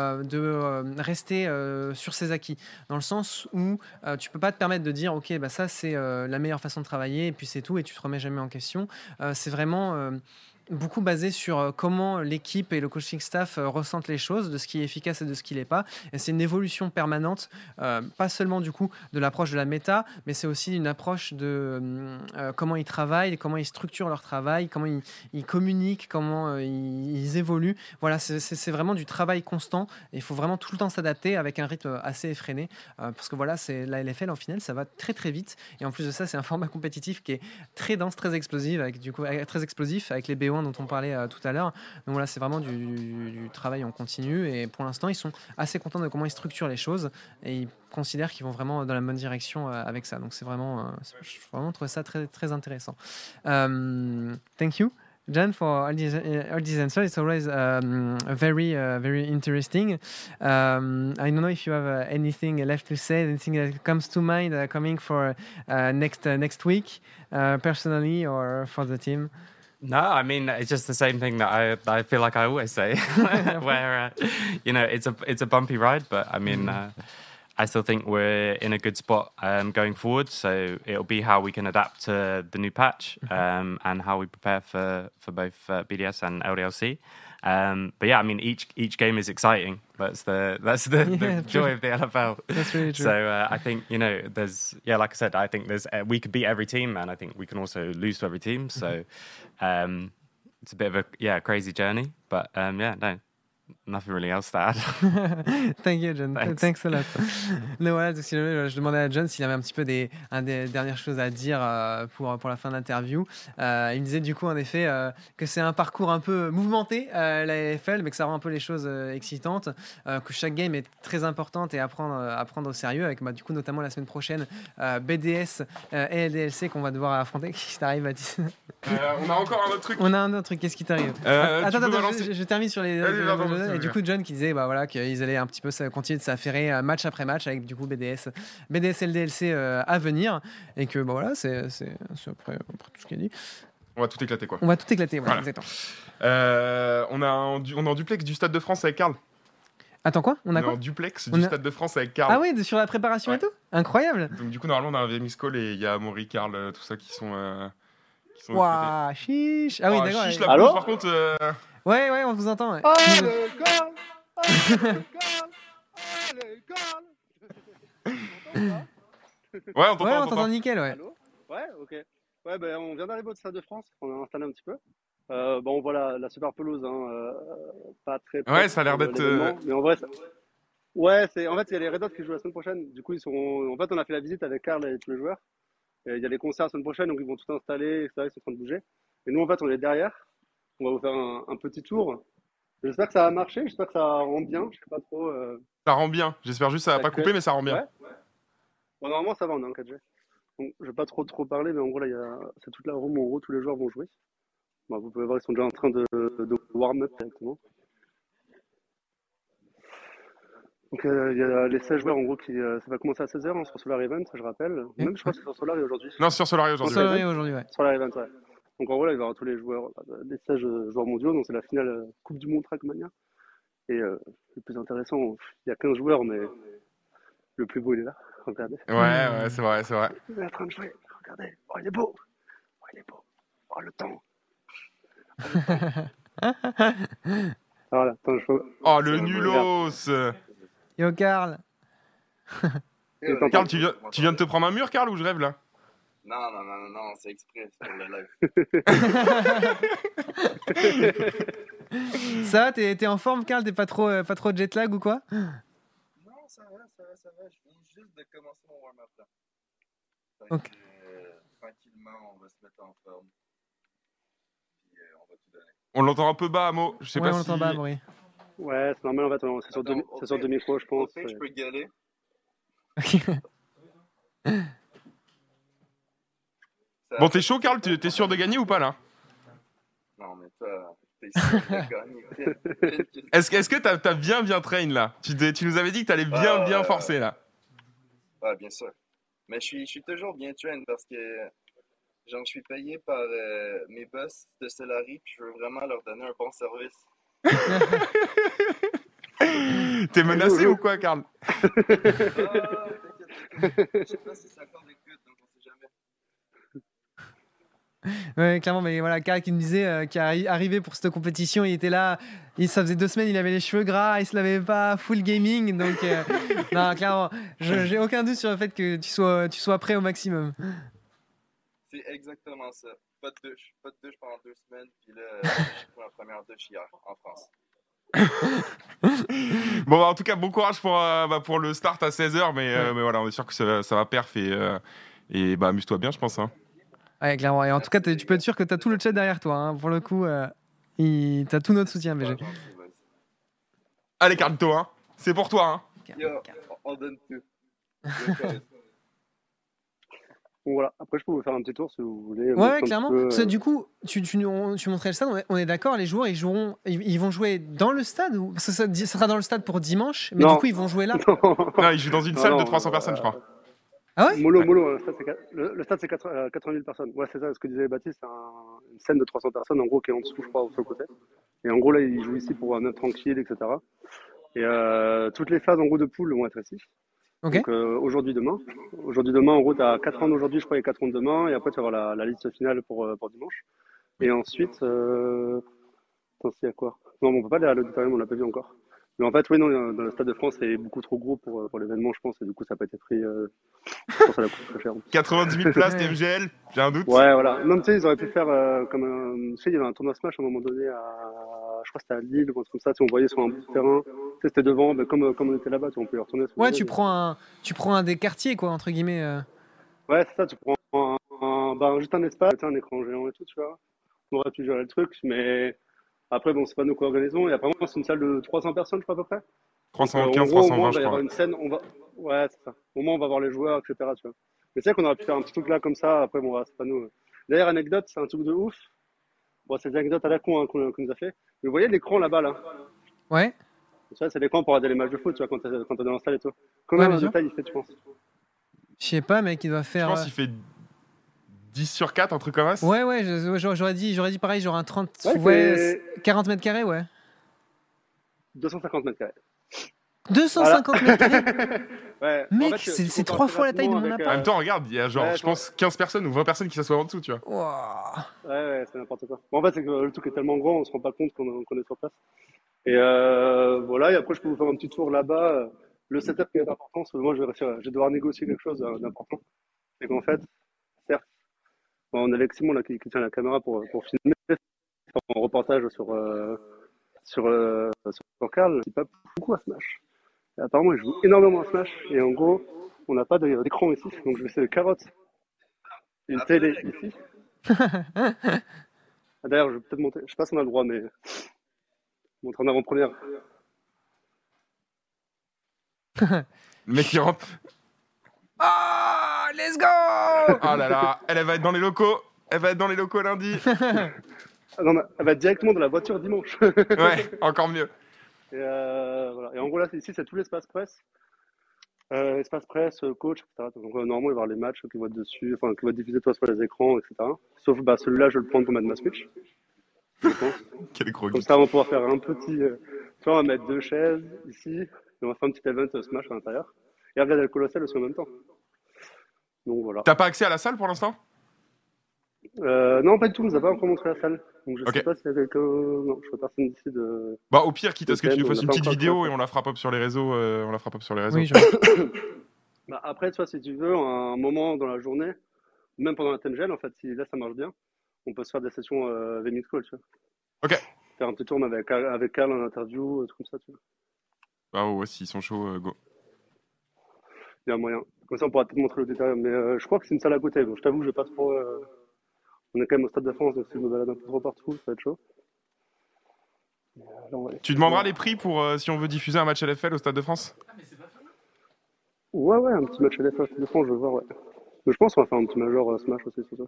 de rester sur ses acquis, dans le sens où tu peux pas te permettre de dire ok, ça c'est la meilleure façon de travailler et puis c'est tout, et tu te remets jamais en question. C'est vraiment beaucoup basé sur comment l'équipe et le coaching staff ressentent les choses, de ce qui est efficace et de ce qui l'est pas. Et c'est une évolution permanente, pas seulement du coup de l'approche de la méta, mais c'est aussi une approche de comment ils travaillent, comment ils structurent leur travail, comment ils communiquent, comment ils évoluent. Voilà, c'est vraiment du travail constant, et il faut vraiment tout le temps s'adapter avec un rythme assez effréné, parce que voilà, c'est la LFL en finale, ça va très très vite, et en plus de ça, c'est un format compétitif qui est très dense, très explosif, avec les B1 dont on parlait tout à l'heure. Donc voilà, c'est vraiment du travail en continu, et pour l'instant ils sont assez contents de comment ils structurent les choses, et ils considèrent qu'ils vont vraiment dans la bonne direction avec ça. Donc c'est vraiment je vraiment trouvé ça très très intéressant. Thank you John for all these answers. It's always very interesting. I don't know if you have anything left to say, anything that comes to mind coming for next week, personally or for the team. No, I mean, it's just the same thing that I feel like I always say, where it's a bumpy ride, but I mean, I still think we're in a good spot going forward. So it'll be how we can adapt to the new patch and how we prepare for both BDS and LDLC. But yeah, I mean, each game is exciting. That's the joy of the NFL. That's really true. So I think there's like I said, I think there's we could beat every team, and I think we can also lose to every team. So it's a bit of a crazy journey, but no. Nothing really else to add. Thank you, John. Thanks a lot. Mais voilà, je demandais à John s'il avait un petit peu des dernières choses à dire pour la fin de l'interview. Il me disait du coup, en effet, que c'est un parcours un peu mouvementé, la NFL, mais que ça rend un peu les choses excitantes, que chaque game est très importante et à prendre au sérieux, avec du coup notamment la semaine prochaine BDS et LDLC qu'on va devoir affronter. Qu'est-ce qui t'arrive, Baptiste? On a encore un autre truc. On a un autre truc. Qu'est-ce qui t'arrive? Attends, je termine sur les. Et du coup, John qui disait qu'ils allaient un petit peu continuer de s'affairer match après match avec du coup BDS LDLC à venir, et que c'est après tout ce qu'il a dit. On va tout éclater, quoi. On va tout éclater, voilà. Exactement. On est en duplex du Stade de France avec Karl. Attends, quoi? On est en duplex du Stade de France avec Karl. Ah oui, sur la préparation et tout? Incroyable. Donc du coup, normalement, on a un VMX Call et il y a Amaury, Karl, tout ça qui sont Waouh, chiche. Ah oui, d'accord. Chiche, la pause, par contre... Ouais, on vous entend. Ouais, on t'entend. On t'entend nickel, ouais. Allô? Ouais, ok. Ouais, ben, on vient d'arriver au Stade de France, on a installé un petit peu. On voit la super pelouse, pas très... Ouais, ça a l'air d'être... Mais en vrai, ouais, en fait, il y a les Red Hot qui jouent la semaine prochaine. Du coup, en fait, on a fait la visite avec Karl et tous les joueurs. Il y a les concerts la semaine prochaine, donc ils vont tout installer, etc. Ils sont en train de bouger. Et nous, en fait, on est derrière. On va vous faire un petit tour. J'espère que ça va marcher, j'espère que ça rend bien. Je sais pas trop. Ça rend bien. J'espère juste que ça va pas couper, mais ça rend bien. Ouais. Bon, normalement, ça va, on est en 4G. Donc, je vais pas trop parler, mais en gros, là, c'est toute la room où en gros, tous les joueurs vont jouer. Bon, vous pouvez voir, ils sont déjà en train de warm-up directement. Donc, il y a les 16 joueurs en gros ça va commencer à 16h sur Solar Event, je rappelle. Même je crois que c'est sur Solari aujourd'hui. Non, c'est sur Solari aujourd'hui. Ouais. Solar Event, ouais. Donc en gros là, il va y avoir tous les joueurs, les 16 joueurs mondiaux, donc c'est la finale Coupe du Monde Trackmania. Et le plus intéressant, il y a 15 joueurs, mais le plus beau il est là, regardez. Ouais, c'est vrai. Il est en train de jouer, regardez. Oh, il est beau. Oh, le temps. Voilà, attends, Oh, le nulos. Yo, Karl. Karl, tu viens de te prendre un mur, Karl, ou je rêve là? Non, c'est exprès, c'est pour le live. Ça va, t'es en forme, Karl? T'es pas trop jet lag ou quoi? Non, ça va. Je viens juste de commencer mon warm-up là. Ok. Tranquillement, on va se mettre en forme. Puis on va tout donner. On l'entend un peu bas, Amo. Je sais pas on si... l'entend bas, Amaury. Ouais, c'est normal en fait, c'est sur deux micros, je pense. Je peux y aller. Bon, t'es chaud, Karl? T'es sûr de gagner ou pas là? Non, mais toi, t'es sûr de gagner. Est-ce que t'as bien train là? Tu nous avais dit que t'allais bien forcer là. Ouais, bien sûr. Mais je suis toujours bien train parce que je suis payé par mes boss de Solari, puis je veux vraiment leur donner un bon service. T'es menacé ou quoi, Karl? T'inquiète. Je sais pas si ça encore écoute, donc on sait jamais. Ouais, clairement, mais voilà, Karl qui me disait qu'il est arrivé pour cette compétition, il était là, ça faisait 2 semaines, il avait les cheveux gras, il se lavait pas, full gaming, donc non, clairement, j'ai aucun doute sur le fait que tu sois prêt au maximum. C'est exactement ça. Pas de douche pendant 2 semaines, puis là, j'ai pris ma première douche hier en France. Bon, en tout cas, bon courage pour le start à 16h, mais voilà, on est sûr que ça va perf et amuse-toi bien, je pense. Hein. Ouais, clairement. Et en tout cas, tu peux être sûr que tu as tout le chat derrière toi. Hein. Pour le coup, tu as tout notre soutien, BG. Allez, Carlito, hein. C'est pour toi. Hein. Yo, on donne tout. Bon, voilà. Après, je peux vous faire un petit tour si vous voulez. Ouais, clairement. Du coup, tu montrais le stade. On est d'accord, les joueurs, ils vont jouer dans le stade ou ça sera dans le stade pour dimanche, mais non. Du coup, ils vont jouer là. Non, ils jouent dans une salle de 300 personnes, je crois. Ah ouais? Mollo, le stade c'est 80 000 personnes. Ouais, c'est ça, ce que disait Baptiste, c'est une scène de 300 personnes, en gros, qui est en dessous, je crois, sur le côté. Et en gros, là, ils jouent ici pour être tranquille, etc. Et toutes les phases, en gros, de poule vont être ici. Okay. Donc, aujourd'hui, demain, en gros, tu as 4 rounds aujourd'hui, je crois, et 4 rounds demain. Et après, tu vas avoir la liste finale pour dimanche. Et ensuite, Attends, s'il y a quoi? Non, mais on peut pas aller à l'auditorium, on l'a pas vu encore. Mais en fait, oui, non, dans le Stade de France, c'est beaucoup trop gros pour l'événement, je pense, et du coup, ça n'a pas été pris. Je pense que ça coûte très cher. 90 000 places, TMGL, j'ai un doute. Ouais, voilà. Non, mais tu sais, ils auraient pu faire comme tu sais, il y avait un tournoi Smash à un moment donné je crois que c'était à Lille ou un truc comme ça, tu sais, on voyait sur un bout de terrain. Tu sais, c'était devant, mais comme on était là-bas, tu sais, on pouvait y retourner. Ouais, tu prends un des quartiers, quoi, entre guillemets. Ouais, c'est ça, tu prends juste un espace, tu sais, un écran géant et tout, tu vois. On aurait pu gérer le truc, mais après, bon, c'est pas nous qui organisons. Et apparemment, c'est une salle de 300 personnes, je crois, à peu près. Donc, en 315, gros, au moins, 320, il va je y avoir crois. une scène, ouais, c'est ça. Au moins, on va voir les joueurs, etc., tu vois. Mais c'est vrai qu'on aurait pu faire un petit truc là, comme ça. Après, bon, c'est pas nous. D'ailleurs, anecdote, c'est un truc de ouf. Bon, c'est des anecdotes à la con, hein, qu'on nous a fait. Mais vous voyez l'écran là-bas, là? Ouais. Ça, c'est l'écran pour regarder les matchs de foot, tu vois, quand t'es dans la salle et tout. Ouais, Combien bien de sûr. taille il fait, tu penses? Je sais pas, mec, il doit Je faire. pense qu'il fait 10 sur 4, un truc comme ça. Ouais, j'aurais dit pareil, genre un 30. Ouais, Ouais, 40 mètres carrés, ouais. 250 mètres carrés. 250 mètres carrés. Ouais. Mec, En fait, c'est tu 3 compares fois la taille de mon avec, appart. En même temps, regarde, il y a genre, Ouais, je pense, 15 personnes ou 20 personnes qui s'assoient en dessous, tu vois. Wow. Ouais, c'est n'importe quoi. Bon, en fait, c'est que le truc est tellement grand, on se rend pas compte qu'on est sur place. Et voilà, et après, je peux vous faire un petit tour là-bas. Le setup qui est important, parce que moi, je vais devoir négocier quelque chose d'important. C'est qu'en fait, certes, on a Alexis là, qui tient la caméra pour filmer, faire un reportage sur Karl, il pas beaucoup à Smash. Et apparemment, il joue énormément à Smash, et en gros, on n'a pas d'écran ici, donc je vais essayer de carotte une télé ici. D'ailleurs, je vais peut-être monter, je sais pas si on a le droit, mais montrer en avant-première. Le mec qui rentre. Oh, let's go. Oh là là, elle va être dans les locaux. Elle va être dans les locaux lundi. Ah non, mais elle va directement dans la voiture dimanche. Ouais, encore mieux. Et, voilà. Et en gros, là, ici, c'est tout l'espace presse. Espace presse, coach, etc. Donc, normalement, il va y avoir les matchs qui vont être dessus, enfin, qui vont être diffusés toi sur les écrans, etc. Sauf, celui-là, je vais le prendre pour mettre ma Switch. Je pense. Quel gros Comme geek. ça, on va pouvoir faire un petit. Tu vois, on va mettre 2 chaises ici, et on va faire un petit event Smash à l'intérieur. Et regarder le Colossal aussi en même temps. Donc voilà. T'as pas accès à la salle pour l'instant? Non, pas du tout, on nous a pas encore montré la salle. Donc je Ok. sais pas s'il y a quelqu'un. Non, je vois personne d'ici de. Bah au pire, quitte à ce que tu nous On fasses n'a une pas petite encore vidéo fait. et on la fera pop sur les réseaux. Oui, Bah, après, tu vois, si tu veux, un moment dans la journée, même pendant la TMGL, en fait, si là ça marche bien, on peut se faire des sessions V-Mid Call, tu vois. Ok. Faire un petit tour avec Karl en interview, truc comme ça, tu vois. Bah ouais, s'ils sont chauds, go. Il y a un moyen. Comme ça, on pourra peut-être montrer l'auditorium. Mais je crois que c'est une salle à côté. Donc je t'avoue, je vais pas trop. On est quand même au Stade de France, donc si je me balade un peu trop partout, ça va être chaud. Là, Tu demanderas les prix pour si on veut diffuser un match LFL au Stade de France? Ouais, un petit match à l'FF de France, je veux voir, ouais. Mais je pense qu'on va faire un petit major Smash aussi, c'est ça.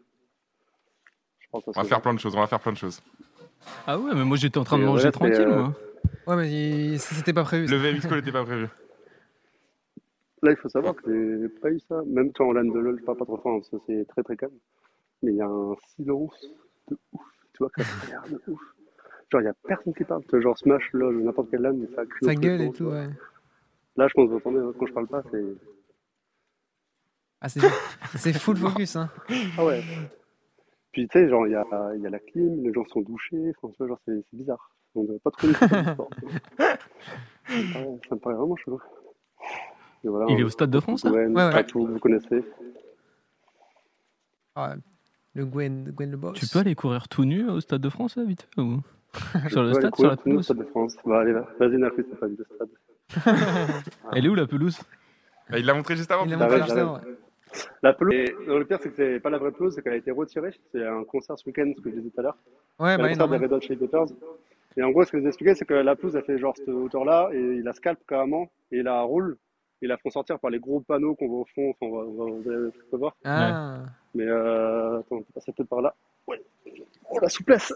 Je pense que On va faire plein de choses. Ah ouais, mais moi j'étais en train de Et manger voilà, tranquille, c'est, moi. Ouais, mais ça, c'était pas prévu. Le VMX Call n'était pas prévu. Là, il faut savoir que j'ai pas eu ça. Même toi, en LAN de LoL, je parle pas trop fort, hein, parce que c'est très très calme. Mais il y a un silence de ouf. Tu vois que ça a l'air de ouf. Genre, il y a personne qui parle. Tu vois, genre Smash, LoL, n'importe quelle LAN, mais ça crie Ça au gueule fond, et tu tout, vois. ouais. Là, je pense que vous entendez, hein, quand je parle pas, c'est. Ah, c'est full focus, hein. Ah ouais. Puis tu sais, genre, il y a la clim, les gens sont douchés, enfin, tu vois, genre, c'est bizarre. On devrait pas trop les sport. Ça me paraît vraiment chelou. Et voilà, Il est au Stade de France, là? Gwen, Ouais. Fatou, vous connaissez. Ah, le Gwen le boss. Tu peux aller courir tout nu au Stade de France, là, vite fait, ou... Sur le Ouais, stade, courir sur la tout nu au pelouse? Stade de France. Bah, allez, vas-y, Nafis, c'est pas du stade. Elle est où, la pelouse? Bah, il l'a montré juste avant. Il a J'arrête, montré juste j'arrête. avant, ouais. La pelouse, et le pire, c'est que c'est pas la vraie pelouse, c'est qu'elle a été retirée. C'est un concert ce week-end, ce que je disais tout à l'heure. Ouais, C'est un bah, concert des normal. Red Hot Chili Peppers. Et en gros, ce que je vous expliquais, c'est que la pelouse, elle fait genre cette hauteur-là, et il la scalpe carrément, et il la roule, et ils la font sortir par les gros panneaux qu'on voit au fond. Enfin, vous pouvez voir. Ah. Mais attends, on peut passer peut-être par là. Ouais. Oh, la souplesse.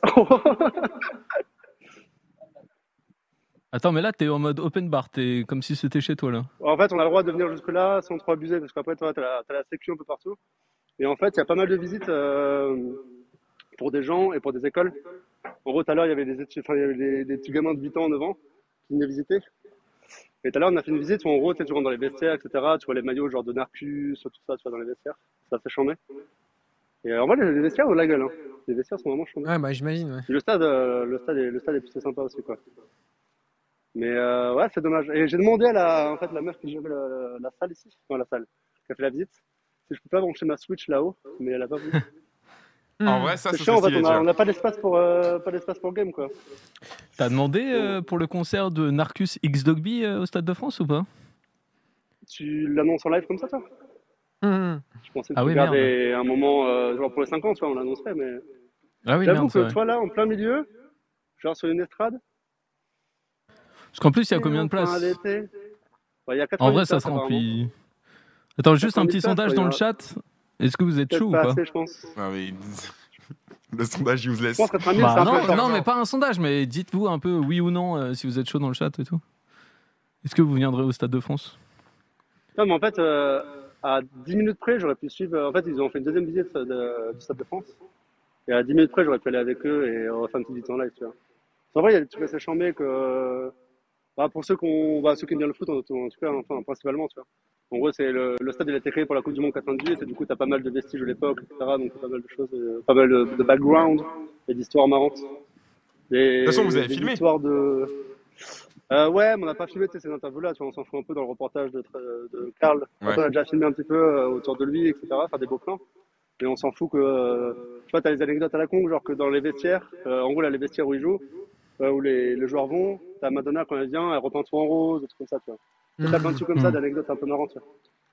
Attends, mais là, t'es en mode open bar, t'es comme si c'était chez toi, là. En fait, on a le droit de venir jusque-là sans trop abuser, parce qu'après, toi, t'as la sécu un peu partout. Et en fait, il y a pas mal de visites pour des gens et pour des écoles. En gros, tout à l'heure, il y avait des petits gamins de 8 ans, 9 ans qui venaient visiter. Et tout à l'heure, on a fait une visite où, en gros, tu rentres dans les vestiaires, etc. Tu vois les maillots genre de Narcus, tout ça, tu vois, dans les vestiaires. C'est assez charmé. Et en vrai, les vestiaires ont de la gueule. Hein. Les vestiaires sont vraiment chauds. Ouais, bah j'imagine. Ouais. Le stade est plutôt sympa aussi, quoi. Mais ouais, c'est dommage. Et j'ai demandé à la meuf qui gérait la salle ici, enfin la salle, qui a fait la visite, si je peux pas brancher ma Switch là-haut, mais elle a pas voulu. En vrai, ça C'est c'est chiant, en fait, stylé, on n'a pas d'espace pour le game, quoi. T'as demandé pour le concert de Narcus X Dogby au Stade de France ou pas? Tu l'annonces en live comme ça, toi? Je pensais que Ah tu oui, regardais un moment, genre pour les 5 ans, tu vois, on l'annoncerait, mais Ah oui, j'avoue merde, c'est que vrai. toi là, en plein milieu, genre sur une estrade, Parce qu'en plus, il y a et combien de enfin, places? l'été, ouais, il y a En 90 vrai, ça places, se apparemment. remplit. Attends, juste un 90 petit places, sondage ouais, dans il y le a- chat. Est-ce que vous êtes Peut-être chaud ou pas pas? assez, je pense. Ah, mais... Le sondage useless. Je pense 80 000, Bah c'est un peu non, tard. non, mais pas un sondage, mais dites-vous un peu oui ou non si vous êtes chaud dans le chat et tout. Est-ce que vous viendrez au Stade de France? Non, mais en fait, à 10 minutes près, j'aurais pu suivre. En fait, ils ont fait une deuxième visite du Stade de France. Et à 10 minutes près, j'aurais pu aller avec eux et on va faire une petite visite en live, tu vois. En vrai, il y a des trucs assez chambés que. Bah, pour ceux ceux qui aiment bien le foot, en tout cas, enfin, principalement, tu vois. En gros, c'est le stade, il a été créé pour la Coupe du Monde 98, et du coup, t'as pas mal de vestiges de l'époque, etc. Donc, pas mal de choses, pas mal de background et d'histoires marrantes. De toute façon, vous avez filmé. Histoires de. Ouais, mais on n'a pas filmé ces interviews-là, tu vois, on s'en fout un peu dans le reportage de Karl. Ouais. On a déjà filmé un petit peu autour de lui, etc., faire des beaux plans. Mais on s'en fout que, tu vois, t'as les anecdotes à la con, genre que dans les vestiaires, en gros, là, les vestiaires où ils jouent, où les joueurs vont, t'as Madonna quand elle vient, elle repeint tout en rose, des trucs comme ça, tu vois. T'as plein de trucs comme ça, d'anecdotes un peu marrantes, tu vois.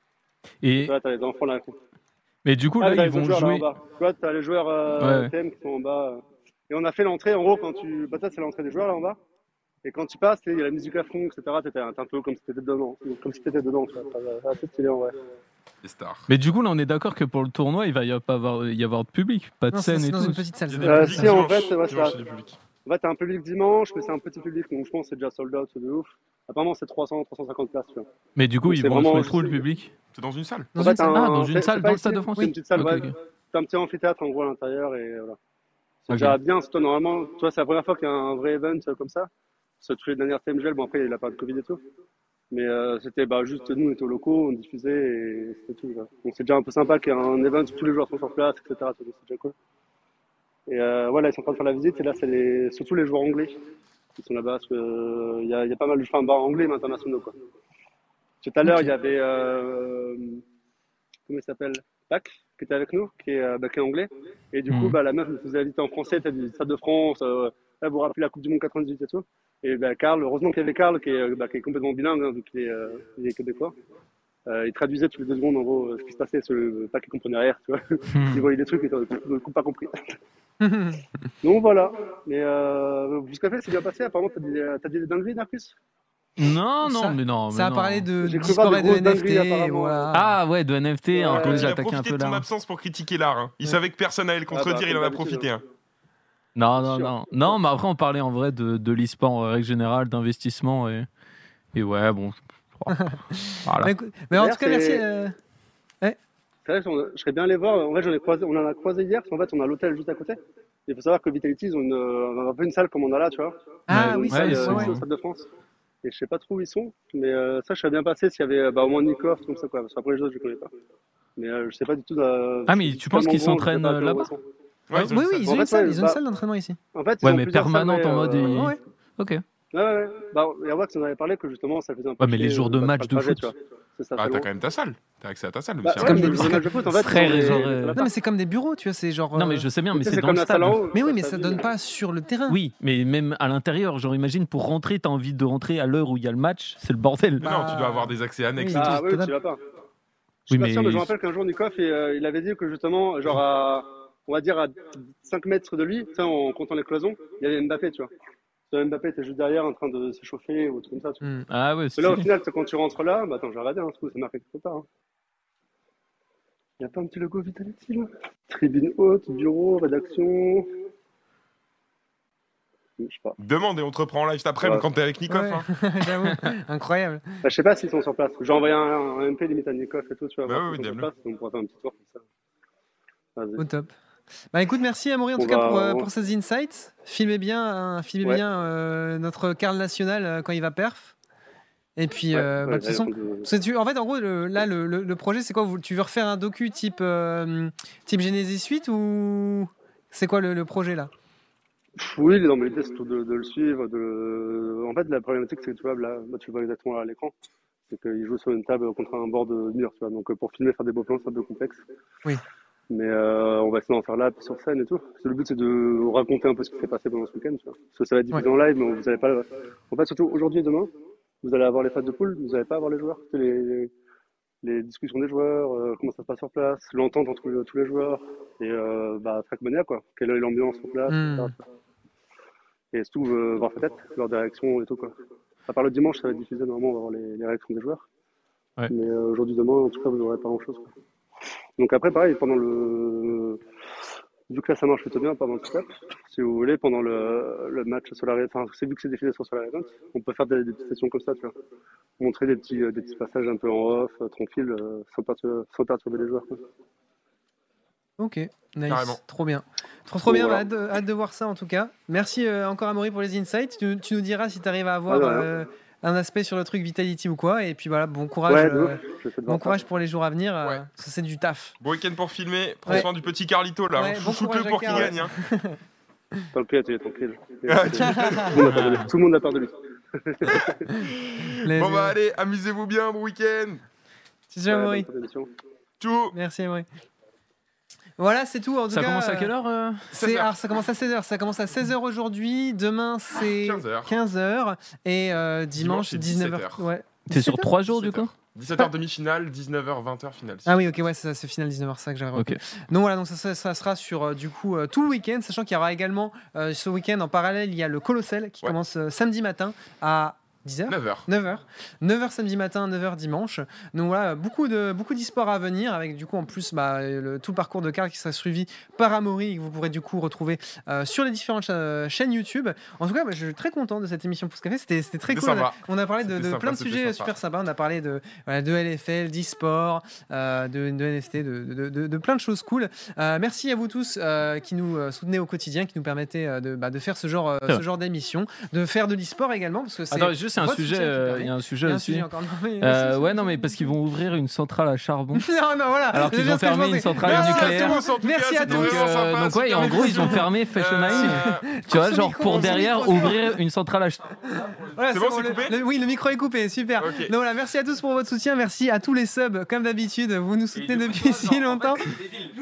Et Tu vois, t'as les enfants là. mais du coup Ah, là, t'as ils les autres vont joueurs là en jouer. bas. Tu vois, t'as les joueurs Ouais. TM qui sont en bas. Et on a fait l'entrée, en gros, quand tu. Bah, ça, c'est l'entrée des joueurs là en bas. Et quand tu passes, il y a la musique à fond, etc. T'es un peu comme si t'étais dedans. Comme si t'étais dedans, tu vois. C'est assez stylé en vrai. Les stars. Mais du coup là, on est d'accord que pour le tournoi, il va y avoir de public, pas de Non, scène c'est et dans tout. une petite salle. Il y a ça. des publics Si, en dimanche. fait, ouais, Dimanche, ça. il y a des publics. En fait, t'as un public dimanche, mais c'est un petit public, donc je pense que c'est déjà sold out de ouf. Apparemment, c'est 350 places, tu vois. Mais du coup, Donc, ils c'est vont vraiment se mettre où le juste- public? C'est dans une salle. Dans En fait, une salle. Ah, dans une c'est salle pas dans le ici, Stade de France? C'est une petite salle, Ok, ouais. ok. C'est un petit amphithéâtre en gros à l'intérieur et voilà. C'est Ok. déjà bien, c'est toi normalement, toi c'est la première fois qu'il y a un vrai event comme ça. C'est tous les dernières TMGL, bon après il a pas de Covid et tout. Mais c'était juste nous, on était aux locaux, on diffusait et c'était tout. Quoi. Donc c'est déjà un peu sympa qu'il y ait un event où tous les joueurs sont sur place, etc. Donc c'est déjà cool. Et voilà, ils sont en train de faire la visite et là c'est surtout les joueurs anglais qui sont là-bas parce que il y a pas mal de joueurs anglais mais internationaux quoi. Tout à l'heure Ok. il y avait comment il s'appelle? Pac, qui était avec nous, qui est anglais. Et du coup, la meuf nous faisait inviter en français, t'as du Stade de France, là, vous vous rappelez la Coupe du Monde 98 et tout. Et Karl, heureusement qu'il y avait Karl, qui est complètement bilingue, hein, vu qu'il il est québécois. Il traduisait toutes les 2 secondes, en gros, ce qui se passait sur le Pac, il comprenait rien, tu vois. Il voyait des trucs et il n'a pas compris. Donc voilà. Mais ce qu'a fait, c'est bien passé. Apparemment, t'as dit des dingueries, Narcus? Non, non, Ça- mais non. Ça mais a non. parlé de J'ai cru voir Discord et des de grosses dingueries, NFT. apparemment. Voilà. Ah ouais, de NFT, un Ouais. peu Il a attaqué un profité peu de ton là. absence pour critiquer l'art. Hein. Il savait que personne n'allait le contredire, il en a comme profité. d'habitude, Hein. Non, C'est non, sûr. non. Non, mais après, on parlait en vrai de l'e-sport en règle générale, d'investissement et ouais, bon. Voilà. Bah, écoute, mais en D'ailleurs, tout cas, merci. C'est vrai, je serais bien allé voir. En fait, on en a croisé hier, parce qu'en fait, on a l'hôtel juste à côté. Il faut savoir que Vitality, ils ont un peu une salle comme on a là, tu vois. Ah Ouais, oui, Une ouais, salle ils c'est sont- ici au Stade de France. Et je sais pas trop où ils sont, mais ça, je serais bien passé s'il y avait au moins Nikov, comme ça, quoi. Parce qu'après, les autres, je connais pas. Mais je sais pas du tout. Ah, mais tu penses qu'ils s'entraînent là-bas? Ouais, ils ont Oui, une oui, salle. ils En ont fait, une salle, ouais, ils ont une salle d'entraînement ici. En fait, ils Ouais, ont mais plusieurs permanente salles, en mode. Ouais. Ok. Ouais. Et Wax en avait parlé que justement, ça faisait un peu. Ouais, mais les chier, jours de faire match le de trajet, foot. tu vois. C'est ça, Ah, c'est t'as long. quand même ta salle. T'as accès à ta salle. Bah, c'est ouais, comme mais des le match de foot, en fait, frères, ils ont genre, les salles à Non, mais c'est comme des bureaux, tu vois, c'est genre. Non, mais je sais bien, mais Tu sais, c'est c'est dans comme le la salle stade. en haut. Mais oui, mais ça ça vide. donne pas sur le terrain. Oui, mais même à l'intérieur, genre imagine pour rentrer, t'as envie de rentrer à l'heure où il y a le match, c'est le bordel. Mais non, tu dois avoir des accès annexes. Oui. et tout. Ah oui, T'as- tu vas pas. Je Oui, suis pas mais- sûr, mais je me rappelle qu'un jour, Nikov, il avait dit que justement, genre on va dire à 5 mètres de lui, tu sais, en comptant les cloisons, il y avait Mbappé, tu vois. Mbappé était juste derrière en train de s'échauffer ou tout comme ça, tu vois. Ah ouais, Mais là, au c'est. final, quand tu rentres là, attends, je vais regarder, c'est marqué quelque part. Il n'y a pas un petit logo Vitality, là? Tribune haute, bureau, rédaction. Je sais pas. Demande et on te reprend en live cet après-midi Ouais. quand t'es avec Nikov. Ouais. Hein. J'avoue, incroyable. Je sais pas s'ils sont sur place. J'ai envoyé un MP limite à Nikov et tout, tu vois. Bah voir oui, s'ils sont sur DM-le. place, donc on pourra faire un petit tour comme ça. Vas-y. Au top. Bah écoute, merci Amaury en On tout cas va- pour ces insights. Filmez bien Ouais. notre Karl national quand il va perf. Et puis, de toute façon, en fait, en gros, le projet, c'est quoi? Tu veux refaire un docu type Genesis 8 ou c'est quoi le projet là? Oui, dans mes idées, c'est tout de le suivre. En fait, la problématique, c'est que tu vois, là, tu vois exactement à l'écran, c'est qu'il joue sur une table contre un bord de mur, tu vois. Donc, pour filmer, faire des beaux plans, c'est un peu complexe. Oui. Mais on va essayer d'en faire là, puis sur scène et tout. Le but, c'est de raconter un peu ce qui s'est passé pendant ce week-end, tu vois. Parce que ça va être diffusé en live, mais vous n'allez pas. En fait, surtout aujourd'hui et demain, vous allez avoir les phases de poule, vous n'allez pas avoir les joueurs. Les discussions des joueurs, comment ça se passe sur place, l'entente entre tous les joueurs, et Trackmania, quoi. Quelle est l'ambiance sur place, etc. Et surtout, voir peut-être leurs réactions et tout, quoi. À part le dimanche, ça va être diffusé, normalement, on va voir les réactions des joueurs. Ouais. Mais aujourd'hui, demain, en tout cas, vous n'aurez pas grand-chose, quoi. Donc après, pareil, pendant vu que là, ça marche plutôt bien pendant le setup, si vous voulez, pendant le match Solari, enfin, c'est vu que c'est défilé sur Solari Event, on peut faire des petites sessions comme ça, tu vois. Montrer des petits passages un peu en off, tranquille, sans perturber les joueurs, quoi. Ok, nice, carrément. Trop bien. Trop bien, hâte de voir ça en tout cas. Merci encore Amaury pour les insights. Tu nous diras si tu arrives à avoir un aspect sur le truc Vitality ou quoi. Et puis voilà, bon courage, bon courage pour les jours à venir. Ça, c'est du taf. Bon week-end pour filmer. Prends soin du petit Carlito là. Bon Chouchoute-le pour qu'il gagne. Tranquille. Tout le monde a peur de lui. Bon bah allez, amusez-vous bien, bon week-end. Ciao Amaury. Ciao. Merci Amaury. Voilà, c'est tout. En tout ça cas, commence à quelle heure alors, ça commence à 16h. Ça commence à 16h aujourd'hui. Demain, c'est 15h. Et dimanche, 19h. Ouais. T'es sur 3 jours, du coup 17h demi-finale, 19h, 20h finale. Ah oui, ok, ouais, c'est finale 19h, ça que j'avais repris. Donc voilà, donc ça sera sur du coup tout le week-end, sachant qu'il y aura également ce week-end en parallèle, il y a le Colossal qui commence samedi matin à 10h 9h samedi matin, 9h dimanche. Donc voilà, beaucoup d'e-sport à venir, avec du coup en plus tout le parcours de Karl qui sera suivi par Amaury et que vous pourrez du coup retrouver sur les différentes chaînes YouTube. En tout cas, je suis très content de cette émission Pouce Café, c'était très cool. On a parlé de plein de sujets super sympas. On a parlé de LFL, d'e-sport, de NFT, de plein de choses cool. Merci à vous tous qui nous soutenez au quotidien, qui nous permettez de faire ce genre d'émission, de faire de l'e-sport également, parce que c'est c'est un sujet. Il y a un sujet aussi. Non, mais parce qu'ils vont ouvrir une centrale à charbon. non, voilà. Alors qu'ils ont fermé une centrale nucléaire. Merci à tous. Donc ouais, en gros, ils ont fermé Fashion Line. Tu vois, genre pour derrière ouvrir une centrale à charbon. C'est bon, c'est coupé. Oui, le micro est coupé, super. Donc voilà, merci à tous pour votre soutien. Merci à tous les subs, comme d'habitude. Vous nous soutenez depuis si longtemps.